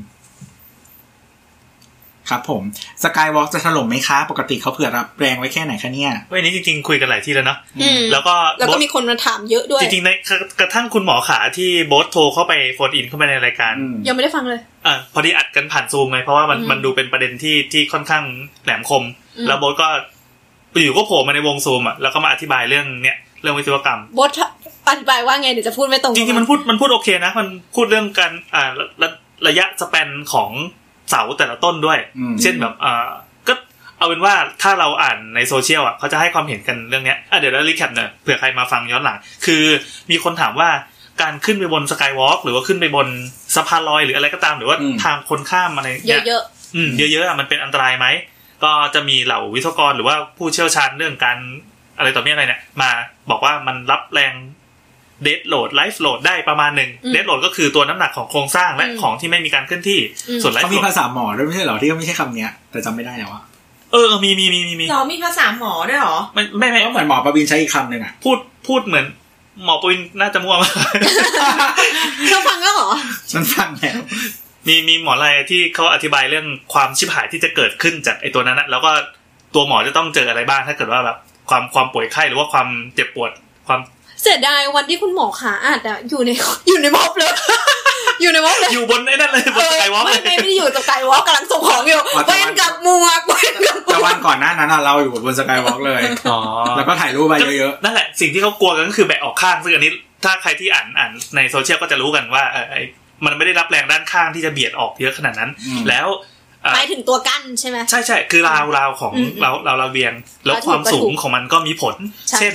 ครับผมสกายวอล์กจะถล่มไหมคะปกติเขาเผื่อรับแรงไว้แค่ไหนคะเนี่ยวันนี้จริงๆคุยกันหลายที่แล้วเนาะแล้วก็แล้วก็มีคนมาถามเยอะด้วยจริงๆในกระทั่งคุณหมอขาที่โบ๊ทโทรเข้าไปโฟนอินเข้าไปในรายการยังไม่ได้ฟังเลยอ่าพอดีอัดกันผ่านซูมไงเพราะว่ามันมันดูเป็นประเด็นที่ที่ค่อนข้างแหลมคมแล้วโบ๊ทก็อยู่ก็โผล่มาในวงซูมอ่ะแล้วก็มาอธิบายเรื่องเนี้ยเรื่องวิศวกรรมโบ๊ทอธิบายว่าไงเดี๋ยวจะพูดไม่ตรงจริงๆมันพูดมันพูดโอเคนะมันพูดเรื่องการอ่าระยะสแปนของเสาแต่ละต้นด้วยเช่นแบบอ่าก็เอาเป็นว่าถ้าเราอ่านในโซเชียลอ่ะเขาจะให้ความเห็นกันเรื่องนี้อ่ะเดี๋ยวเรารีแคปหน่อยเผื่อใครมาฟังย้อนหลังคือมีคนถามว่าการขึ้นไปบนสกายวอล์กหรือว่าขึ้นไปบนสะพานลอยหรืออะไรก็ตามหรือว่าทางคนข้ามอะไรเงี้ยเยอะๆอืมเยอะๆอ่ะมันเป็นอันตรายไหมก็จะมีเหล่าวิศวกรหรือว่าผู้เชี่ยวชาญเรื่องการอะไรต่อเนี้ยอะไรเนี่ยมาบอกว่ามันรับแรงเดดโหลดไลฟ์โหลดได้ประมาณหนึ่งเดดโหลดก็คือตัวน้ำหนักของโครงสร้างและของที่ไม่มีการเคลื่อนที่ส่วนไลฟ์โหลดเขามีภาษาหมอด้วยไม่ใช่เหรอที่ก็ไม่ใช่คำเนี้ยแต่จำไม่ได้แล้วอะเออมีมีมีมีมีหรอมีภาษาหมอด้วยหรอไม่ไม่ไม่ก็เหมือนหมอประวินใช้อีกคำหนึ่งอะพูดพูดเหมือนหมอประวินน่าจะมั่วมากเธอฟังแล้วเหรอฉันฟังแล้วมีมีหมออะไรที่เขาอธิบายเรื่องความชิบหายที่จะเกิดขึ้นจากไอ้ตัวนั้นนะแล้วก็ตัวหมอจะต้องเจออะไรบ้างถ้าเกิดว่าแบบความความป่วยไข้หรือว่าความเจ็บปวดความเสียดายวันที่คุณหมอขาอัดอะอยู่ในอยู่ในม็อบเลยอยู่ในม็อบเลยอยู่บนไอ้นั่นเลยบนสกายวอล์กไม่ไม่ได้อยู่สกายวอล์กกำลังส่งของอยู่เว้นกับหมวกเว้นกับแต่วันก่อนหน้านั้นเราอยู่บนสกายวอล์กเลยอ๋อแล้วก็ถ่ายรูปไปเยอะๆนั่นแหละสิ่งที่เขากลัวกันก็คือแบะออกข้างซึ่งอันนี้ถ้าใครที่อ่านอ่านในโซเชียลก็จะรู้กันว่าเออมันไม่ได้รับแรงด้านข้างที่จะเบียดออกเยอะขนาดนั้นแล้วหมายถึงตัวกั้นใช่ไหมใช่ใช่คือราวราวของเราเราเราเบียงแล้วความสูงของมันก็มีผลเช่น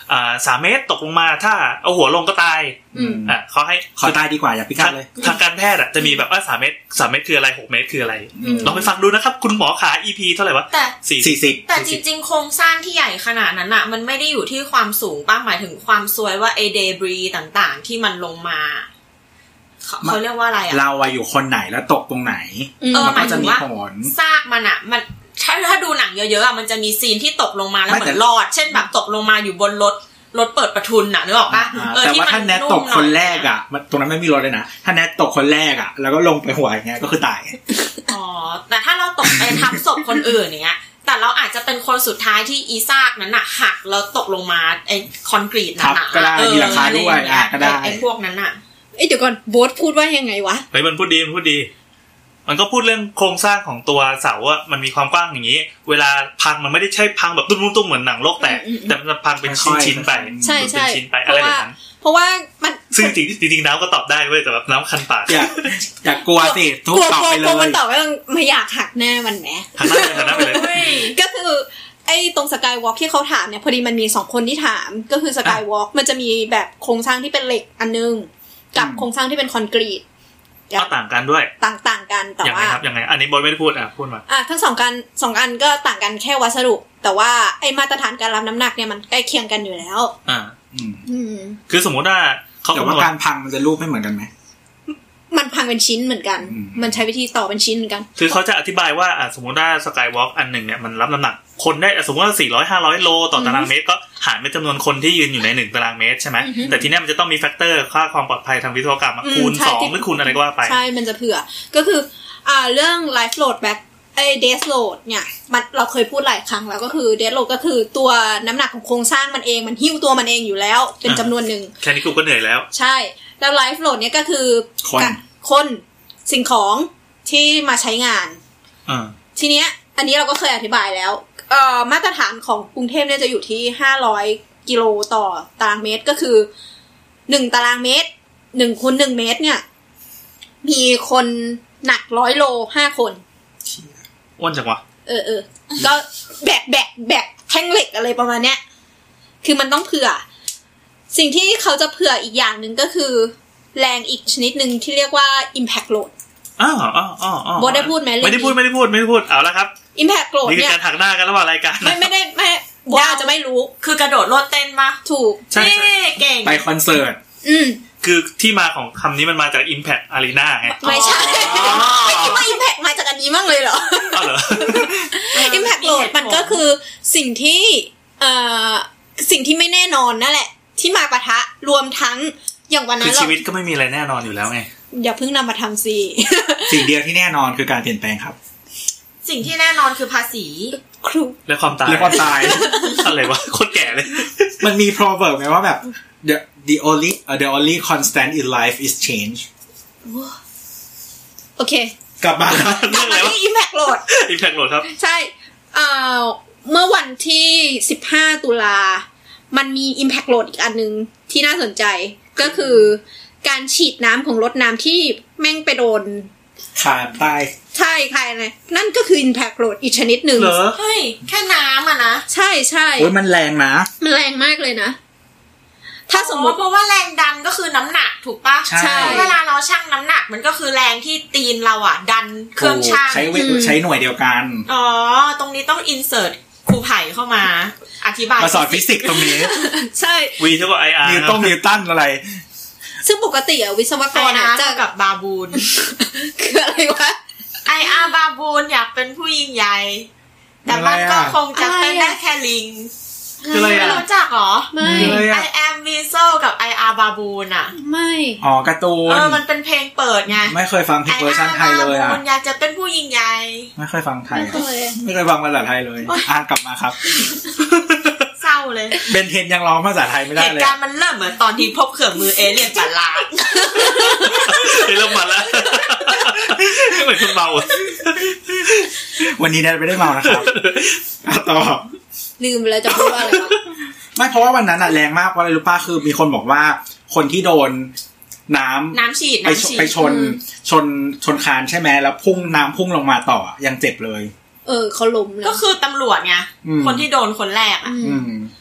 อ่าสามเมตรตกลงมาถ้าเอาหัวลงก็ตายอ่ะเขาให้ขอตายดีกว่าอย่าพิการเลยทางการแพทย์อ่ะจะมีแบบว่าสามเมตรสามเมตรคืออะไรหกเมตรคืออะไรลองไปฟังดูนะครับคุณหมอขา อี พี เท่าไหร่วะแต่สี่สิบแต่จริงๆโครงสร้างที่ใหญ่ขนาดนั้นอ่ะมันไม่ได้อยู่ที่ความสูงป่ะหมายถึงความซวยว่าไอเดบรีต่างๆที่มันลงมาเขาเรียกว่าอะไรอ่ะเราอะอยู่คนไหนแล้วตกตรงไหนมันก็จะมีผลซากมันอ่ะมันถ้าถ้าดูหนังเยอะๆอ่ะมันจะมีซีนที่ตกลงมาแล้วเหมือนรอดเช่นแบบตกลงมาอยู่บนรถรถเปิดประทุนน่ะนึกออกป่ะแต่ว่าถ้าแนทตกคนแรกอ่ะตรงนั้นไม่มีรถเลยนะถ้าแนทตกคนแรกอ่ะแล้วก็ลงไปหัวอย่างเงี้ยก็คือตายอ๋อแต่ถ้าเราตกไปทับศพคนอื่นอย่างเงี้ยแต่เราอาจจะเป็นคนสุดท้ายที่อีซากนั้นน่ะหักแล้วตกลงมาไอ้คอนกรีตนั่นน่ะก็ได้มีราคาด้วยอ่ะก็ได้ไอ้พวกนั้นน่ะเอ้ยเดี๋ยวก่อนโบ๊ทพูดว่ายังไงวะเฮ้ยมันพูดดีมันพูดดีมันก็พูดเรื่องโครงสร้างของตัวเสาอ่ะมันมีความกว้างอย่างนี้เวลาพังมันไม่ได้ใช่พังแบบตุ้มๆๆเหมือนหนังโลกแตกแต่มันพังเป็นชิ้นๆไปใช่ๆเป็นชิ้นไปอะไรแบบนั้นเพราะว่ามันซึ่งจริงๆน้ำก็ตอบได้เว้ยแต่แบบน้ำคันปากอยากอยากกลัวสิทุกตอบไปเลยมันตอบว่าไม่อยากหักหน้ามันแหมหักหน้าเลยหักหน้าไปเลยก็คือไอ้ตรงสกายวอล์กที่เขาถามเนี่ยพอดีมันมีสองคนที่ถามก็คือสกายวอล์กมันจะมีแบบโครงสร้างที่เป็นเหล็กอันนึงกับโครงสร้างที่เป็นคอนกรีตก็ต่างกันด้วยต่างๆกันแต่ว่ายังไงครับยังไงอันนี้บอยไม่ได้พูดอ่ะพูดมาอ่ะทั้งสองกันสองอันก็ต่างกันแค่วัสดุแต่ว่าไอ้มาตรฐานการรับน้ำหนักเนี่ยมันใกล้เคียงกันอยู่แล้วอ่าอืมคือสมมติว่าเขาแต่ว่าการพังมันจะรูปไม่เหมือนกันไหมมันพังเป็นชิ้นเหมือนกันมันใช้วิธีต่อเป็นชิ้นเหมือนกันคือเขาจะอธิบายว่าอ่ะสมมติว่าสกายวอล์กอันหนึ่งเนี่ยมันรับน้ำหนักคนได้สมมติว่าสี่ร้อย ห้าร้อยโลต่อตารางเมตรก็หารเป็นจำนวนคนที่ยืนอยู่ในหนึ่งตารางเมตรใช่ไหมแต่ทีนี้มันจะต้องมีแฟกเตอร์ค่าความปลอดภัยทางวิศวกรรมคูณสองหรือคูณอะไรก็ว่าไปใช่มันจะเผื่อก็คืออ่าเรื่อง life load back ไอ้ death load เนี่ยมันเราเคยพูดหลายครั้งแล้วก็คือ death load ก็คือตัวน้ำหนักของโครงสร้างมันเองมันหิ้วตัวมันเองอยู่แล้วเป็นจำนวนหนึ่งแค่นี้กูก็เหนื่อยแล้วใช่แล้ว life load เนี่ยก็คือคนสิ่งของที่มาใช้งานทีเนี้ยอันนี้เราก็เคยอธิบายแล้วเอ่อมาตรฐานของกรุงเทพเนี่ยจะอยู่ที่ห้าร้อยกิโลต่อตารางเมตรก็คือหนึ่งตารางเมตรหนึ่งคูณหนึ่งเมตรเนี่ยมีคนหนักหนึ่งร้อยโลห้าคนอ้วนจังวะเออๆก็แบกแบกแบกแท่งเหล็กอะไรประมาณเนี้ยคือมันต้องเผื่อสิ่งที่เขาจะเผื่ออีกอย่างนึงก็คือแรงอีกชนิดนึงที่เรียกว่า impact load อ๋ออ๋อๆๆโบได้พูดมั้ยไม่ได้พูดไม่ได้พูดไม่ได้พูดเอาละครับ impact load เนี่ยนี่คือการหักหน้ากันระหว่างรายการไม่ไม่ได้ไม่โบอาจจะไม่รู้คือกระโดดโลดเต้นป่ะถูกใช่เก่งไปคอนเสิร์ตอืมคือที่มาของคำนี้มันมาจาก Impact Arena ไงไม่ใช่ไม่คิดว่า Impact มาจากอันนี้มั่งเลยเหรออ้าวเหรอ Impact load มันก็คือสิ่งที่เอ่อสิ่งที่ไม่แน่นอนนั่นแหละที่มาปะทะรวมทั้งอย่างวันนั้นคือชีวิตก็ไม่มีอะไรแน่นอนอยู่แล้วไงอย่าเพิ่งนำมาทำสิสิ่งเดียวที่แน่นอนคือการเปลี่ยนแปลงครับสิ่งที่แน่นอนคือภาษีครูและความตายและความตายอะไรวะโคตรแก่เลยมันมี proverb ไงว่าแบบ the the only uh, the only constant in life is change โอเคกลับมากลับมาที่ impact load impact load ครับใช่เอ่อเมื่อวันที่สิบห้าตุลามันมี impact load อีกอันนึงที่น่าสนใจก็คือการฉีดน้ำของรถน้ำที่แม่งไปโดนขาดตายใช่ค่ะนะนั่นก็คือ impact load อีกชนิดหนึ่งเหรอเฮ้ยแค่น้ำอ่ะนะใช่ใช่โอ้ยมันแรงนะมันแรงมากเลยนะถ้าสมมติเพราะว่าแรงดันก็คือน้ำหนักถูกปะใช่เวลาเราชั่งน้ำหนักมันก็คือแรงที่ตีนเราอ่ะดันเครื่องชั่งใช้ใช้หน่วยเดียวกันอ๋อตรงนี้ต้อง insert ครูไผ่เข้ามาอธิบายมาสอนฟิสิกส์ตรงนี้ใช่วีเท่ากับ ไอ อาร์นิวตันนิวตันอะไรซึ่งปกติอะวิศวกรอะจะกับบาบูนคืออะไรวะไอ อาร์ บาบูนอยากเป็นผู้ยิ่งใหญ่แต่มันก็คงจะเป็นได้แค่ลิงคืออะไรอ่ะไม่รู้จักหรอไม่ I am Weasel กับ ไอ อาร์ บาบูนอ่ะไม่อ๋อการ์ตูนเออมันเป็นเพลงเปิดไงไม่เคยฟังเพลงเวอร์ชันไทยเลยอ่ะคุณอยากจะเป็นผู้ยิ่งใหญ่ไม่เคยฟังไทยไม่เคยไม่เคยฟังภาษาไทยเลยอ่ะกลับมาครับเศร้าเลยเบนเทนยังร้องภาษาไทยไม่ได้เลยเหตุการณ์มันเริ่มเหมือนตอนที่พบเครื่องมือเอเลี่ยนประหลาดเริ่มมาแล้วไม่เหมือนคนเมาวันนี้เนี่ยไม่ได้เมานะครับต่อลืมไปแล้วจะพูดว่าอะไรวะไม่เพราะว่าวันนั้นอะแรงมากว่าอะไรรู้ป่ะคือมีคนบอกว่าคนที่โดนน้ำน้ำฉีดไปไปชนชนชนคานใช่ไหมแล้วพุ่งน้ำพุ่งลงมาต่อยังเจ็บเลยเออเขาล้มก็คือตำรวจไงคนที่โดนคนแรกอ่ะ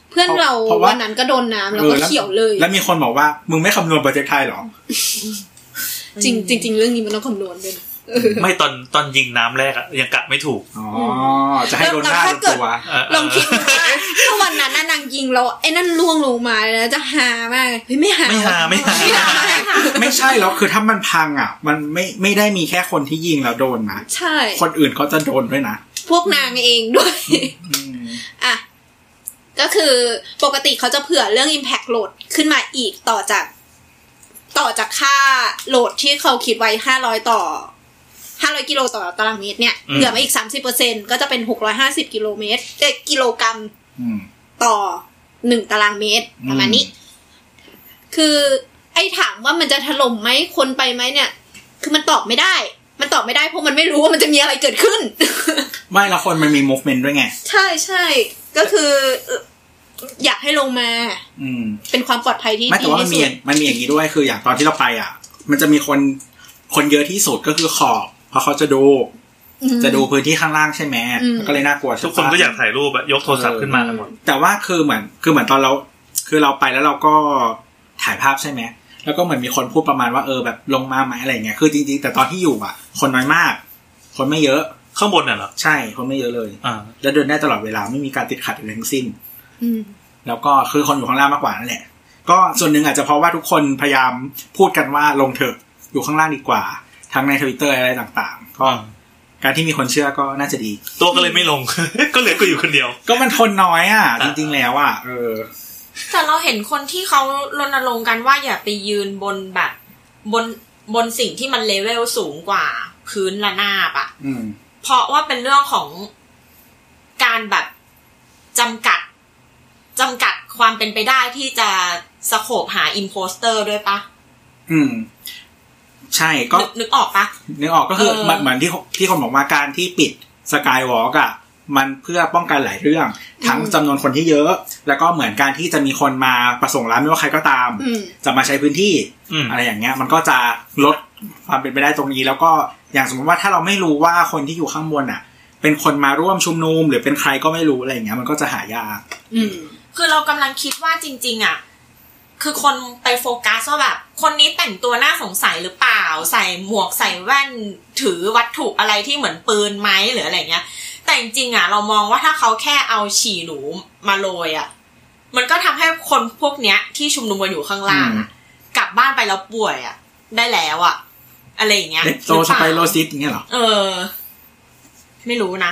เพื่อนเราวันนั้นก็โดนน้ำแล้วก็เขียวเลยแล้วมีคนบอกว่ามึงไม่คำนวณโปรเจกต์ไทยหรอจริงจริงๆเรื่องนี้มันต้องคำนวณด้วยไม่ตอนตอนยิงน้ำแรกอะยังกะไม่ถูกอ๋อจะให้โดนหน้าตัวลองคิดว่าถ้าวันนั้นนางยิงเราไอ้นั่นล่วงลงมาแล้วจะหามากเฮ้ยไม่หาไม่หาไม่หาไม่ใช่แล้วคือถ้ามันพังอ่ะมันไม่ไม่ได้มีแค่คนที่ยิงแล้วโดนนะใช่คนอื่นก็จะโดนด้วยนะพวกนางเองด้วยอ่ะก็คือปกติเขาจะเผื่อเรื่อง impact load ขึ้นมาอีกต่อจากต่อจากค่าโหลดที่เขาคิดไว้ห้าร้อยต่อห้าร้อยกิโลต่อตารางเมตรเนี่ยเหลือมาอีก สามสิบเปอร์เซ็นต์ ก็จะเป็นหกร้อยห้าสิบกิโลเมตรเอ้ยกิโลกรัมต่อหนึ่งตารางเมตรประมาณนี้คือไอ้ถามว่ามันจะถล่มไหมคนไปไหมเนี่ยคือมันตอบไม่ได้มันตอบไม่ได้เพราะมันไม่รู้ว่ามันจะมีอะไรเกิดขึ้นไม่ละคนมันมี movement ด้วยไงใช่ๆก็คืออยากให้ลงมาอืมเป็นความปลอดภัยที่ดีที่สุดไม่แต่ว่ามันมีมันมีอย่างนี้ด้วยคืออย่างตอนที่เราไปอ่ะมันจะมีคนคนเยอะที่สุดก็คือขอบเพราะเขาจะดูจะดูพื้นที่ข้างล่างใช่ไหมก็เลยน่ากลัวทุกคนก็อยากถ่ายรูปอะยกโทรศัพท์ขึ้นมากันหมดแต่ว่าคือเหมือนคือเหมือนตอนเราคือเราไปแล้วเราก็ถ่ายภาพใช่ไหมแล้วก็เหมือนมีคนพูดประมาณว่าเออแบบลงมาไหมอะไรเงี้ยคือจริงๆแต่ตอนที่อยู่อ่ะคนน้อยมากคนไม่เยอะข้างบนน่ะเหรอใช่คนไม่เยอะเลยอ่าแล้วเดินได้ตลอดเวลาไม่มีการติดขัดอะไรทั้งสิ้นแล้วก็คือคนอยู่ข้างล่างมากกว่านั่นแหละก็ส่วนหนึ่งอาจจะเพราะว่าทุกคนพยายามพูดกันว่าลงเถอะอยู่ข้างล่างดีกว่าทั้งใน Twitter อะไรต่างๆก็การที่มีคนเชื่อก็น่าจะดีตัวก็เลยไม่ลง ก็เหลือกูอยู่คนเดียวก็มันคนน้อยอ่ะจริงๆแล้วอ่ะเออแต่เราเห็นคนที่เขารณรงค์กันว่าอย่าไปยืนบนแบบบนบนสิ่งที่มันเลเวลสูงกว่าพื้นระนาบอ่ะเพราะว่าเป็นเรื่องของการแบบจำกัดจำกัดความเป็นไปได้ที่จะสโคปหาอิมโพสเตอร์ด้วยปะอืมใช่ก็นึกออกปะนึกออกก็คือเหมือนที่ที่คนบอกมาการที่ปิดสกายวอล์กอ่ะมันเพื่อป้องกันหลายเรื่องทั้งจำนวนคนที่เยอะแล้วก็เหมือนการที่จะมีคนมาประสงค์ร้านไม่ว่าใครก็ตามจะมาใช้พื้นที่อะไรอย่างเงี้ยมันก็จะลดความเป็นไปได้ตรงนี้แล้วก็อย่างสมมติว่าถ้าเราไม่รู้ว่าคนที่อยู่ข้างบนอ่ะเป็นคนมาร่วมชุมนุมหรือเป็นใครก็ไม่รู้อะไรอย่างเงี้ยมันก็จะหายากอืมคือเรากำลังคิดว่าจริงๆอ่ะคือคนไปโฟกัสว่าแบบคนนี้แต่งตัวน่าสงสัยหรือเปล่าใส่หมวกใส่แว่นถือวัตถุอะไรที่เหมือนปืนไหมหรืออะไรเงี้ยแต่จริงๆอ่ะเรามองว่าถ้าเขาแค่เอาฉี่หนูมาโรยอ่ะมันก็ทำให้คนพวกเนี้ยที่ชุมนุมกันอยู่ข้างล่างกลับบ้านไปแล้วป่วยอ่ะได้แล้วอ่ะอะไรอย่างเงี้ยโซสไปโรซิสอย่างเงี้ยเหรอเออไม่รู้นะ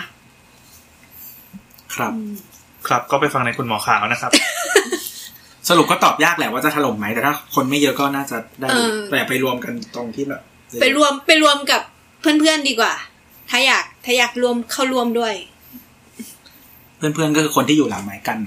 ครับครับก็ไปฟังในคุณหมอขาวนะครับสรุปก็ตอบยากแหละว่าจะถล่มไหมแต่ถ้าคนไม่เยอะก็น่าจะได้แต่ไปรวมกันตรงที่แบบไปรวมไปรวมกับเพื่อนๆดีกว่าถ้าอยากถ้าอยากรวมเข้าร่วมด้วยเพื่อนๆก็คือคนที่อยู่หลังไม้กั้น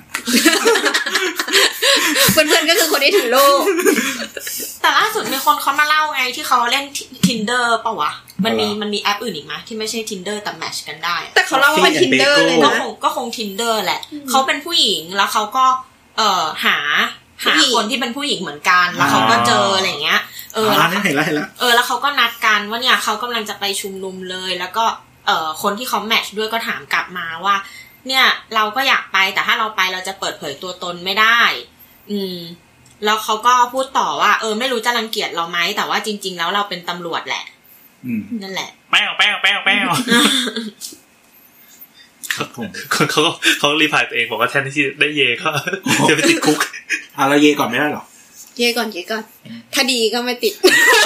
เพื่อนๆก็คือคนที่ถือโล่แต่ล่าสุดมีคนเขามาเล่าไงที่เขาเล่น Tinder ป่ะวะมันมีมันมีแอปอื่นอีกมั้ยที่ไม่ใช่ Tinder แต่แมทช์กันได้แต่เขาเล่าว่ามัน Tinder เลยนะก็คงก็คง Tinder แหละเขาเป็นผู้หญิงแล้วเขาก็เอ่อหาหาคนที่เป็นผู้หญิงเหมือนกันแล้วเขาก็เจออะไรเงี้ยเออแล้วเห็นแล้วเห็นแล้วเออแล้วเขาก็นัดกันว่าเนี่ยเขากำลังจะไปชุมนุมเลยแล้วก็เอ่อคนที่เขาแมทช์ด้วยก็ถามกลับมาว่าเนี่ยเราก็อยากไปแต่ถ้าเราไปเราจะเปิดเผยตัวตนไม่ได้อืมแล้วเขาก็พูดต่อว่าเออไม่รู้จะรังเกียจเราไหมแต่ว่าจริงๆแล้วเราเป็นตำรวจแหละนั่นแหละแป้วแป้วแป้วแป้วครับผมเขาเขารีพายตัวเองบอกว่าแทนที่ได้เยก็จะไปติดคุกอ่ะเราเยก่อนไม่ได้หรอเยก่อนเยก่อนถ้าดีก็ไม่ติด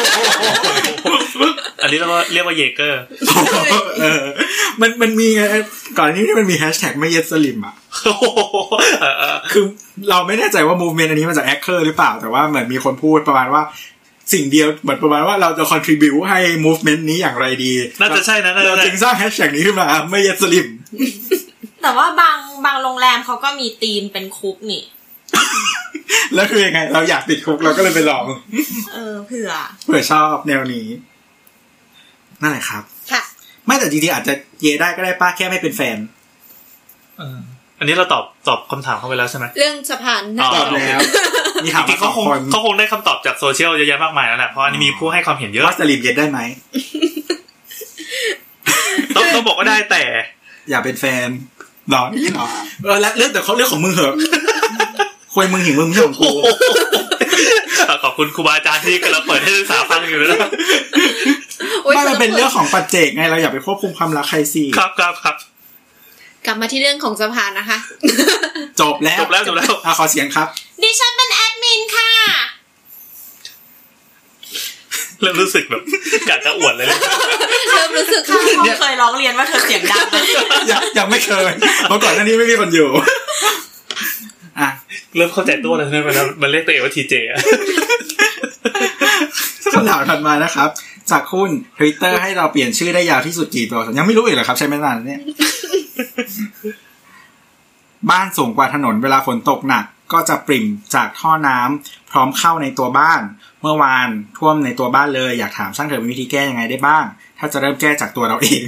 อันนี้เราเรียกว่าเยเกอร์เออมันมันมีก่อนนี้ที่มันมีแฮชแท็กไม่เยสลิมอ่ะคือเราไม่แน่ใจว่ามูฟเมนต์อันนี้มาจากแอคเคอร์หรือเปล่าแต่ว่าเหมือนมีคนพูดประมาณว่าสิ่งเดียวเหมือนประมาณว่าเราจะ contribute ให้ movement นี้อย่างไรดีน่าจะใช่นะเราจึงสร้างแฮชแท็กนี้ขึ้นมาไม่เยสลิมแต่ว่าบางบางโรงแรมเขาก็มีธีมเป็นคุกนี่แล้วคือยังไงเราอยากติดคุกเราก็เลยไปลองเออเผื่อเผื่อชอบแนวนี้นั่นแหละครับค่ะไม่แต่จริงๆอาจจะเยได้ก็ได้ป้าแค่ไม่เป็นแฟนเอออันนี้เราตอบตอบคำถามเขาไปแล้วใช่ไหมเรื่องสะพานตอบแล้วมีถามเขาคงเขาคงได้คำตอบจากโซเชียลเยอะแยะมากมายแล้วแหละเพราะอันนี้มีผู้ให้ความเห็นเยอะว่าสลิมเย็นได้ไหมต้องต้องบอกว่าได้แต่อย่าเป็นแฟนหรอนี่หรอเออและเรื่องแต่เขาเรื่องของมึงเหรอควยมึงหิวมึงไม่ใช่ของกูขอบคุณครูบาอาจารย์ที่กำลังเปิดให้ศึกษาฟังอยู่นะไม่มันเป็นเรื่องของปัจเจกไงเราอย่าไปควบคุมความรักใครสิครับครับครับกลับมาที่เรื่องของสภานะคะจบแล้วจบแล้วจบแล้วอ่ะขอเสียงครับดิฉันเป็นแอดมินค่ะเริ่มรู้สึกแบบกะจะอวดเลยเริ่มรู้สึกค่ะเขาเคยร้องเรียนว่าเธอเสียงดังยังยังไม่เคยเพราะก่อนหน้านี้ไม่มีคนอยู่อ่ะเริ่มเข้าใจตัวแล้วใช่ไหมมันมันเรียกตัวเองว่าทีเจอ่ะคำถามถัดมานะครับจากคุณ Twitter ให้เราเปลี่ยนชื่อได้ยาวที่สุดกี่ตัวยังไม่รู้อีกเหรอครับใช่ไหมนานเนี่ยบ้านสูงกว่าถนนเวลาฝนตกหนักก็จะปริ่มจากท่อน้ำพร้อมเข้าในตัวบ้านเมื่อวานท่วมในตัวบ้านเลยอยากถามช่างเถอะมีวิธีแก้ยังไงได้บ้างถ้าจะเริ่มแก้จากตัวเราเอง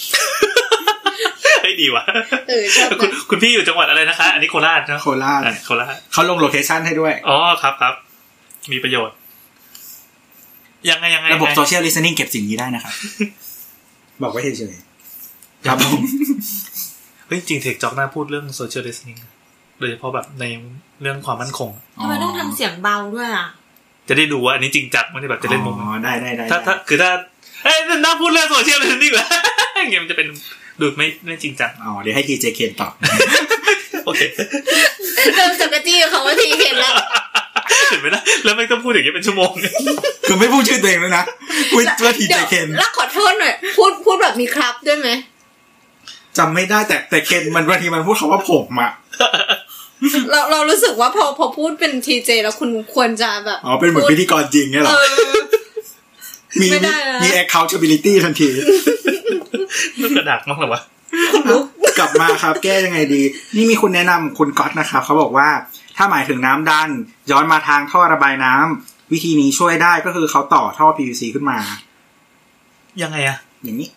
ให้ดีว่ะเออคุณคุณพี่อยู่จังหวัดอะไรนะคะอันนี้โคราชนะโคราชโคราชเขาลงโลเคชั่นให้ด้วยอ๋อครับครับมีประโยชน์ยังไงยังไงระบบโซเชียลลิสติ้งเก็บสิ่งนี้ได้นะครับบอกไว้เฉยๆครับผมเฮ้ยจริงเทคจ็อกน่าพูดเรื่องโซเชียลลิสติ้งโดยเฉพาะแบบในเรื่องความมั่นคงทำไมต้องทำเสียงเบาด้วยอ่ะจะได้ดูว่าอันนี้จริงจังไม่ได้แบบจะเล่นมุกอ๋อได้ได้ได้ถ้าถ้าคือถ้าเอ้ยน่าพูดเรื่องโซเชียลลิสติ้งเหรออย่างเงี้ยมันจะเป็นดูไม่ไม่จริงจังอ๋อเดี๋ยวให้ทีเจเคนตอบโอเคเริ่มจากกระจี้เขาว่าทีเคนแล้วเห็นไหมนะแล้วไม่ต้องพูดอย่างนี้เป็นชั่วโมงคือไม่พูดชื่อตัวเองเลยนะพูดว่าทีเจเคนแล้วขอโทษหน่อยพูดพูดแบบมีครับด้วยไหมจำไม่ได้แต่แต่เคนมันบางทีมันพูดคำว่าผมอะเราเรารู้สึกว่าพอพอพูดเป็นทีเจแล้วคุณควรจะแบบอ๋อเป็นเหมือนพิธีกรจริงเนี่ยหรอมีมี accountability ทันทีนึกกระดาษมั้งหรอวะกลับมาครับแก้ยังไงดีนี่มีคุณแนะนำคุณก๊อตนะครับเขาบอกว่าถ้าหมายถึงน้ำดันย้อนมาทางท่อระบายน้ำวิธีนี้ช่วยได้ก็คือเขาต่อท่อ พี วี ซี ขึ้นมายังไงอะอย่างนี้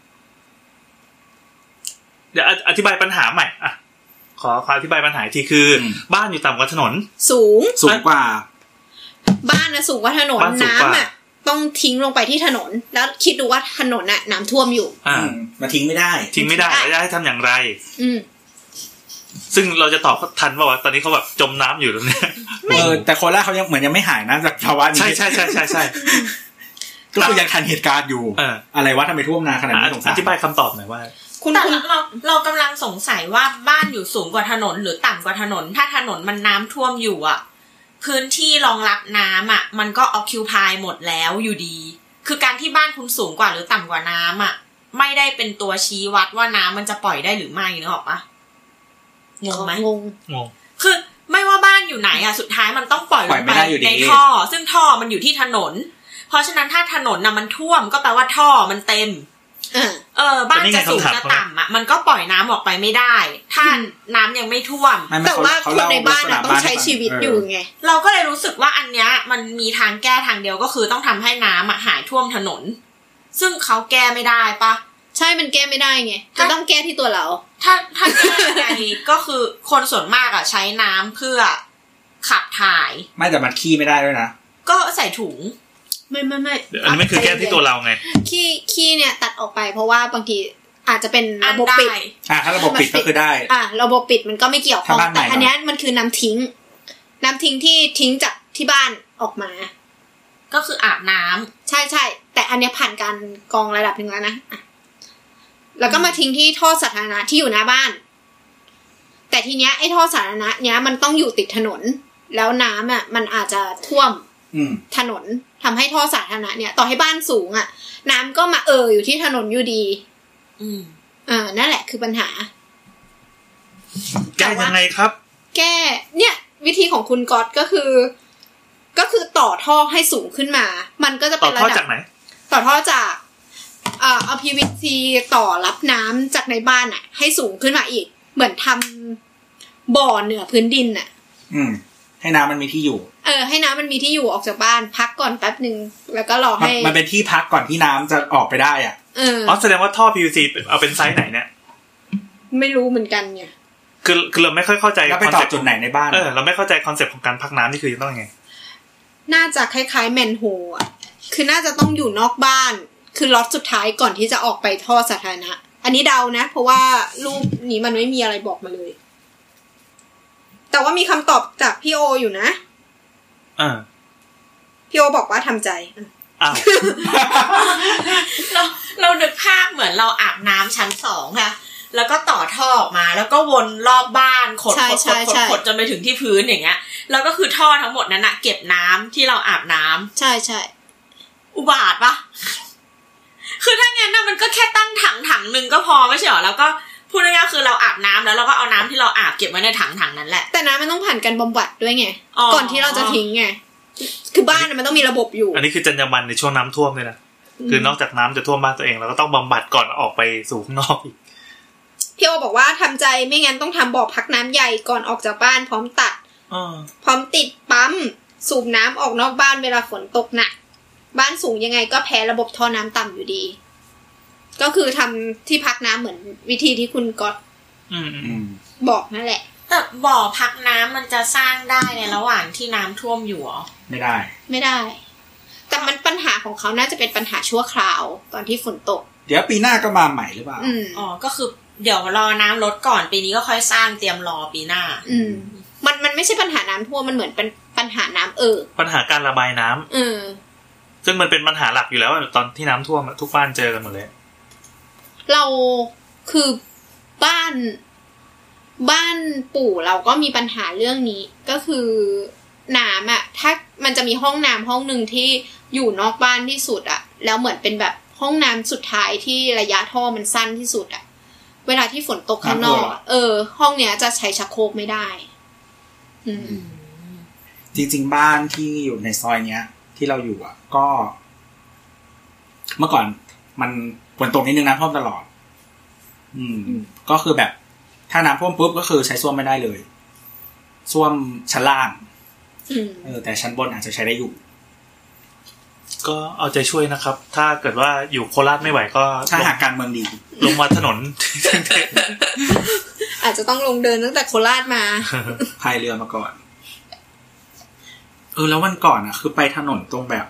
เดี๋ยวอธิบายปัญหาใหม่อะขอขออธิบายปัญหาทีคือบ้านอยู่ต่ำกว่าถนนสูงสูงกว่าบ้านนะสูงกว่าถนนน้ำอะต้องทิ้งลงไปที่ถนนแล้วคิดดูว่าถนนน่ะน้ำท่วมอยู่อ่ามาทิ้งไม่ได้ทิ้งไม่ได้แล้วจะให้ทำอย่างไรอืมซึ่งเราจะตอบทันป่าวว่าตอนนี้เขาแบบจมน้ำอยู่ตรงนี้เออแต่โคราชเขายังเหมือนยังไม่หายนะจากภาวะนี้ใช่ใช่ใช่ใช่ใช่ก็คือยังทันเหตุการณ์อยู่อะไรวะทำไมท่วมนานขนาดนี้สงสัยอธิบายคำตอบหน่อยว่าคุณเราเรากำลังสงสัยว่าบ้านอยู่สูงกว่าถนนหรือต่ำกว่าถนนถ้าถนนมันน้ำท่วมอยู่อ่ะพื้นที่รองรับน้ำอ่ะมันก็ออคิวพายหมดแล้วอยู่ดีคือการที่บ้านคุณสูงกว่าหรือต่ำกว่าน้ำอ่ะไม่ได้เป็นตัวชี้วัดว่าน้ำมันจะปล่อยได้หรือไม่นึกออกปะงงไหมงงงงคือไม่ว่าบ้านอยู่ไหนอ่ะสุดท้ายมันต้องปล่อยลงไปในท่อซึ่งท่อมันอยู่ที่ถนนเพราะฉะนั้นถ้าถนนน่ะมันท่วมก็แปลว่าท่อมันเต็มเออบ้านจะสูงจะต่ำอ่ะมันก็ปล่อยน้ำออกไปไม่ได้ถ้าน้ำยังไม่ท่วมแต่ว่าคนในบ้านต้องใช้ชีวิตอยู่ไงเราก็เลยรู้สึกว่าอันเนี้ยมันมีทางแก้ทางเดียวก็คือต้องทำให้น้ำอ่ะหายท่วมถนนซึ่งเขาแก้ไม่ได้ปะใช่มันแก้ไม่ได้ไงก็ต้องแก้ที่ตัวเราถ้าถ้าแก้ไงก็คือคนส่วนมากอ่ะใช้น้ำเพื่อขับถ่ายไม่แต่มันขี้ไม่ได้ด้วยนะก็ใส่ถุงไม่ไม่ไม่อันนี้ไม่คือแก้ที่ตัวเราไงขี้ขี้เนี่ยตัดออกไปเพราะว่าบางทีอาจจะเป็นระบบปิดอ่าถ้าระบบปิดก็คือได้อ่าระบบปิดมันก็ไม่เกี่ยวข้องแต่อันนี้มันคือน้ำทิ้งน้ำทิ้งที่ทิ้งจากที่บ้านออกมาก็คืออาบน้ำใช่ใช่แต่อันนี้ผ่านการกรองระดับหนึ่งแล้วนะแล้วก็มาทิ้งที่ท่อสาธารณะที่อยู่หน้าบ้านแต่ทีเนี้ยไอ้ท่อสาธารณะเนี้ยมันต้องอยู่ติดถนนแล้วน้ำอ่ะมันอาจจะท่วมถนนทำให้ท่อสาธารณะเนี่ยต่อให้บ้านสูงอ่ะน้ำก็มาเอ่ออยู่ที่ถนนอยู่ดีอืมอ่านั่นแหละคือปัญหาแก้ยังไงครับแก้เนี่ยวิธีของคุณก๊อตก็คือก็คือต่อท่อให้สูงขึ้นมามันก็จะเป็นระดับต่อท่อจากไหนต่อท่อจากอ่าเอา พี วี ซี ต่อรับน้ำจากในบ้านอ่ะให้สูงขึ้นมาอีกเหมือนทำบ่อเหนือพื้นดินอ่ะอืมให้น้ำมันมีที่อยู่เออให้น้ำมันมีที่อยู่ออกจากบ้านพักก่อนแป๊บนึงแล้วก็รอให้มันเป็นที่พักก่อนที่น้ำจะออกไปได้อ่ะเอออ๋อแสดงว่าท่อ พี วี ซี เอาเป็นไซส์ไหนเนี่ยไม่รู้เหมือนกันเนี่ยคือคือเราไม่ค่อยเข้าใจคอนเซ็ปต์จุดไหนในบ้านเออเราไม่เข้าใจคอนเซ็ปต์ของการพักน้ำนี่คือต้องยังไงน่าจะคล้ายๆแมนโฮลอ่ะคือน่าจะต้องอยู่นอกบ้านคือล็อตสุดท้ายก่อนที่จะออกไปท่อสาธารณะอันนี้เดานะเพราะว่ารูปนี้มันไม่มีอะไรบอกมาเลยแแต่ว่ามีคำตอบจากพี่โออยู่นะอ่าพี่โอบอกว่าทำใจอ้าวเราเรานึกภาพเหมือนเราอาบน้ำชั้นสองค่ะแล้วก็ต่อท่อออกมาแล้วก็วนรอบบ้านขดๆๆๆจนไปถึงที่พื้นอย่างเงี้ยแล้วก็คือท่อทั้งหมดนั้นน่ะเก็บน้ำที่เราอาบน้ำใช่ๆอุบาทปะคือถ้างั้นน่ะมันก็แค่ตั้งถังถังนึงก็พอไม่ใช่หรอแล้วก็พูดง่ายๆคือเราอาบน้ำแล้วเราก็เอาน้ำที่เราอาบเก็บไว้ในถังถังนั้นแหละแต่น้ำมันต้องผ่านการบำบัดด้วยไงก่อนที่เราจะทิ้งไงคือบ้านมันต้องมีระบบอยู่อันนี้คือจรรยาบรรณในช่วงน้ำท่วมเลยนะคือนอกจากน้ำจะท่วมบ้านตัวเองเราก็ต้องบำบัดก่อนออกไปสู่ข้างนอกอีกพี่โอบอกว่าทำใจไม่งั้นต้องทำบ่อพักน้ำใหญ่ก่อนออกจากบ้านพร้อมตัดพร้อมติดปั๊มสูบน้ำออกนอกบ้านเวลาฝนตกหนักบ้านสูงยังไงก็แพ้ระบบท่อน้ำต่ำอยู่ดีก็คือทำที่พักน้ำเหมือนวิธีที่คุณก๊อตบอกนั่นแหละแต่บ่อพักน้ำมันจะสร้างได้ในระหว่างที่น้ำท่วมอยู่หรอไม่ได้ไม่ได้แต่มันปัญหาของเขาน่าจะเป็นปัญหาชั่วคราวตอนที่ฝนตกเดี๋ยวปีหน้าก็มาใหม่หรือเปล่าอ๋อก็คือเดี๋ยวรอน้ำลดก่อนปีนี้ก็ค่อยสร้างเตรียมรอปีหน้าอืมมันมันไม่ใช่ปัญหาน้ำท่วมมันเหมือนเป็นปัญหาน้ำเออปัญหาการระบายน้ำเออซึ่งมันเป็นปัญหาหลักอยู่แล้วตอนที่น้ำท่วมทุกบ้านเจอกันหมดเลยเราคือบ้านบ้านปู่เราก็มีปัญหาเรื่องนี้ก็คือน้ำอ่ะถ้ามันจะมีห้องน้ำห้องนึงที่อยู่นอกบ้านที่สุดอ่ะแล้วเหมือนเป็นแบบห้องน้ำสุดท้ายที่ระยะท่อมันสั้นที่สุดอ่ะเวลาที่ฝนตกข้างนอกเออห้องเนี้ยจะใช้ชักโครกไม่ได้อืมจริงๆบ้านที่อยู่ในซอยเนี้ยที่เราอยู่อ่ะก็เมื่อก่อนมันฝนตกนิดนึงน้ำท่วมตลอดอืมก็คือแบบถ้าน้ำท่วมปุ๊บก็คือใช้ส้วมไม่ได้เลยส้วมชั้นล่างเออแต่ชั้นบนอาจจะใช้ได้อยู่ก็เอาใจช่วยนะครับถ้าเกิดว่าอยู่โคราชไม่ไหวก็ถ้าหากการเมืองดีลงมาถนนอาจจะต้องลงเดินตั้งแต่โคราชมาพายเรือมาก่อนเออแล้ววันก่อนอ่ะคือไปถนนตรงแบบ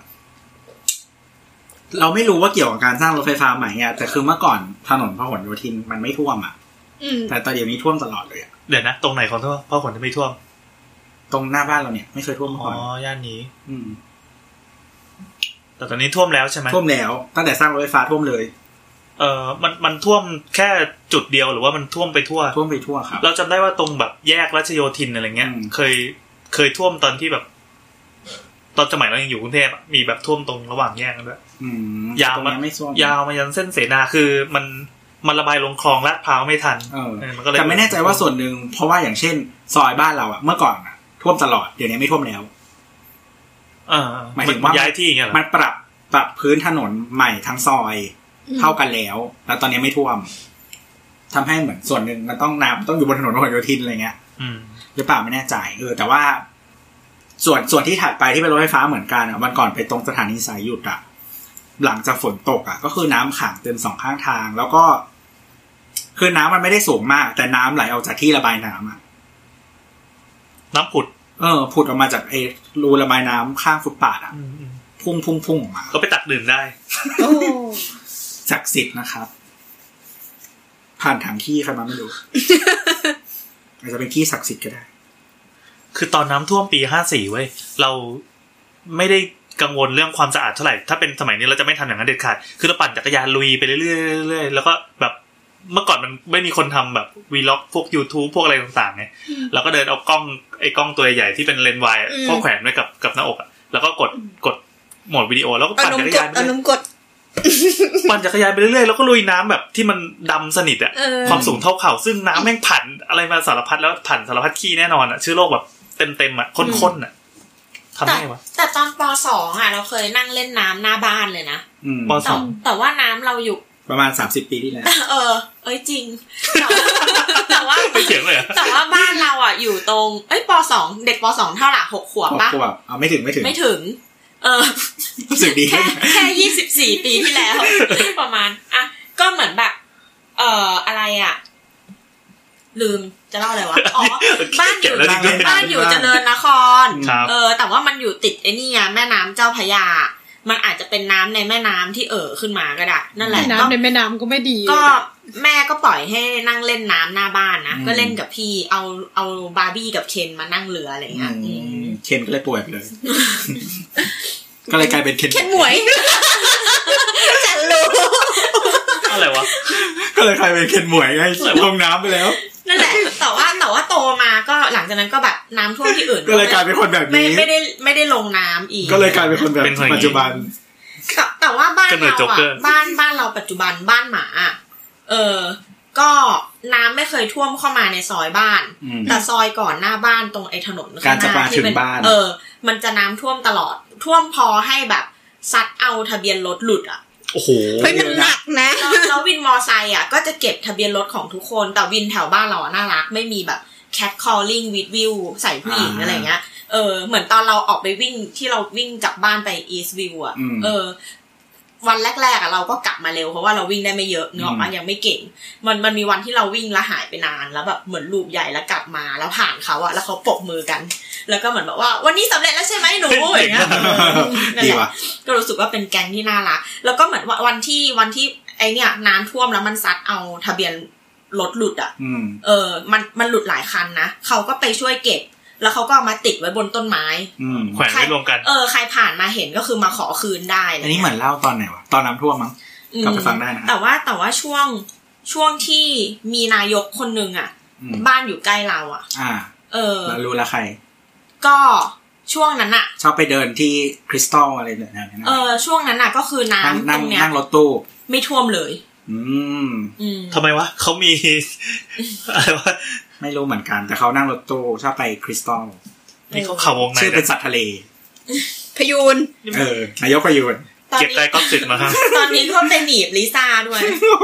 เราไม่รู้ว่าเกี่ยวกับการสร้างรถไฟฟ้าใหม่เนี่ยแต่คือเมื่อก่อนถนนพหลโยธินมันไม่ท่วมอ่ะแต่ตอนเดี๋ยวนี้ท่วมตลอดเลยอ่ะเดี๋ยวนะตรงไหนของท่วมพหลจะไม่ท่วมตรงหน้าบ้านเราเนี่ยไม่เคยท่วมมาก่อนอ๋อย่านนี้อืมแต่ตอนนี้ท่วมแล้วใช่ไหมท่วมแล้วตั้งแต่สร้างรถไฟฟ้าท่วมเลยเออมันมันท่วมแค่จุดเดียวหรือว่ามันท่วมไปทั่วท่วมไปทั่วครับเราจำได้ว่าตรงแบบแยกรัชโยธินอะไรเงี้ยเคยเคยท่วมตอนที่แบบตอนสมัยเรายังอยู่กรุงเทพมีแบบท่วมตรงระหว่างแยกกันด้วยยาวมายาวมายันเส้นเสนาคือมันมันระบายลงคลองลาดพร้าวไม่ทันเออแต่ไม่แน่ใจว่าส่วนหนึ่งเพราะว่าอย่างเช่นซอยบ้านเราอ่ะเมื่อก่อนอ่ะท่วมตลอดเดี๋ยวนี้ไม่ท่วมแล้วอ่าหมายถึงว่าย้ายที่เงี้ยมันปรับปรับพื้นถนนใหม่ทั้งซอยเท่ากันแล้วแล้วตอนนี้ไม่ท่วมทำให้เหมือนส่วนหนึ่งมันต้องน้ำต้องอยู่บนถนนพหลโยธินอะไรเงี้ยหรือเปล่าไม่แน่ใจเออแต่ว่าส่วนส่วนที่ถัดไปที่เป็นรถไฟฟ้าเหมือนกันอ่ะวันก่อนไปตรงสถานีสายหยุดอ่ะหลังจากฝนตกอ่ะก็คือน้ำขังเต็มสองข้างทางแล้วก็คือน้ำมันไม่ได้สูงมากแต่น้ำไหลออกจากที่ระบายน้ำอ่ะน้ำผุดเออผุดออกมาจากไอ้รูระบายน้ำข้างฟุตบาทอ่ะพุ่งพุ่งพุ่งออกมาก็ไปตักดื่มได้โอ้ศักดิ์สิทธิ์นะครับผ่านถังขี้ใครมาไม่รู้ อาจจะเป็นขี้ศักดิ์สิทธิ์ก็ได้คือตอนน้ำท่วมปีห้าสี่เว้ยเราไม่ได้กังวลเรื่องความสะอาดเท่าไหร่ถ้าเป็นสมัยนี้เราจะไม่ทำอย่างนั้นเด็ดขาดคือเราปั่นจักรยานลุยไปเรื่อยๆแล้วก็แบบเมื่อก่อนมันไม่มีคนทำแบบวีล็อกพวก YouTube พวกอะไรต่างๆไงเราก็เดินเอากล้องไอ้กล้องตัวใหญ่ที่เป็นเลนส์วายพวกแขวนไว้กับกับหน้าอกอ่ะแล้วก็กดกดโหมดวิดีโอแล้วก็ปั่นจักรยานไปเรื่อยๆปั่นจักรยานไปเรื่อยๆแล้วก็ลุยน้ำแบบที่มันดำสนิทอ่ะความสูงเท่าเข่าซึ่งน้ำแม่งผ่านอะไรมาสารพัดแล้วผ่านสารพัดขี้แน่นอนอ่ะเชื้อโรคแบบเต็มๆอ่ะข้นๆอ่ะทำได้วะแต่ตอนป.สอง อ่ะเราเคยนั่งเล่นน้ำหน้าบ้านเลยนะป.สองแต่ว่าน้ำเราอยู่ประมาณสามสิบปีที่แล้วเออเอ้ยจริงแต่ว่าไปเถียงเลยแต่ว่าบ้านเราอ่ะอยู่ตรงเอ้ยป.สอง เด็กป.สอง เท่าไหร่หกขวบป่ะหกขวบเอาไม่ถึงไม่ถึงไม่ถึงเออรู้สึกดีแค่แค่ยี่สิบสี่ปีที่แล้วประมาณอ่ะก็เหมือนแบบเอ่ออะไรอ่ะลืมจะเล่าอะไรวะอ๋อบ้านอยู่บ้านอยู่เจริญนครเออแต่ว่ามันอยู่ติดไอ้นี่ไงแม่น้ำเจ้าพระยามันอาจจะเป็นน้ำในแม่น้ำที่เอ่อขึ้นมาก็ได้นั่นแหละน้ำในแม่น้ำก็ไม่ดีก็แม่ก็ปล่อยให้นั่งเล่นน้ำหน้าบ้านนะก็เล่นกับพี่เอาเอาบาร์บี้กับเคนมานั่งเรืออะไรอย่างเงี้ยเคนก็เลยป่วยไปเลยก็เลยกลายเป็นเคนเคนหมวยฉันรู้อะไรวะก็เลยกลายเป็นเคนหมวยไงลงน้ำไปแล้วนั่นแหละแต่ว่าแต่ว่าโตมาก็หลังจากนั้นก็แบบน้ำท่วมที่อื่นก็เลยกลายเป็นคนแบบนี้ไม่ได้ไม่ได้ลงน้ำอีกก็เลยกลายเป็นคนแบบปัจจุบันแต่ว่าบ้านเราอ่ะบ้านบ้านเราปัจจุบันบ้านหมาเออก็น้ำไม่เคยท่วมเข้ามาในซอยบ้านแต่ซอยก่อนหน้าบ้านตรงไอ้ถนนการจะมาถึงบ้านเออมันจะน้ำท่วมตลอดท่วมพอให้แบบซัดเอาทะเบียนรถหลุดอ่ะโอ้โหเฮ้ยมันหนักนะแล้ววินมอไซค์อ่ะก็จะเก็บทะเบียนรถของทุกคนแต่วินแถวบ้านเราอ่ะน่ารักไม่มีแบบแคทคอลลิ่งวิดวิวใส่ผู้หญิงอะไรเงี้ยเออเหมือนตอนเราออกไปวิ่งที่เราวิ่งจากบ้านไปอีสต์วิวอ่ะเออวันแรกๆอ่ะเราก็กลับมาเร็วเพราะว่าเราวิ่งได้ไม่เยอะเนอะมันยังไม่เก่งมันมันมีวันที่เราวิ่งแล้วหายไปนานแล้วแบบเหมือนลูปใหญ่แล้วกลับมาแล้วผ่านเขาอ่ะแล้วเขาปรบมือกันแล้วก็เหมือนแบบว่าวันนี้สำเร็จแล้วใช่ไหมหนูอย่างเงี้ยนั่นแหละก็รู้สึกว่าเป็นแก๊งที่น่ารักแล้วก็เหมือนวันที่วันที่ไอเนี่ยน้ำท่วมแล้วมันซัดเอาทะเบียนรถหลุดอ่ะเออมันมันหลุดหลายคันนะเขาก็ไปช่วยเก็บแล้วเขาก็เอามาติดไว้บนต้นไม้แขวนไว้รวมกันเออใครผ่านมาเห็นก็คือมาขอคืนได้อันนี้เหมือนเล่าตอนไหนวะตอนน้ำท่วมมั้งกลับไปฟังได้นะแต่ว่าแต่ว่าช่วงช่วงที่มีนายกคนนึงอ่ะบ้านอยู่ใกล้เราอ่ะอ่าเออแล้วรู้ละใครก็ช่วงนั้นอ่ะชอบไปเดินที่คริสตัลอะไรแบบนั้นเออช่วงนั้นอ่ะก็คือน้ำตรงเนี้ยนั่งรถตู้ไม่ท่วมเลยอืมทำไมวะเขามีอะไรวะไม่รู้เหมือนกันแต่เขานั่งรถตู้ชอบไปคริสตัลนี่เขาข่าววงในชื่อเป็นสัตว์ทะเลพยูนเออนายกพยูนเก็บใจก็สึกมาครับตอนนี้เขาไปหนีบลิซ่าด้วย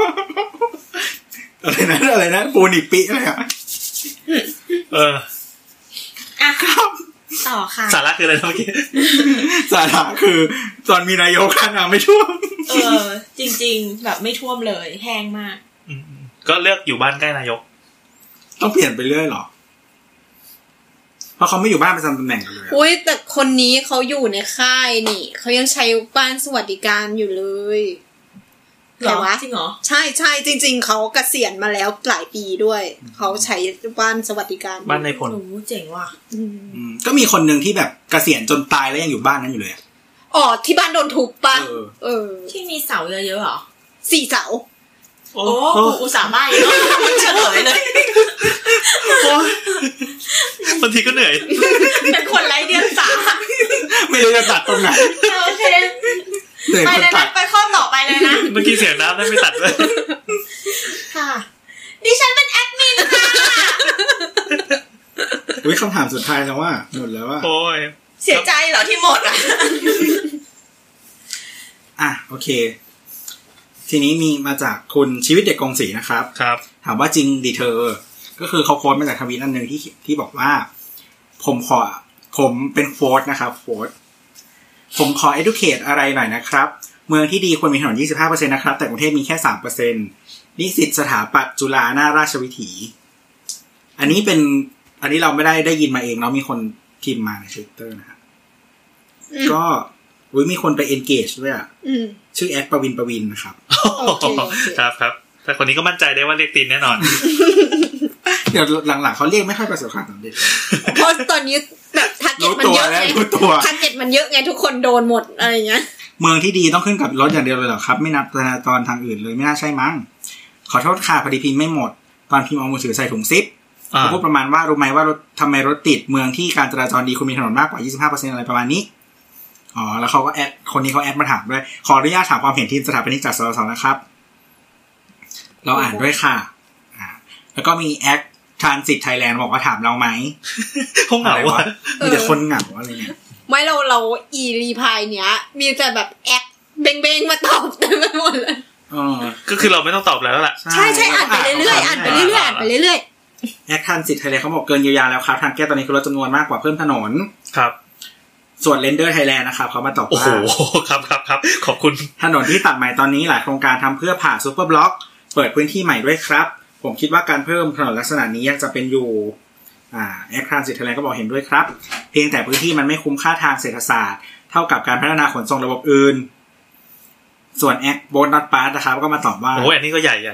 อะไรนะอะไรนะปูนิปิอะไรอ่ะเอออ่ะครับต่อค่ะสาระคืออะไรเมื่อกี้สาระคือตอนมีนายกขนาดไม่ท่วมเออจริงๆแบบไม่ท่วมเลยแห้งมากก็เลือกอยู่บ้านใกล้นายกต้องเปลี่ยนไปเรื่อยหรอเพราะเขาไม่อยู่บ้านประจำตำแหน่งกันเลยอุ้ยแต่คนนี้เขาอยู่ในค่ายนี่เขายังใช้บ้านสวัสดิการอยู่เลยเหรอจริงเหรอใช่ใช่จริงๆเขาเกษียณมาแล้วหลายปีด้วยเขาใช้บ้านสวัสดิการบ้านในพลโอ้เจ๋งว่ะก็มีคนนึงที่แบบเกษียณจนตายแล้วยังอยู่บ้านนั้นอยู่เลยอ๋อที่บ้านโดนทุบป่ะเออที่มีเสาเยอะๆเหรอสี่เสาโอ้อุตส่าห์ไม่เนาะมันเฉลยเลยบางทีก็เหนื่อยเป็นคนไร้เดียงสาไม่รู้จะตัดตรงไหนโอเคไปเลยนะไปข้อต่อไปเลยนะเมื่อกี้เสียงน้ำได้ไม่ตัดเลยค่ะดิฉันเป็นแอดมินค่ะอุ้ยคำถามสุดท้ายแล้วว่าหมดแล้วว่าโอ้ยเสียใจเหรอที่หมดอ่ะอ่ะโอเคทีนี้มีมาจากคุณชีวิตเด็กกองศรีนะครับครับถามว่าจริงดิเธอก็คือเขาโค้ดมาจากทวีตอันนึงที่ที่บอกว่าผมขอผมเป็นโค้ดนะครับโค้ดผมขอ educate อะไรหน่อยนะครับเมืองที่ดีควรมีถนน ยี่สิบห้าเปอร์เซ็นต์ นะครับแต่กรุงเทพมีแค่ สามเปอร์เซ็นต์ นิสิตสถาปัตย์จุฬาหน้าราชวิถีอันนี้เป็นอันนี้เราไม่ได้ได้ยินมาเองเนาะมีคนพิมพ์มาใน Twitter นะครับก็อุ๊ยมีคนไป engage ด้วยอ่ะชื่อแอดปวินปวินนะครับครับครับแต่คนนี้ก็มั่นใจได้ว่าเรียกตีนแน่นอนเดี๋ยวหลังๆเขาเรียกไม่ค่อยประสบความสำเร็จเพราะตอนนี้แบบทาร์เก็ตมันเยอะไงทาร์เก็ตมันเยอะไงทุกคนโดนหมดอะไรอย่างเงี้ยเมืองที่ดีต้องขึ้นกับรถอย่างเดียวเลยเหรอครับไม่นับจราจรทางอื่นเลยไม่น่าใช่มั้งขอโทษค่ะพอดีพิมพ์ไม่หมดตอนพิมพ์เอามือถือใส่ถุงซิปเขาพูดประมาณว่ารู้ไหมว่ารถทำไมรถติดเมืองที่การจราจรดีคุณมีถนนมากกว่า ยี่สิบห้าเปอร์เซ็นต์ อะไรประมาณนี้อ๋อแล้วเขาก็แอดคนนี้เขาแอดมาถามด้วยขออนุญาตถามความเห็นทีมสถาปนิกจากสสนะครับเราอ่านด้วยค่ะอ่าแล้วก็มีแอคทรานสิตไทยแลนด์บอกว่าถามเราไหมเขาเหงาว่ะมีแต่คนเหงาอะไรเงี้ยไม่เราเราอีรีพายเนี้ยมีแต่แบบแอคเบ้งๆมาตอบเต็มไปหมดเลยอ๋อก็คือเราไม่ต้องตอบแล้วล่ะใช่ใช่อ่านไปเรื่อยๆอ่านไปเรื่อยๆอ่านไปเรื่อยๆแอคทรานสิตไทยแลนด์เขาบอกเกินเยียวยาแล้วครับทางแก้ตอนนี้คือลดจำนวนมากกว่าเพิ่มถนนครับส่วนเรนเดอร์ไทยแลนด์นะครับเขามาตอบว่าโอ้โหครับครับครับขอบคุณถนนที่ตัดใหม่ตอนนี้หลายโครงการทำเพื่อผ่าซูเปอร์บล็อกเปิดพื้นที่ใหม่ด้วยครับผมคิดว่าการเพิ่มถนนลักษณะนี้ยังจะเป็นอยู่อ่าแอคทรานสิตไทยแลนด์ก็บอกเห็นด้วยครับเพียงแต่พื้นที่มันไม่คุ้มค่าทางเศรษฐศาสตร์เท่ากับการพัฒนาขนส่งระบบอื่นส่วนแอคโบนน็อตพาร์ทนะครับก็มาตอบว่าโอ้ยอันนี้ก็ใหญ่ใหญ่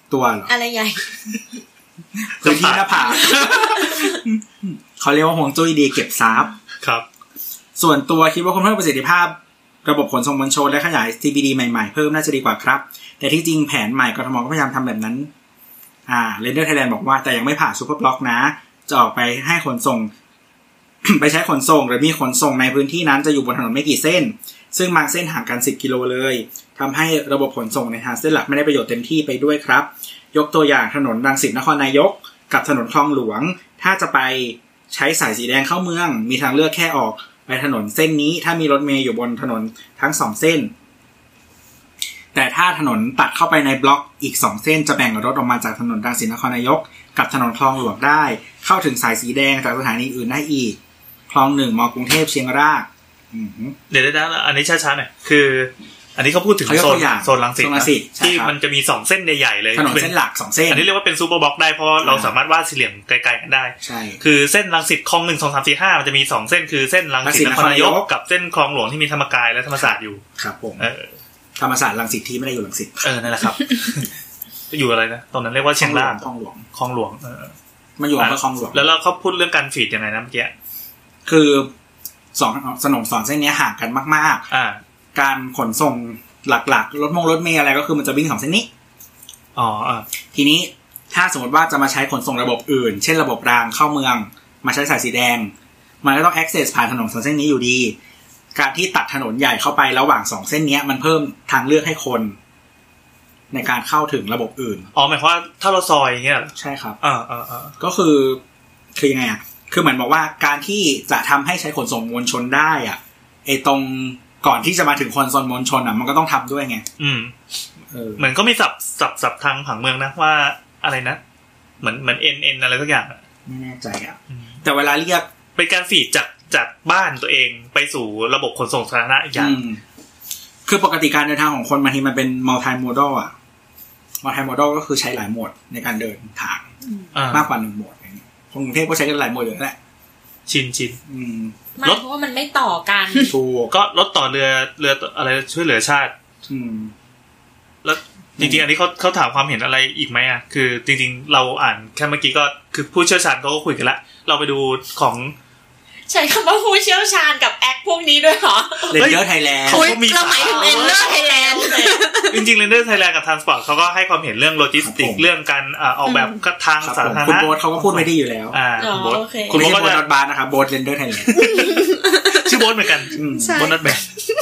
ตัวเหรออะไรใหญ่พื้นที่หน้าผากเขาเรียกว่าฮวงจุ้ยดีเก็บทรัพย์ครับส่วนตัวคิดว่าคนเพิ่มประสิทธิภาพระบบขนส่งมวลชนและขยาย ซี บี ดี ใหม่ๆเพิ่มน่าจะดีกว่าครับแต่ที่จริงแผนใหม่กทมก็พยายามทำแบบนั้นอ่า Render Thailand บอกว่าแต่ยังไม่ผ่านซุปเปอร์บล็อกนะจะออกไปให้ขนส่ง ไปใช้ขนส่งหรือมีขนส่งในพื้นที่นั้นจะอยู่บนถนนไม่กี่เส้นซึ่งบางเส้นห่างกันสิบกิโลเลยทำให้ระบบขนส่งในทางเส้นหลักไม่ได้ประโยชน์เต็มที่ไปด้วยครับยกตัวอย่างถนนรังสิตนครนายกกับถนนคลองหลวงถ้าจะไปใช้สายสีแดงเข้าเมืองมีทางเลือกแค่ออกไปถนนเส้นนี้ถ้ามีรถเมล์อยู่บนถนนทั้งสองเส้นแต่ถ้าถนนตัดเข้าไปในบล็อกอีกสองเส้นจะแบ่งรถออกมาจากถนนรังสิตนครนายกกับถนนคลองหลวงได้เข้าถึงสายสีแดงจากสถานีอื่นได้อีกคลองหนึ่งมกรุงเทพเชียงรากเดี๋ยวได้ๆอันนี้ช้าๆหน่อยคืออันนี้เขาพูดถึงโซนโซนรังสิตที่มันจะมีสองเส้นใหญ่ๆเลยถนนเส้นหลักสองเส้นอันนี้เรียกว่าเป็นซูเปอร์บล็อกได้เพราะเราสามารถวาดสี่เหลี่ยมไกลๆกันได้ใช่คือเส้นรังสิตคลองหนึ่ง สอง สาม สี่ ห้ามันจะมีสองเส้นคือเส้นรังสิตนครนายกกับเส้นคลองหลวงที่มีธรรมกายและธรรมศาสตร์อยู่ครับผมเออธรรมศาสตร์รังสิตที่ไม่ได้อยู่รังสิตเออนั่นแหละครับอยู่อะไรนะตรงนั้นเรียกว่าเชียงรากคลองหลวงคลองหลวงเออมาอยู่กับคลองหลวงแล้วเราเขาพูดเรื่องการฟีดยังไงนะเมื่อกี้คือสองถนนสองเส้นนี้ห่างกันมากๆอ่าการขนส่งหลักๆรถมงรถเมล์อะไรก็คือมันจะวิ่งสองเส้นนี้อ๋ออ่าทีนี้ถ้าสมมติว่าจะมาใช้ขนส่งระบบอื่นเช่นระบบรางเข้าเมืองมาใช้สายสีแดงมันก็ต้อง access ผ่านถนนสองเส้นนี้อยู่ดีการที่ตัดถนนใหญ่เข้าไประหว่างสองเส้นนี้มันเพิ่มทางเลือกให้คนในการเข้าถึงระบบอื่นอ๋อหมายความว่าถ้าเราซอยอย่างเงี้ยใช่ครับอ่าๆๆก็คือคือยังไงอ่ะคือเหมือนบอกว่าการที่จะทำให้ใช้ขนส่งมวลชนได้อ่ะไอ้ตรงก่อนที่จะมาถึงขนส่งมวลชนอ่ะมันก็ต้องทำด้วยไงอืมเออเหมือนก็มีศัพท์ศัพท์ศัพท์ทางผังเมืองนะว่าอะไรนะเหมือนเหมือน เอ็น เอ็น อะไรสักอย่างไม่แน่ใจอ่ะแต่เวลาเรียกเป็นการฟีดจากจากบ้านตัวเองไปสู่ระบบขนส่งสาธารณะอีกอย่างคือปกติการเดินทางของคนบางทีมันเป็นมัลติโมดัลอ่ะมัลติโมดัลก็คือใช้หลายโหมดในการเดินทางมากกว่าหนึ่งโหมดอย่างเงี้ยคนกรุงเทพก็ใช้กันหลายโหมดอยู่แล้วแหละชินชินรถเพราะว่ามันไม่ต่อกันถูกก็รถต่อเรือเรืออะไรช่วยเหลือชาติแล้วจริงๆอันนี้เขาเขาถามความเห็นอะไรอีกไหมอ่ะคือจริงๆเราอ่านแค่เมื่อกี้ก็คือผู้เชี่ยวชาญเขาก็คุยกันละเราไปดูของใช้คำว่าผู้เชี่ยวชาญกับแอคพวกนี้ด้วยเหรอ Render Thailand เขามีเราหมายถึง Render Thailand จริงๆ Render Thailand กับ Transport เขาก็ให้ความเห็นเรื่องโลจิสติกเรื่องการออกแบบทางสาธารณะคุณโบ๊ทเขาก็พูดไม่ได้อยู่แล้วอ่าคุณโบ๊ทคุณโบ๊ทก็จะบาร์นะครับโบ๊ท Render Thailand ชื่อโบ๊ทเหมือนกันโบ๊ทนัทแบง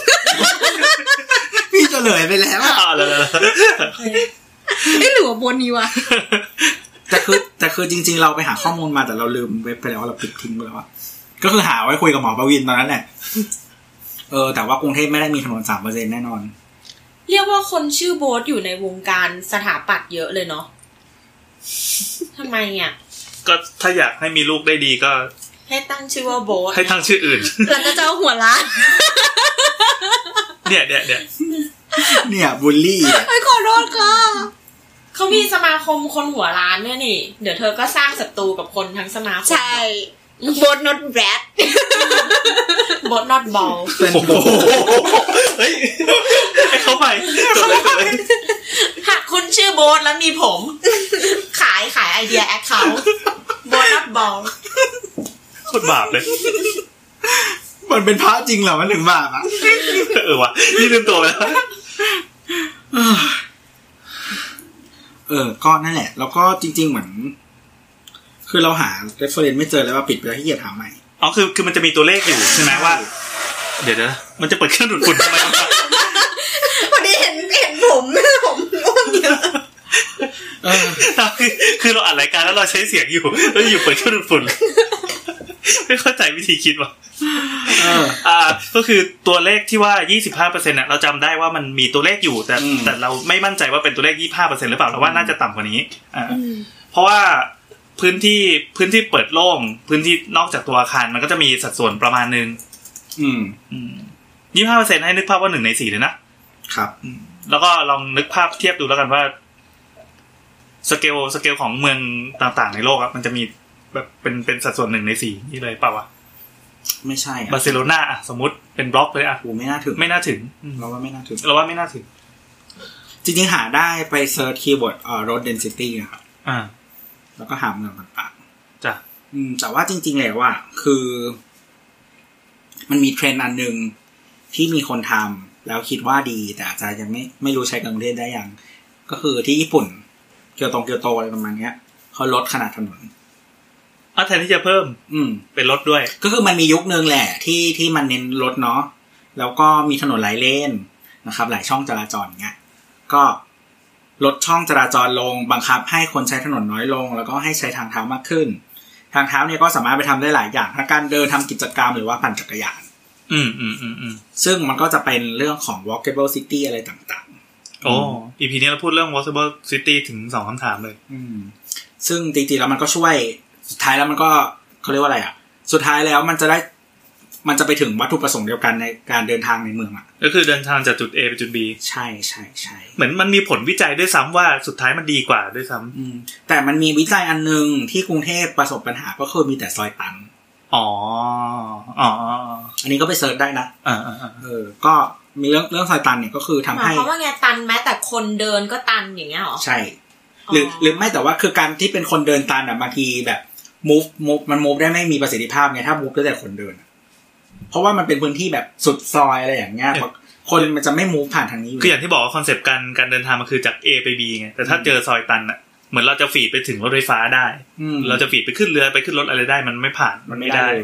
พี่จะเหลื่อยไปแล้วอ๋อเลยๆไม่หรือว่าโบ๊ทนี้วะแต่คือแต่คือจริงๆเราไปหาข้อมูลมาแต่เราลืมเว็บไปแล้วเราปิดทิ้งไปแล้วก็คือหาไว้คุยกับหมอประวินตอนนั้นแหละเออแต่ว่ากรุงเทพไม่ได้มีถนน สามเปอร์เซ็นต์ แน่นอนเรียกว่าคนชื่อโบ๊ทอยู่ในวงการสถาปัตย์เยอะเลยเนาะทำไมอ่ะก็ถ้าอยากให้มีลูกได้ดีก็ให้ตั้งชื่อว่าโบ๊ทให้ตั้งชื่ออื่นแล้วก็เจ้าหัวล้านเนี่ยเนี่ยเนี่ยเนี่ยบูลลี่ไอ้ขอโทษค่ะเขามีสมาคมคนหัวล้านเนี่ยนี่เดี๋ยวเธอก็สร้างศัตรูกับคนทั้งสมาคมใช่Boat not rat Boat not ball โอ้โหเฮ้ยให้เขาไปจบเลยหากคุณชื่อโบ๊ทแล้วมีผมขายขายไอเดียแอคเคาท์ Boat not ball โคตรบาปเลยมันเป็นพระจริงเหรอมันถึงบาปอ่ะเออว่ะนี่ลืมตัวไปแล้วเออก็นั่นแหละแล้วก็จริงๆเหมือนคือเราหา reference ไม่เจอแล้วว่าปิดไปแล้วที่จะถามใหม่อ๋อคือคือมันจะมีตัวเลขอยู่ใช่ไหมว่าเดี๋ยวนะมันจะเปิดเครื่องดูดฝุ่นทำไมพอดีเห็นเห็นผมผมง่วงเยอะเออคือคือเราอัดรายการแล้วเราใช้เสียงอยู่แล้วอยู่เปิดเครื่องดูดฝุ่นไม่เข้าใจวิธีคิดว่ะเอออ่าก็คือตัวเลขที่ว่า ยี่สิบห้าเปอร์เซ็นต์ น่ะเราจำได้ว่ามันมีตัวเลขอยู่แต่แต่เราไม่มั่นใจว่าเป็นตัวเลข ยี่สิบห้าเปอร์เซ็นต์ หรือเปล่าเราว่าน่าจะต่ำกว่านี้อ่าเพราะว่าพื้นที่พื้นที่เปิดโล่งพื้นที่นอกจากตัวอาคารมันก็จะมีสัดส่วนประมาณนึงอืมอืม ยี่สิบห้าเปอร์เซ็นต์ ให้นึกภาพว่าหนึ่งในสี่เลยนะครับแล้วก็ลองนึกภาพเทียบดูแล้วกันว่าสเกลสเกลของเมืองต่างๆในโลกอ่ะมันจะมีแบบเป็นเป็นสัดส่วนหนึ่งในสี่นี่เลยเปล่าวะไม่ใช่อ่ะบาร์เซโลนาอ่ะสมมุติเป็นบล็อกเลยอ่ะโหไม่น่าถึงไม่น่าถึงเราว่าไม่น่าถึงเราว่าไม่น่าถึงจริงๆหาได้ไปเซิร์ชคีย์เวิร์ดเอ่อ road density นะครับอ่าแล้วก็หาเมืองต่างๆจ้ะอืมแต่ว่าจริงๆแล้วอ่ะคือมันมีเทรนด์อันนึงที่มีคนทำแล้วคิดว่าดีแต่อาจจะยังไม่ไม่รู้ใช้กับกรุงเทพได้ยังก็คือที่ญี่ปุ่นเกียวโตเกียวโตอะไรประมาณนี้เขาลดขนาดถนนอ๋อแทนที่จะเพิ่มอืมเป็นรถด้วยก็คือมันมียุคนึงแหละที่ที่มันเน้นรถเนาะแล้วก็มีถนนหลายเลนนะครับหลายช่องจราจรเงี้ยก็ลดช่องจราจรลงบังคับให้คนใช้ถนนน้อยลงแล้วก็ให้ใช้ทางเท้ามากขึ้นทางเท้าเนี่ยก็สามารถไปทำได้หลายอย่างทั้งการเดินทำกิจกรรมหรือว่าปั่นจักรยานอืมอืมอืมอืมซึ่งมันก็จะเป็นเรื่องของ walkable city อะไรต่างๆโอ้ อี พี นี้เราพูดเรื่อง walkable city ถึงสองคำถามเลยอืมซึ่งจริงๆแล้วมันก็ช่วยสุดท้ายแล้วมันก็เขาเรียกว่าอะไรอ่ะสุดท้ายแล้วมันจะได้มันจะไปถึงวัตถุประสงค์เดียวกันในการเดินทางในเมืองอ่ะก็คือเดินทางจากจุด A ไปจุด B ใช่ใช่ใช่เหมือนมันมีผลวิจัยด้วยซ้ำว่าสุดท้ายมันดีกว่าด้วยซ้ำอืมแต่มันมีวิจัยอันนึงที่กรุงเทพประสบปัญหาก็คือมีแต่ซอยตันอ๋ออ๋ออันนี้ก็ไปเสิร์ชได้นะอ่าๆเออก็มีเรื่องเรื่องซอยตันเนี่ยก็คือทำให้เพราะว่าไงตันแม้แต่คนเดินก็ตันอย่างเงี้ยหรอใช่หรือหรือไม่แต่ว่าคือการที่เป็นคนเดินตันอ่ะบางทีแบบ move move มัน move ได้ไม่มีประสิทธิภาพไงถ้า move ได้แต่คนเดินเพราะว่ามันเป็นพื้นที่แบบสุดซอยอะไรอย่างเงี้ยคนมันจะไม่ move ผ่านทางนี้คืออย่างที่บอกว่าคอนเซปต์การการเดินทางมันคือจาก A ไป B ไงแต่ถ้าเจอซอยตันอ่ะเหมือนเราจะฟีดไปถึงรถไฟฟ้าได้เราจะฟีดไปขึ้นเรือไปขึ้นรถอะไรได้มันไม่ผ่านมันไม่ได้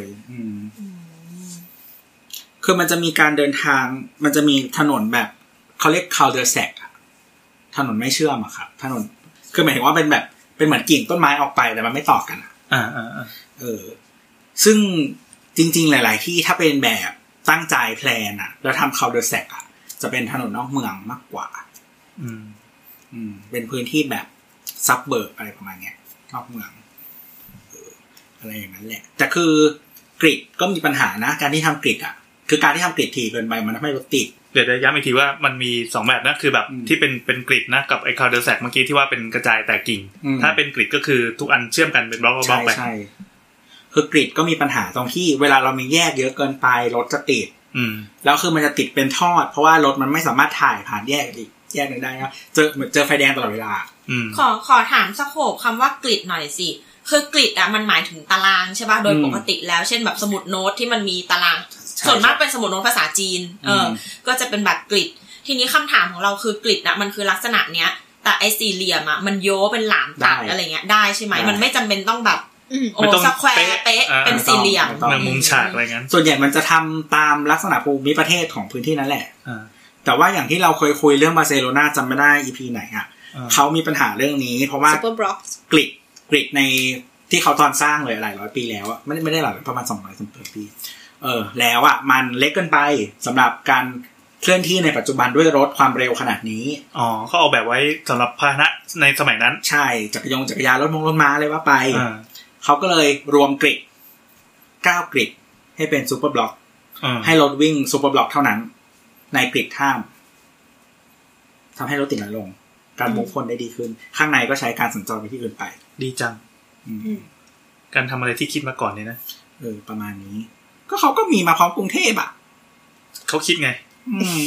คือมันจะมีการเดินทางมันจะมีถนนแบบเขาเรียก cul-de-sac ถนนไม่เชื่อมอะครับถนนคือหมายถึงว่าเป็นแบบเป็นเหมือนกิ่งต้นไม้ออกไปแต่มันไม่ต่อกันอ่าๆเออซึ่งจริงๆหลายๆที่ถ้าเป็นแบบตั้งใจแพลนอะแล้วทำ cul-de-sac อะจะเป็นถนนนอกเมืองมากกว่าอืมอืมเป็นพื้นที่แบบซับเบิร์บอะไรประมาณเนี้ยนอกเมืองเอออะไรอย่างนั้นแหละแต่คือกริดก็มีปัญหานะการที่ทำกริดอะคือการที่ทำกริดถี่เกินไปมันทำให้รถติดเดี๋ยวจะย้ำอีกทีว่ามันมีสองแบบนะคือแบบที่เป็นเป็นกริดนะกับไอ้ cul-de-sac เมื่อกี้ที่ว่าเป็นกระจายแตกกิ่งถ้าเป็นกริดก็คือทุกอันเชื่อมกันเป็นบล็อกๆไปใช่ๆคือกริดก็มีปัญหาตรงที่เวลาเรามีแยกเยอะเกินไปรถจะติดอืมแล้วคือมันจะติดเป็นทอดเพราะว่ารถมันไม่สามารถถ่ายผ่านแยกอีกแยกนึงได้นะเจอเหมือนเจอไฟแดงตลอดเวลาอืมขอขอถามสโคปคำว่ากริดหน่อยสิคือกริดอ่ะมันหมายถึงตารางใช่ป่ะโดยปกติแล้วเช่นแบบสมุดโน้ตที่มันมีตารางส่วนมากเป็นสมุดโน้ตภาษาจีนเออก็จะเป็นแบบกริดทีนี้คำถามของเราคือกริดอ่ะมันคือลักษณะเนี้ยแต่ไอ้สี่เหลี่ยมอ่ะมันโยเป็นหลามตัดอะไรเงี้ยได้ใช่ไหมมันไม่จำเป็นต้องแบบโอ้สแควร์เป๊ะเป็นสี่เหลี่ยมมุมฉากอะไรเงี้ยส่วนใหญ่มันจะทำตามลักษณะภูมิประเทศของพื้นที่นั่นแหละแต่ว่าอย่างที่เราเคยคุยเรื่องบาร์เซโลนาจำไม่ได้ อี พี ไหนอ่ะเขามีปัญหาเรื่องนี้เพราะว่ากริดกริดในที่เขาตอนสร้างเลยหลายร้อยปีแล้วอ่ะไม่ไม่ได้หลายประมาณสองร้อยปีเออแล้วอ่ะมันเล็กเกินไปสำหรับการเคลื่อนที่ในปัจจุบันด้วยรถความเร็วขนาดนี้อ๋อเขาเอาแบบไว้สำหรับพาหนะในสมัยนั้นใช่จักรยานจักรยานรถมงรถม้าเลยว่าไปเขาก็เลยรวมกริดเก้ากริดให้เป็นซูเปอร์บล็อกให้รถวิ่งซูเปอร์บล็อกเท่านั้นในกริดห้ามทำให้รถติดน้อยลงการมุ่งคนได้ดีขึ้นข้างในก็ใช้การสัญจรไปที่อื่นไปดีจังการทำอะไรที่คิดมาก่อนเนี่ยนะเออประมาณนี้ก็เขาก็มีมาพร้อมกรุงเทพอ่ะเขาคิดไงอืม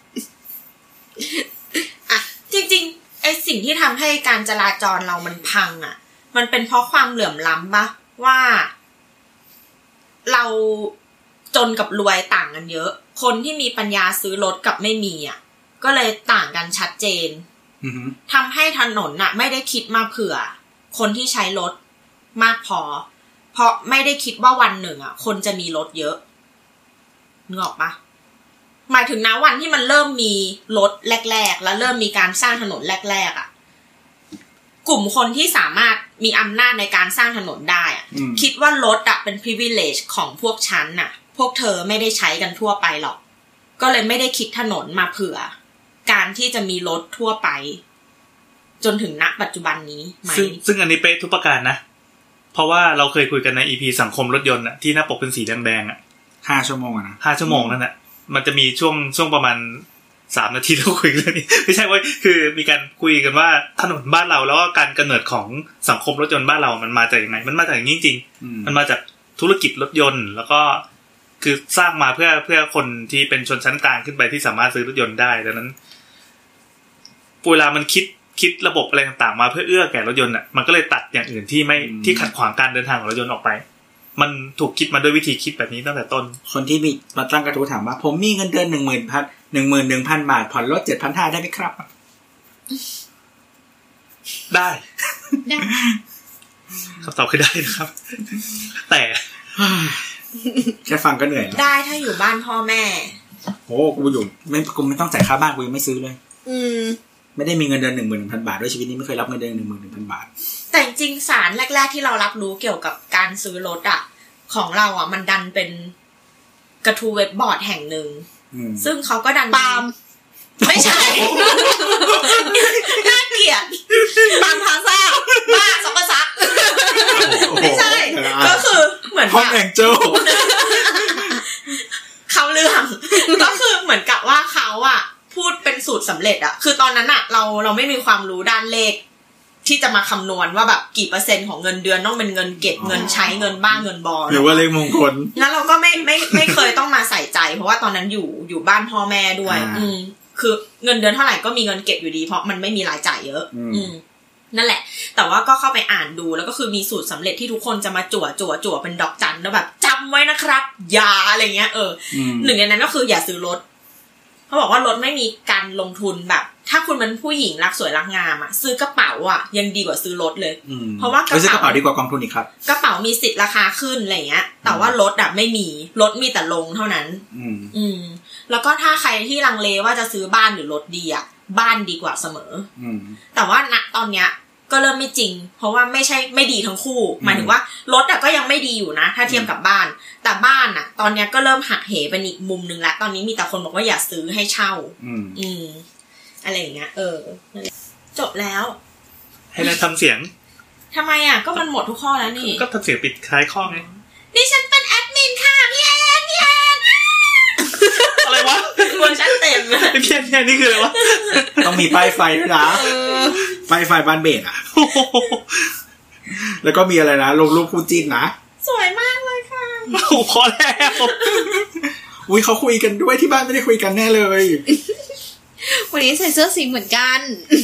อ่ะจริงๆไอ้สิ่งที่ทำให้การจราจรเรามันพังอ่ะมันเป็นเพราะความเหลื่อมล้ำปะว่าเราจนกับรวยต่างกันเยอะคนที่มีปัญญาซื้อรถกับไม่มีอ่ะก็เลยต่างกันชัดเจนทำให้ถนนน่ะไม่ได้คิดมาเผื่อคนที่ใช้รถมากพอเพราะไม่ได้คิดว่าวันหนึ่งอ่ะคนจะมีรถเยอะนึกออกปะหมายถึงนะวันที่มันเริ่มมีรถแรกๆแล้วเริ่มมีการสร้างถนนแรกๆอ่ะกลุ่มคนที่สามารถมีอำนาจในการสร้างถนนได้อ่ะคิดว่ารถอ่ะเป็น privilege ของพวกฉันน่ะพวกเธอไม่ได้ใช้กันทั่วไปหรอกก็เลยไม่ได้คิดถนนมาเผื่อการที่จะมีรถทั่วไปจนถึงณปัจจุบันนี้ไหมซึ่งซึ่งอันนี้เป๊ะทุกประการนะเพราะว่าเราเคยคุยกันใน อี พี สังคมรถยนต์อ่ะที่หน้าปกเป็นสีแดงๆอ่ะห้าชั่วโมงอ่ะนะห้าชั่วโมงนั่นแหละมันจะมีช่วงช่วงประมาณสามนาทีเราคุยเรื่องนี้ไม่ใช่เว้ยคือมีการคุยกันว่าถนนบ้านเราแล้วก็การกำเนิดของสังคมรถยนต์บ้านเรามันมาจากยังไงมันมาจากอย่างนี้จริงๆมันมาจากธุรกิจรถยนต์แล้วก็คือสร้างมาเพื่อเพื่อคนที่เป็นชนชั้นกลางขึ้นไปที่สามารถซื้อรถยนต์ได้ดังนั้นเวลามันคิดคิดระบบอะไรต่างๆมาเพื่อเอื้อแก่รถยนต์อ่ะมันก็เลยตัดอย่างอื่นที่ไม่ที่ขัดขวางการเดินทางของรถยนต์ออกไปมันถูกคิดมาด้วยวิธีคิดแบบนี้ตั้งแต่ต้นคนที่มีมาตั้งกระทู้ถามว่าผมมีเงินเดือน หนึ่งหมื่น พัน หนึ่งหมื่นหนึ่งพัน บาทผ่อนรถ เจ็ดพันห้าร้อย ได้มั้ยครับได้ได้คำตอบคือได้นะครับแต่แค่ฟังก็เหนื่อยได้ถ้าอยู่บ้านพ่อแม่โอ้กูอยู่ไม่กูไม่ต้องจ่ายค่าบ้านกูยังไม่ซื้อเลยอืมไม่ได้มีเงินเดือน หนึ่งหมื่นหนึ่งพัน บาทด้วยชีวิตนี้ไม่เคยรับเงินเดือน หนึ่งหมื่นหนึ่งพัน บาทแต่จริงสารแรกๆที่เรารับรู้เกี่ยวกับการซื้อรถอ่ะของเราอ่ะมันดันเป็นกระทู้เว็บบอร์ดแห่งหนึ่งซึ่งเขาก็ดันปาล์มไม่ใช่น่าเกลียดปาล์มพาซ่าบ้าซักกะซักไม่ใช่ก็คือเหมือนห้องแองเจิลเขาเรื่องก็คือเหมือนกับว่าเขาอ่ะพูดเป็นสูตรสำเร็จอ่ะคือตอนนั้นอ่ะเราเราไม่มีความรู้ด้านเลขที่จะมาคำนวณว่าแบบกี่เปอร์เซ็นต์ของเงินเดือนต้องเป็นเงินเก็บเงินใช้เงินบ้านเงินบอลหรือว่าเลขมงคลงั้นเราก็ไม่ไม่ไม่เคยต้องมาใส่ใจเพราะว่าตอนนั้นอยู่อยู่บ้านพ่อแม่ด้วยอืมคือเงินเดือนเท่าไหร่ก็มีเงินเก็บอยู่ดีเพราะมันไม่มีรายจ่ายเยอะอืมนั่นแหละแต่ว่าก็เข้าไปอ่านดูแล้วก็คือมีสูตรสำเร็จที่ทุกคนจะมาจั่วจั่วจั่วเป็นดอกจันแล้วแบบจำไว้นะครับอย่าอะไรเงี้ยเออหนึ่งในนั้นก็คืออย่าซื้อรถเขาบอกว่ารถไม่มีการลงทุนแบบถ้าคุณเป็นผู้หญิงรักสวยรักงามอ่ะซื้อกระเป๋าอ่ะยังดีกว่าซื้อรถเลยเพราะว่ากระเป๋าซื้อกระเป๋าดีกว่ากองทุนอีกครับกระเป๋ามีสิทธิ์ราคาขึ้นอะไรเงี้ยแต่ว่ารถอ่ะไม่มีรถมีแต่ลงเท่านั้นอืมแล้วก็ถ้าใครที่ลังเลว่าจะซื้อบ้านหรือรถดีอ่ะบ้านดีกว่าเสมอแต่ว่าณตอนเนี้ยก็เริ่มไม่จริงเพราะว่าไม่ใช่ไม่ดีทั้งคู่หมายถึงว่ารถอ่ะก็ยังไม่ดีอยู่นะถ้าเทียบกับบ้านแต่บ้านอ่ะตอนนี้ก็เริ่มหักเหเป็นอีกมุมนึงแล้วตอนนี้มีแต่คนบอกว่าอย่าซื้อให้เช่าอืมอืมอะไรอย่างเงี้ยเออจบแล้วให้เราทำเสียงทำไมอ่ะก็มันหมดทุกข้อแล้วนี่ก็ทำเสียงปิดท้ายข้อไงดิฉันเป็นแอดมินค่ะพี่แอนพี่แอนอะไรวะเวอร์ชันเต็มพี่แอนพี่แอนนี่คืออะไรวะต้องมีป้ายไฟด้วยนะป้ายไฟบ้านเบสอ่ะแล้วก็มีอะไรนะลงรูปคู่จิ้นนะสวยมากเลยค่ะโอ้พอแล้วอุ้ยเขาคุยกันด้วยที่บ้านไม่ได้คุยกันแน่เลยวันนี้ใส่เสื้อสีเหมือนกัน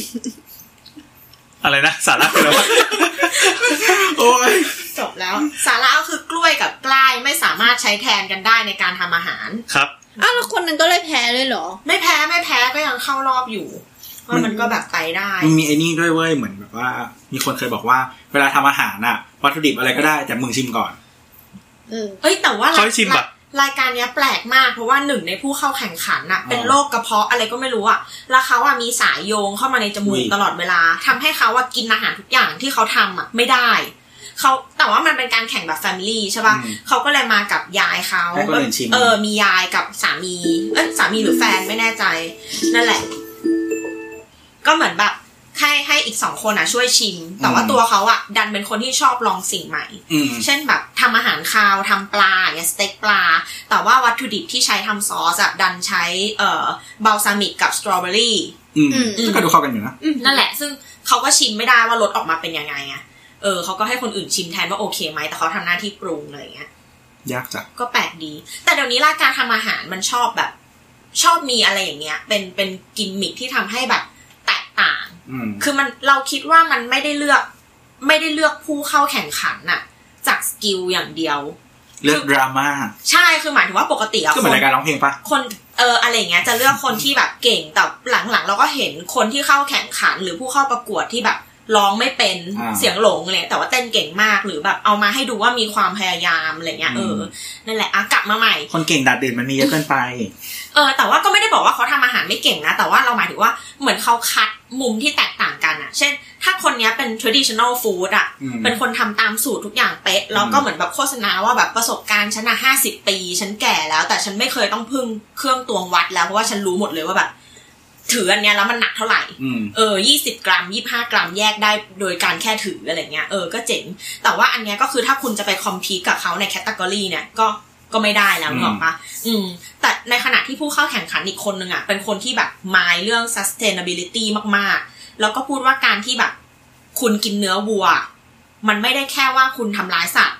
อะไรนะสาระคืออะไรวะโอ้ยจบแล้วสาระก็คือกล้วยกับกล้ายไม่สามารถใช้แทนกันได้ในการทำอาหารครับอ้าวแล้วคนนึงก็เลยแพ้เลยเหรอไม่แพ้ไม่แพ้ก็ยังเข้ารอบอยู่ว่ามันก็แบบไปได้มันมีไอ้นี่ด้วยเว้ยเหมือนแบบว่ามีคนเคยบอกว่าเวลาทำอาหารน่ะวัตถุดิบอะไรก็ได้แต่มึงชิมก่อนเออเอ้ยแต่ว่าเขาชิมแบบรายการนี้แปลกมากเพราะว่าหนึ่งในผู้เข้าแข่งขันน่ะเป็นโรคกระเพาะอะไรก็ไม่รู้อ่ะแล้วเขาอ่ะมีสายโยงเข้ามาในจมูกตลอดเวลาทำให้เขาอ่ะกินอาหารทุกอย่างที่เขาทำอ่ะไม่ได้เขาแต่ว่ามันเป็นการแข่งแบบแฟมิลี่ใช่ป่ะเขาก็เลยมากับยายเขาเออมียายกับสามีเอ้ยสามีหรือแฟนไม่แน่ใจนั่นแหละก็เหมือนแบบให้ให้อีกสองคนอ่ะช่วยชิมแต่ว่าตัวเขาอ่ะดันเป็นคนที่ชอบลองสิ่งใหม่เช่นแบบทำอาหารคาวทำปลาอย่างเงี้ยสเต็กปลาแต่ว่าวัตถุดิบที่ใช้ทำซอสอ่ะดันใช้เอ่อบัลซามิกกับสตรอเบอรี่ก็ดูเข้ากันอยู่นะนั่นแหละซึ่งเขาก็ชิมไม่ได้ว่ารสออกมาเป็นยังไงอ่ะเออเขาก็ให้คนอื่นชิมแทนว่าโอเคไหมแต่เขาทำหน้าที่ปรุงอะไรเงี้ยยากจังก็แปลกดีแต่เดี๋ยวนี้รายการทำอาหารมันชอบแบบชอบมีอะไรอย่างเงี้ยเป็นเป็นกิมมิคที่ทำให้แบบแตกต่างคือมันเราคิดว่ามันไม่ได้เลือกไม่ได้เลือกผู้เข้าแข่งขันน่ะจากสกิลอย่างเดียวเลือกดราม่าใช่คือหมายถึงว่าปกติอะก็เหมือนรายการร้องเพลงปะคนเอออะไรอย่างเงี้ยจะเลือกคนที่แบบเก่งแต่หลังๆเราก็เห็นคนที่เข้าแข่งขันหรือผู้เข้าประกวดที่แบบร้องไม่เป็นเสียงหลงเลยแต่ว่าเต้นเก่งมากหรือแบบเอามาให้ดูว่ามีความพยายามอะไรเงี้ยเออนั่นแหละอ่ะกลับมาใหม่คนเก่งดัดเด่นมันมีเยอะเกินไปเออแต่ว่าก็ไม่ได้บอกว่าเขาทำอาหารไม่เก่งนะแต่ว่าเราหมายถึงว่าเหมือนเขาคัดมุมที่แตกต่างกันอ่ะเช่นถ้าคนนี้เป็น traditional food อ่ะเป็นคนทำตามสูตรทุกอย่างเป๊ะแล้วก็เหมือนแบบโฆษณาว่าแบบประสบการณ์ฉันน่ะห้าสิบปีฉันแก่แล้วแต่ฉันไม่เคยต้องพึ่งเครื่องตวงวัดแล้วเพราะว่าฉันรู้หมดเลยว่าแบบถืออันเนี้ยแล้วมันหนักเท่าไหร่เออยี่สิบกรัมยี่สิบห้ากรัมแยกได้โดยการแค่ถืออะไรเงี้ยเออก็เจ๋งแต่ว่าอันเนี้ยก็คือถ้าคุณจะไปคอมพีทกับเขาในแคตตากรีเนี่ยก็ก็ไม่ได้แล้วหรอกปะอืมแต่ในขณะที่ผู้เข้าแข่งขันอีกคนนึงอ่ะเป็นคนที่แบบมายเรื่อง sustainability มากๆแล้วก็พูดว่าการที่แบบคุณกินเนื้อวัวมันไม่ได้แค่ว่าคุณทำร้ายสัตว์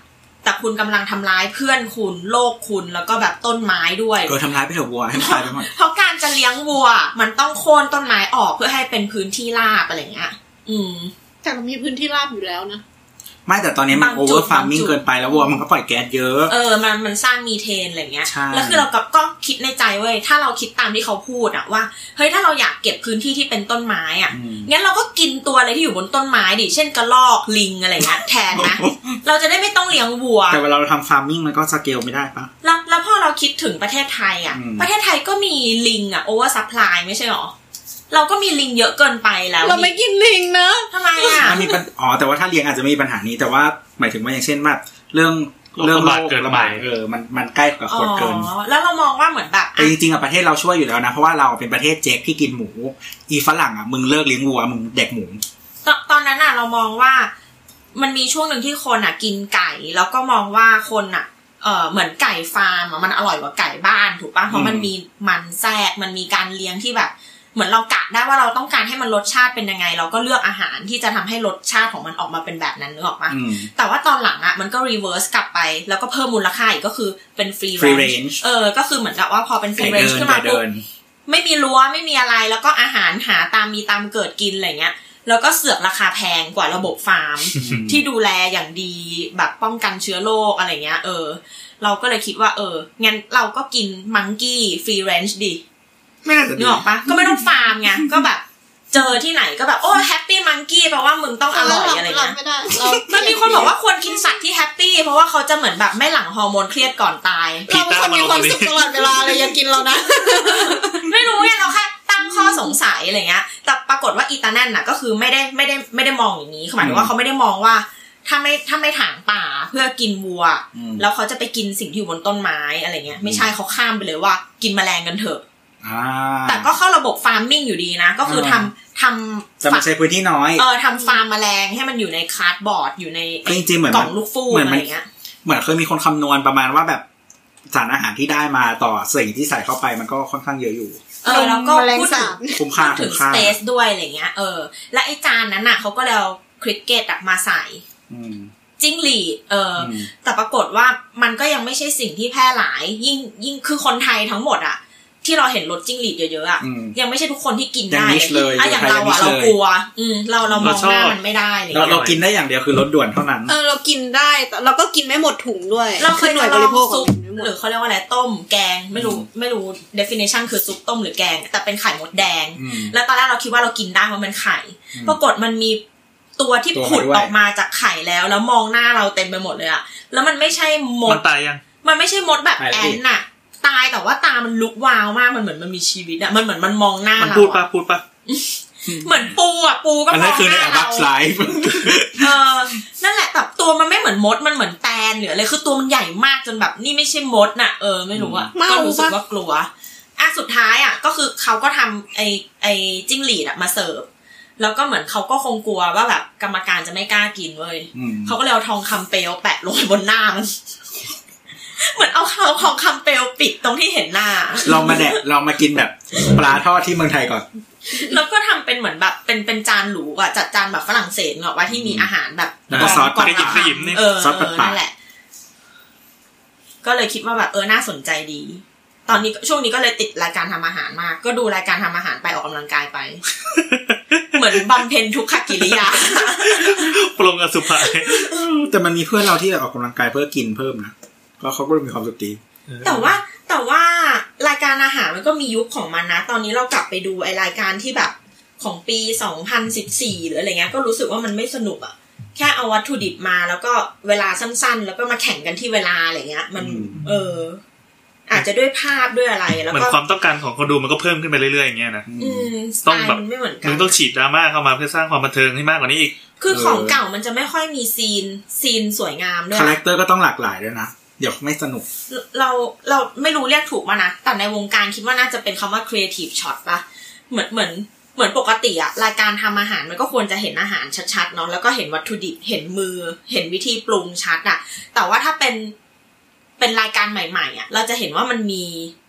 แต่คุณกำลังทำร้ายเพื่อนคุณโลกคุณแล้วก็แบบต้นไม้ด้วยเออทำร้ายไปเถอะวัวให้ตายไปหมดเพราะการจะเลี้ยงวัวมันต้องโค่นต้นไม้ออกเพื่อให้เป็นพื้นที่ราบอะไรเงี้ยอืมแต่เรามีพื้นที่ราบอยู่แล้วนะไม่แต่ตอนนี้มันโอเวอร์ฟาร์มมิ่งเกินไปแล้ววัวมันก็ปล่อยแก๊สเยอะเออมันมันสร้างมีเทนอะไรเงี้ยแล้วคือเราก็ก็คิดในใจเว้ยถ้าเราคิดตามที่เขาพูดอะว่าเฮ้ยถ้าเราอยากเก็บพื้นที่ที่เป็นต้นไม้อะงั้นเราก็กินตัวอะไรที่อยู่บนต้นไม้ดิเช่นกระรอกลิงอะไรเงี้ยแทนนะเราจะได้ไม่ต้องเลี้ยงวัวแต่เวลาเราทำฟาร์มมิ่งมันก็สเกลไม่ได้ปะแล้วแล้วพอเราคิดถึงประเทศไทยอะประเทศไทยก็มีลิงอะโอเวอร์ซัพพลายไม่ใช่หรอเราก็มีลิงเยอะเกินไปแล้วเราไม่กินลิงนะทำไมอ่ะมันมีอ๋อแต่ว่าถ้าเลี้ยงอาจจะไม่มีปัญหานี้แต่ว่าหมายถึงว่าอย่างเช่นว่าเรื่องเรื่องโรคระบาดเออมันมันใกล้กับคนเกินแล้วเรามองว่าเหมือนแบบแต่จริงๆอ่ะประเทศเราช่วยอยู่แล้วนะเพราะว่าเราเป็นประเทศเจ๊กที่กินหมูอีฝรั่งอ่ะมึงเลิกเลี้ยงวัวมึงเด็กหมูตอนตอนนั้นอ่ะเรามองว่ามันมีช่วงหนึ่งที่คนอ่ะกินไก่แล้วก็มองว่าคนอ่ะเออเหมือนไก่ฟาร์มมันอร่อยกว่าไก่บ้านถูกป่ะเพราะมันมีมันแทรกมันมีการเลี้ยงที่แบบเหมือนเรากะได้ว่าเราต้องการให้มันรสชาติเป็นยังไงเราก็เลือกอาหารที่จะทำให้รสชาติของมันออกมาเป็นแบบนั้นนึกออกปะแต่ว่าตอนหลังอ่ะมันก็รีเวิร์สกลับไปแล้วก็เพิ่มมูลค่าอีกก็คือเป็นฟรีเรนจ์เออก็คือเหมือนกับว่าพอเป็นฟรีเรนจ์ขึ้นมาปุ๊บไม่มีรั้วไม่มีอะไรแล้วก็อาหารหาตามมีตามเกิดกินอะไรเงี้ยแล้วก็เสือกราคาแพงกว่าระบบฟาร์ม ที่ดูแลอย่างดีแบบป้องกันเชื้อโรคอะไรเงี้ยเออเราก็เลยคิดว่าเอองั้นเราก็กินมังกี้ฟรีเรนจ์ดิไม่น่าจะนึกออกปะก็ไม่ต้องฟาร์มไงก็แบบเจอที่ไหนก็แบบโอ้แฮปปี้มังกี้แปลว่ามึงต้องอร่อยอะไรเงี้ยมันมีคนบอกว่าควรกินสัตว์ที่แฮปปี้เพราะว่าเขาจะเหมือนแบบไม่หลั่งฮอร์โมนเครียดก่อนตายเราเป็นคนมีความสุขตลอดเวลาเลยอย่ากินเรานะไม่รู้ไงเราแค่ตั้งข้อสงสัยอะไรเงี้ยแต่ปรากฏว่าอีตาแน่นน่ะก็คือไม่ได้ไม่ได้ไม่ได้มองอย่างนี้หมายถึงว่าเขาไม่ได้มองว่าถ้าไม่ถ้าไม่ถางป่าเพื่อกินวัวแล้วเขาจะไปกินสิ่งที่อยู่บนต้นไม้อะไรเงี้ยไม่ใช่เขาข้ามไปเลยว่ากินแมลงกันเถอะแต่ก็เข้าระบบฟาร์มมิ่งอยู่ดีนะก็คือทำทำจะมาใช้พื้นที่น้อยเออทำฟาร์มแมลงให้มันอยู่ในคาร์ดบอร์ดอยู่ในกล่องลูกฟูกอะไรเงี้ยเหมือนเคยมีคนคำนวณประมาณว่าแบบสารอาหารที่ได้มาต่อสิ่งที่ใส่เข้าไปมันก็ค่อนข้างเยอะอยู่เออแล้วก็พูดถึงคุ้มค่าถึงสเปซด้วยอะไรเงี้ยเออและไอ้จานนั้นน่ะเขาก็เลยเอาคริกเก็ตมาใส่จิ้งหรีดเออแต่ปรากฏว่ามันก็ยังไม่ใช่สิ่งที่แพร่หลายยิ่งยิ่งคือคนไทยทั้งหมดอ่ะที่เราเห็นรถจิ้งหรีดเยอะๆอ่ะยังไม่ใช่ทุกคนที่กินได้อ่ะอย่างเราอ่ะเรากลัวอืมเราเรามองหน้ามันไม่ได้เราเรากินได้อย่างเดียวคือรถด่วนเท่านั้นเออเรากินได้แต่เราก็กินไม่หมดถุงด้วยเราเคยหน่วยบริโภคซุปหรือเขาเรียกว่าอะไรต้มแกงไม่รู้ไม่รู้ definition คือซุปต้มหรือแกงแต่เป็นไข่มดแดงแล้วตอนแรกเราคิดว่าเรากินได้เพราะมันไข่ปรากฏมันมีตัวที่ผุดออกมาจากไข่แล้วแล้วมองหน้าเราเต็มไปหมดเลยอ่ะแล้วมันไม่ใช่มดมันตายยังมันไม่ใช่มดแบบแอนน่ะตายแต่ว่าตามันลุกวาวมากมันเหมือนมันมีชีวิตอ่ะมันเหมือนมันมองหน้าเรามันพูดปะพูดปะเหมือนปูอ่ะปูก็มองหน้าเราอันนั้นคือในบัคไลฟ์เออนั่นแหละแต่ตัวมันไม่เหมือนมดมันเหมือนแตนหรืออะไรคือตัวมันใหญ่มากจนแบบนี่ไม่ใช่มดน่ะเออไม่รู้อ่ะก็รู้สึกว่ากลัวอ่ะสุดท้ายอ่ะก็คือเขาก็ทำไอไอจิ้งหรีดอ่ะมาเสิร์ฟแล้วก็เหมือนเขาก็คงกลัวว่าแบบกรรมการจะไม่กล้ากินเว้ยเขาก็เลยเอาทองคำเปลวแปะลงบนหน้ามันเหมือนเอาเขาทองคำเปลวปิดตรงที่เห็นหน้าลองมาแดกลองมากินแบบปลาทอดที่เมืองไทยก่อนแล้วก็ทำเป็นเหมือนแบบเป็นเป็นจานหรูอ่ะจัดจานแบบฝรั่งเศสเนาะว่าที่มีอาหารแบบซอสกระยิบกระยิบนี่ซอสนั่นแหละก็เลยคิดว่าแบบเออน่าสนใจดีตอนนี้ช่วงนี้ก็เลยติดรายการทำอาหารมากก็ดูรายการทำอาหารไปออกกำลังกายไป เหมือนบำเพ็ญทุกขกิริยาปรงอสุภะแต่มันมีเพื่อนเราที่ออกกำลังกายเพื่อกินเพิ่มนะก็เขาก็มีความสุขดีแต่ว่าแต่ว่ารายการอาหารมันก็มียุคของมันนะตอนนี้เรากลับไปดูไอรายการที่แบบของปีสองพันสิบสี่หรืออะไรเงี้ยก็รู้สึกว่ามันไม่สนุกอ่ะแค่เอาวัตถุดิบมาแล้วก็เวลาสั้นๆแล้วก็มาแข่งกันที่เวลาอะไรเงี้ยมันเอออาจจะด้วยภาพด้วยอะไรแล้วก็เหมือนความต้องการของคนดูมันก็เพิ่มขึ้นไปเรื่อยๆอย่างเงี้ยนะต้องแบบไม่เหมือนกันมึงต้องฉีดดราม่าเข้ามาเพื่อสร้างความบันเทิงให้มากกว่านี้อีกคือของเก่ามันจะไม่ค่อยมีซีนซีนสวยงามด้วยคาแรคเตอร์ก็ต้องหลากหลายด้วยนะเดี๋ยวไม่สนุกเราเราไม่รู้เรียกถูกมานะแต่ในวงการคิดว่าน่าจะเป็นคำว่า creative shot ป่ะเหมือนเหมือนเหมือนปกติอะรายการทำอาหารมันก็ควรจะเห็นอาหารชัดๆเนาะแล้วก็เห็นวัตถุดิบเห็นมือเห็นวิธีปรุงชัดอะแต่ว่าถ้าเป็นเป็นรายการใหม่ๆอะเราจะเห็นว่ามันมีเหมือน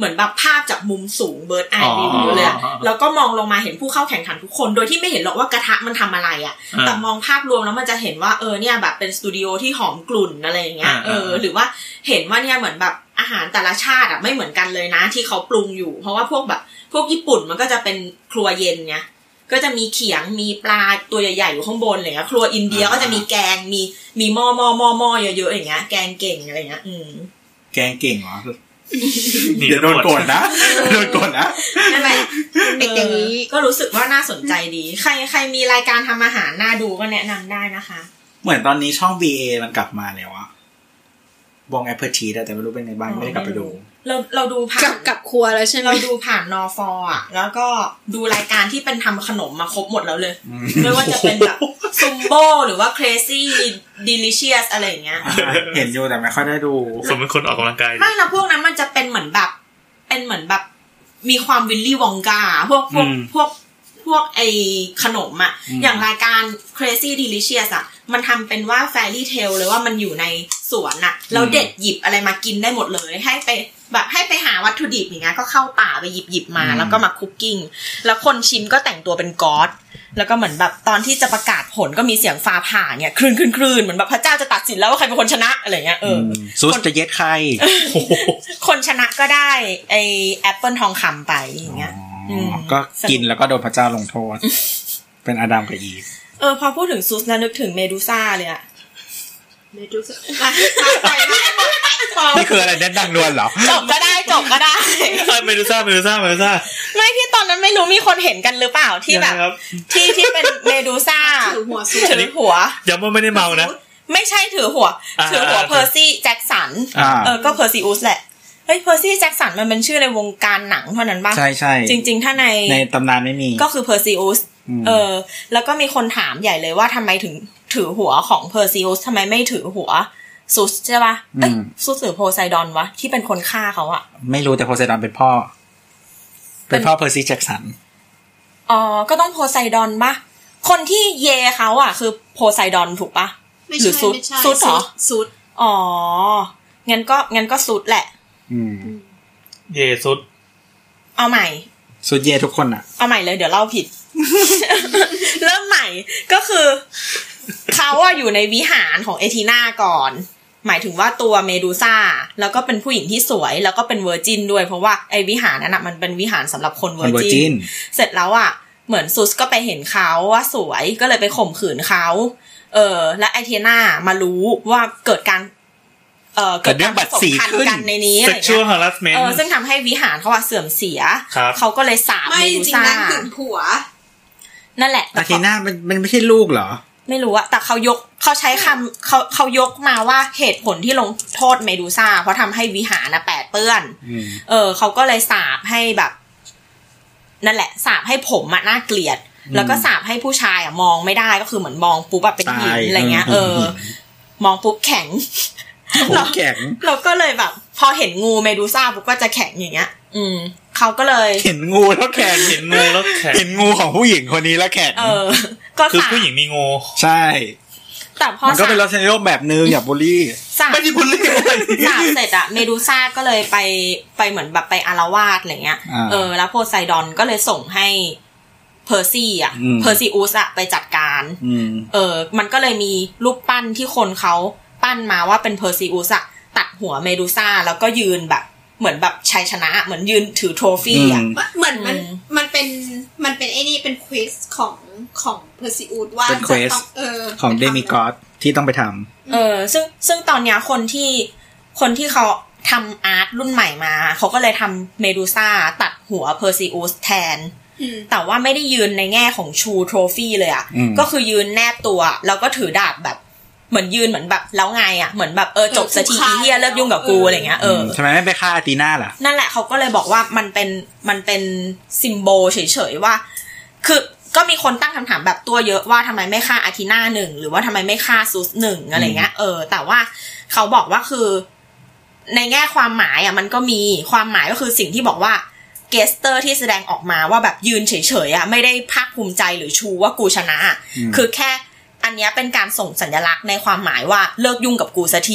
มือนแบบภาพจากมุมสูงเบิร์ดไอวิวเลยอะแล้วก็มองลงมาเห็นผู้เข้าแข่งขันทุกคนโดยที่ไม่เห็นหรอกว่ากระทะมันทำอะไรอะแต่มองภาพรวมแล้วมันจะเห็นว่าเออเนี่ยแบบเป็นสตูดิโอที่หอมกลุ่นอะไรอย่างเงี้ยเออหรือว่าเห็นว่าเนี่ยเหมือนแบบอาหารแต่ละชาติอะไม่เหมือนกันเลยนะที่เขาปรุงอยู่เพราะว่าพวกแบบพวกญี่ปุ่นมันก็จะเป็นครัวเย็นไงก็จะมีเขียงมีปลาตัวใหญ่ๆอยู่ข้างบนอะไรเงี้ยครัวอินเดียก็จะมีแกงมีมีหม้อหม้อหม้อหม้อเยอะๆอย่างเงี้ยแกงเก่งอะไรเงี้ยอืมแกงเก่งเหรอเดี๋ยวโดนโกรธนะโดนโกรธนะนั่นแหละเด็กอย่างนี้ก็รู้สึกว่าน่าสนใจดีใครใครมีรายการทำอาหารน่าดูก็แนะนำได้นะคะเหมือนตอนนี้ช่อง วี เอ มันกลับมาแล้วอะวง Apple แต่ไม่รู้เป็นไงบ้างไม่ได้กลับไปดูเราเราดูผ่านกับกับครัวแล้วใช่ไหมเราดูผ่านนอฟออ่ะแล้วก็ดูรายการที่เป็นทำขนมมาครบหมดแล้วเลยไม่ว่าจะเป็นแบบซุมโบหรือว่า Crazy Delicious อะไรอย่างเงี้ยเห็นอยู่แต่ไม่ค่อยได้ดูสมเป็นคนออกกำลังกายไม่นะพวกนั้นมันจะเป็นเหมือนแบบเป็นเหมือนแบบมีความวิลลี่วองกาพวกพวกพวกพวกไอขนมอ่ะอย่างรายการ Crazy Delicious อ่ะมันทำเป็นว่า Fairy Tale เลยว่ามันอยู่ในสวนน่ะแล้วเด็ดหยิบอะไรมากินได้หมดเลยให้ไปแบบให้ไปหาวัตถุดิบอย่างเงี้ยก็เข้าป่าไปหยิบหยิบมาแล้วก็มาคุกกิ้งแล้วคนชิมก็แต่งตัวเป็นก๊อดแล้วก็เหมือนแบบตอนที่จะประกาศผลก็มีเสียงฟ้าผ่าเนี่ยคลื่นคลื่นคลื่นเหมือนแบบพระเจ้าจะตัดสินแล้วว่าใครเป็นคนชนะอะไรเงี้ยเออซุสจะเย็ดใครคนชนะก็ได้ไอแอปเปิลทองคำไปอย่างเงี้ยก็กินแล้วก็โดนพระเจ้าลงโทษเป็นอาดัมกับอีฟเออพอพูดถึงซุสแล้วนึกถึงเมดูซ่าเลยอะเมดูซ่านี่คืออะไรเด่นดังนวลเหรอจบก็ได้จบก็ได้เมดูซ่าเมดูซ่าเมดูซ่าไม่ที่ตอนนั้นไม่รู้มีคนเห็นกันหรือเปล่าที่แบบที่ที่เป็นเมดูซ่าถือหัวถือหัวย้ำว่าไม่ได้เมานะไม่ใช่ถือหัวถือหัวเพอร์ซี่แจ็คสันเออก็เพอร์ซีอุสแหละเฮ้ยเพอร์ซี่แจ็คสันมันเป็นชื่อในวงการหนังเท่านั้นป่ะใช่ใช่จริงๆถ้าในในตำนานไม่มีก็คือเพอร์ซีอุสเออแล้วก็มีคนถามใหญ่เลยว่าทำไมถึงถือหัวของเพอร์ซีอุสทำไมไม่ถือหัวซุสใช่ป่ะเอ้ยซุสหรือโพไซดอนวะที่เป็นคนฆ่าเขาอะไม่รู้แต่โพไซดอนเป็นพ่อเป็นพ่อเพอร์ซี่แจ็คสันอ๋อก็ต้องโพไซดอนป่ะคนที่เยเขาอะคือโพไซดอนถูกป่ะหรือซุสซุสเหรอซุสอ๋องั้นก็งั้นก็ซุสแหละอืมเยซุสเอาใหม่ซุสเยทุกคนอะเอาใหม่เลยเดี๋ยวเล่าผิด เริ่มใหม่ก็คือเขาอะอยู่ในวิหารของเอทีน่าก่อนหมายถึงว่าตัวเมดูซ่าแล้วก็เป็นผู้หญิงที่สวยแล้วก็เป็นเวอร์จินด้วยเพราะว่าไอ้วิหารนั้นน่ะมันเป็นวิหารสำหรับคนเวอร์จินเสร็จแล้วอะเหมือนซุสก็ไปเห็นเขาว่าสวยก็เลยไปข่มขืนเขาเออและไอเทียนามารู้ว่าเกิดการเอ่อเกิดการผสมพันธุ์กันในนี้อะไรเงี้ยเออซึ่งทำให้วิหารเขาเสื่อมเสียเขาก็เลยสาปเมดูซ่าไม่จริงๆนั่นคือผัวนั่นแหละไอเทียนามันมันไม่ใช่ลูกเหรอไม่รู้อะแต่เขายกเขาใช้คำเขาเขายกมาว่าเหตุผลที่ลงโทษเมดูซ่าเพราะทำให้วิหารนะแปดเปื้อนเออเขาก็เลยสาปให้แบบนั่นแหละสาปให้ผมอะน่าเกลียดแล้วก็สาปให้ผู้ชายอะมองไม่ได้ก็คือเหมือนมองปุ๊บแบบเป็นหินอะไรเงี้ยเออมองปุ๊บแข็งเราแข็งเราก็เลยแบบพอเห็นงูเมดูซ่าปุ๊บก็จะแข็งอย่างเงี้ยอืมเขาก็เลยเห็นงูแล้วแข็งเห็นงูแล้วแข็งเห็นงูของผู้หญิงคนนี้แล้วแข็งเออก็คือผู้หญิงมีงูใช่แต่พอมันก็เป็นรสนิยมแบบนึงอย่าบูลลี่ไม่ได้บูลลี่สาบเสร็จอะเมดูซ่าก็เลยไปไปเหมือนแบบไปอาละวาดอะไรเงี้ยเออแล้วโพไซดอนก็เลยส่งให้เพอร์ซี่อะเพอร์ซิอุสอะไปจัดการเออมันก็เลยมีรูปปั้นที่คนเขาปั้นมาว่าเป็นเพอร์ซิอุสอะตัดหัวเมดูซ่าแล้วก็ยืนแบบเหมือนแบบชัยชนะเหมือนยืนถือโทรฟี่อ่ะเหมือนมันมันเป็นมันเป็นไอ้นี่เป็นควิสของของเพอร์ซิอุสว่าเป็นควิสของเดมิกอสที่ต้องไปทำเออซึ่งซึ่งตอนนี้คนที่คนที่เขาทำอาร์ตรุ่นใหม่มาเขาก็เลยทำเมดูซ่าตัดหัวเพอร์ซิอุสแทนแต่ว่าไม่ได้ยืนในแง่ของชูโทรฟี่เลยอ่ะก็คือยืนแนบตัวแล้วก็ถือดาบแบบเหมือนยืนเหมือนแบบแล้วไงอ่ะเหมือนแบบเออจบสักทีเฮียเลิกยุ่งกับกูอะไรเงี้ยเออทำไมไม่ไปฆ่าอาตีน่าล่ะนั่นแหละเขาก็เลยบอกว่ามันเป็นมันเป็นซิมโบลเฉยๆว่าคือก็มีคนตั้งคำถามแบบตัวเยอะว่าทำไมไม่ฆ่าอาตีน่าหนึ่งหรือว่าทำไมไม่ฆ่าซุสหนึ่งอะไรเงี้ยเออแต่ว่าเขาบอกว่าคือในแง่ความหมายอ่ะมันก็มีความหมายก็คือสิ่งที่บอกว่าเกสเตอร์ที่แสดงออกมาว่าแบบยืนเฉยๆอ่ะไม่ได้ภาคภูมิใจหรือชูว่ากูชนะคือแค่อันนี้เป็นการส่งสัญลักษณ์ในความหมายว่าเลิกยุ่งกับกูสักที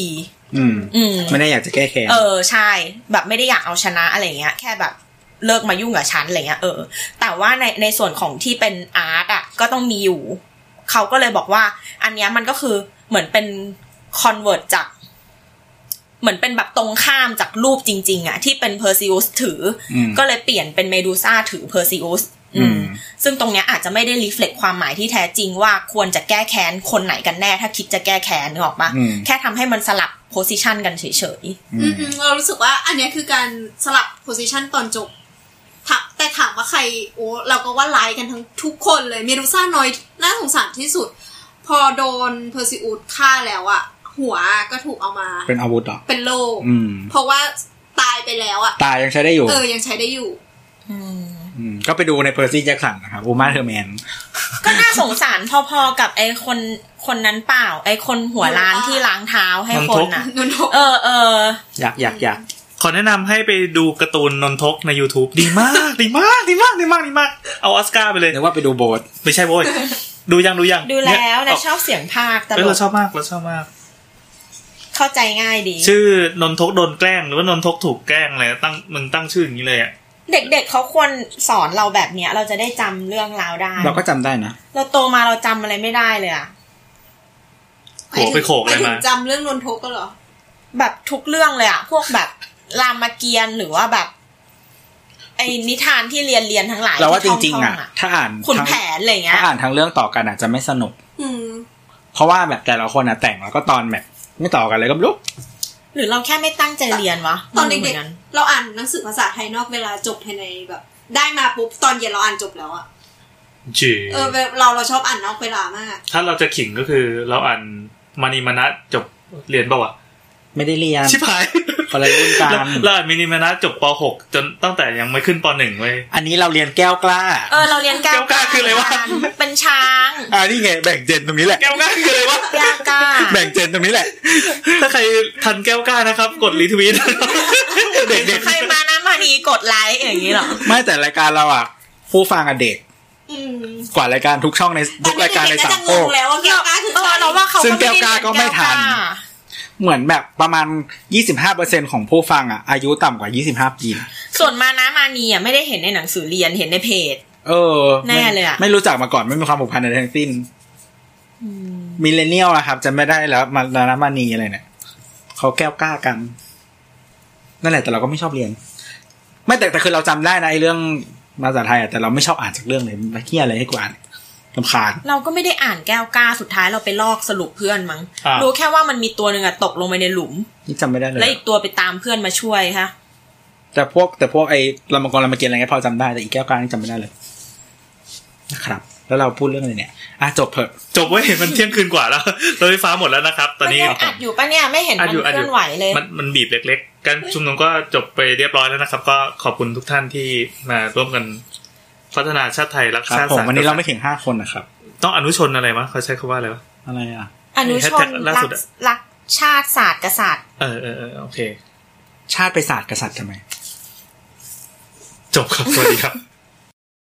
อืมอืมไม่ได้อยากจะแก้แค้นเออใช่แบบไม่ได้อยากเอาชนะอะไรเงี้ยแค่แบบเลิกมายุ่งกับฉันอะไรเงี้ยเออแต่ว่าในในส่วนของที่เป็นอาร์ตอ่ะก็ต้องมีอยู่เขาก็เลยบอกว่าอันเนี้ยมันก็คือเหมือนเป็นคอนเวิร์ตจากเหมือนเป็นแบบตรงข้ามจากรูปจริงๆอ่ะที่เป็นเพอร์ซิอุสถือก็เลยเปลี่ยนเป็นเมดูซ่าถือเพอร์ซิอุสซึ่งตรงเนี้ยอาจจะไม่ได้รีเฟล็กความหมายที่แท้จริงว่าควรจะแก้แค้นคนไหนกันแน่ถ้าคิดจะแก้แค้นนึกออกปะแค่ทำให้มันสลับโพสิชันกันเฉยๆเรารู้สึกว่าอันเนี้ยคือการสลับโพสิชันตอนจบแต่ถามว่าใครโอ้เราก็ว่าไลค์กันทั้งทุกคนเลยเมดูซ่าน้อยน่าสงสารที่สุดพอโดนเพอร์ซิอุสฆ่าแล้วอะหัวก็ถูกเอามาเป็นอาวุธเหรอเป็นโล่เพราะว่าตายไปแล้วอะตายยังใช้ได้อยู่เออยังใช้ได้อยู่อืมก็ไปดูในเพอร์ซี่แจ็คสันนะครับอูมาเทอร์แมนก็น่าสงสารพอๆกับไอ้คนคนนั้นเปล่าไอ้คนหัวล้านที่ล้างเท้าให้คนน่ะเออเอออยากอยากอยากขอแนะนำให้ไปดูการ์ตูนนนทกใน YouTube ดีมากดีมากดีมากดีมากดีมากเอาออสการ์ไปเลยนึกว่าไปดูโบสไม่ใช่โว้ยดูยังดูยังดูแล้วนะชอบเสียงภาคตลกเราชอบมากเราชอบมากเข้าใจง่ายดีชื่อนนทกโดนแกล้งหรือว่านนทกถูกแกล้งอะไรตั้งมึงตั้งชื่ออย่างนี้เลยอ่ะเด็กๆ เ, เขาควรสอนเราแบบเนี้ยเราจะได้จำเรื่องราวได้เราก็จำได้นะเราโตมาเราจำอะไรไม่ได้เลยอ่ะโขกไปโขกเลยมาจำเรื่องนนทกก็เหรอแบบทุกเรื่องเลยอ่ะพวกแบบรามเกียรติ์หรือว่าแบบไอ้นิทานที่เรียนเรียนทั้งหลายเราว่าจริงๆอ่ะถ้าอ่านขุนแผนอะไรเงี้ยถ้าอ่านทั้งเรื่องต่อกันอาจจะไม่สนุกเพราะว่าแบบแต่ละคนอ่ะแต่งแล้วก็ตอนแบบไม่ต่อกันเลยก็ไม่รู้หรือเราแค่ไม่ตั้งใจเรียนวะตอนเด็กๆเราอ่านหนังสือภาษาไทยนอกเวลาจบภายในแบบได้มาปุ๊บตอนเย็นเราอ่านจบแล้วอะจีเออเราเราชอบอ่านนอกเวลามากถ้าเราจะขิงก็คือเราอ่านมานีมานะจบเรียนป่าวะไม่ได้เรียนชิบหายคนละรุ่นกันเราอ่านมินิมานะจบป.หก จนตั้งแต่ยังไม่ขึ้นป.หนึ่ง เว้ยอันนี้เราเรียนแก้วกล้าเออเราเรียนแก้วกล้าคืออะไรวะเป็นช้างอ่านี่ไงแบ่งเจนตรงนี้แหละแก้วกล้าคืออะไรวะแก้วกล้าแบ่งเจนตรงนี้แหละถ้าใครทันแก้วกล้านะครับกดรีทวีตเด็กๆใครมานะมาดีกดไลค์อย่างนี้หรอไม่แต่รายการเราอ่ะผู้ฟังอ่ะเด็กกว่ารายการทุกช่องในทุกรายการในสามโลกแล้วว่าแก้วกล้าคือใครเราว่าเขาซึ่งแก้วกล้าก็ไม่ทันเหมือนแบบประมาณ ยี่สิบห้าเปอร์เซ็นต์ ของผู้ฟังอ่ะอายุต่ำกว่ายี่สิบห้าปีส่วนมานะมานีอ่ะไม่ได้เห็นในหนังสือเรียนเห็นในเพจเออแน่เลยอ่ะไม่รู้จักมาก่อนไม่มีความผูกพันในทั้งสิ้นมิลเลนเนียลนะครับจะไม่ได้แล้วมานะมานีอะไรเนี่ยเขาแก้วกล้ากันนั่นแหละแต่เราก็ไม่ชอบเรียนไม่แต่แต่คือเราจำได้นะไอ้เรื่องภาษาไทยอ่ะแต่เราไม่ชอบอ่านจากเรื่องเลยมันเหี้ยอะไรให้กูอ่านรำคาญเราก็ไม่ได้อ่านแก้วกล้าสุดท้ายเราไปลอกสรุปเพื่อนมั้งรู้แค่ว่ามันมีตัวนึงอะตกลงไปในหลุมนี่จำไม่ได้เลยแล้วอีกตัวไปตามเพื่อนมาช่วยค่ะแต่พวกแต่พวกไอ้รามกรรามเกียรติอะไรเงี้ยพอจำได้แต่อีกแก้วกล้านี่จำไม่ได้เลยนะครับแล้วเราพูดเรื่องอะไรเนี่ยอ่ะจบเถอะจบเว้ยมันเที่ยงคืนกว่าแล้วรถไฟฟ้าหมดแล้วนะครับตอนนี้อัดอยู่ปะเนี่ยไม่เห็นมันเคลื่อนไหวเลยมันมันบีบเล็กๆการชุมนุมก็จบไปเรียบร้อยแล้วนะครับก็ขอบคุณทุกท่านที่มาร่วมกันพัฒนาชาติไทยรักชาติศาสตร์วันนี้เราไม่ถึงห้าคนนะครับต้องอนุชนอะไรวะเขาใช้คำว่าอะไรวะอะไรอ่ะอนุชนรักรักชาติศาสตร์กษัตริย์เออเออเออโอเคชาติไปศาสตร์กษัตริย์ทำไมจบครับสวัสดีครับ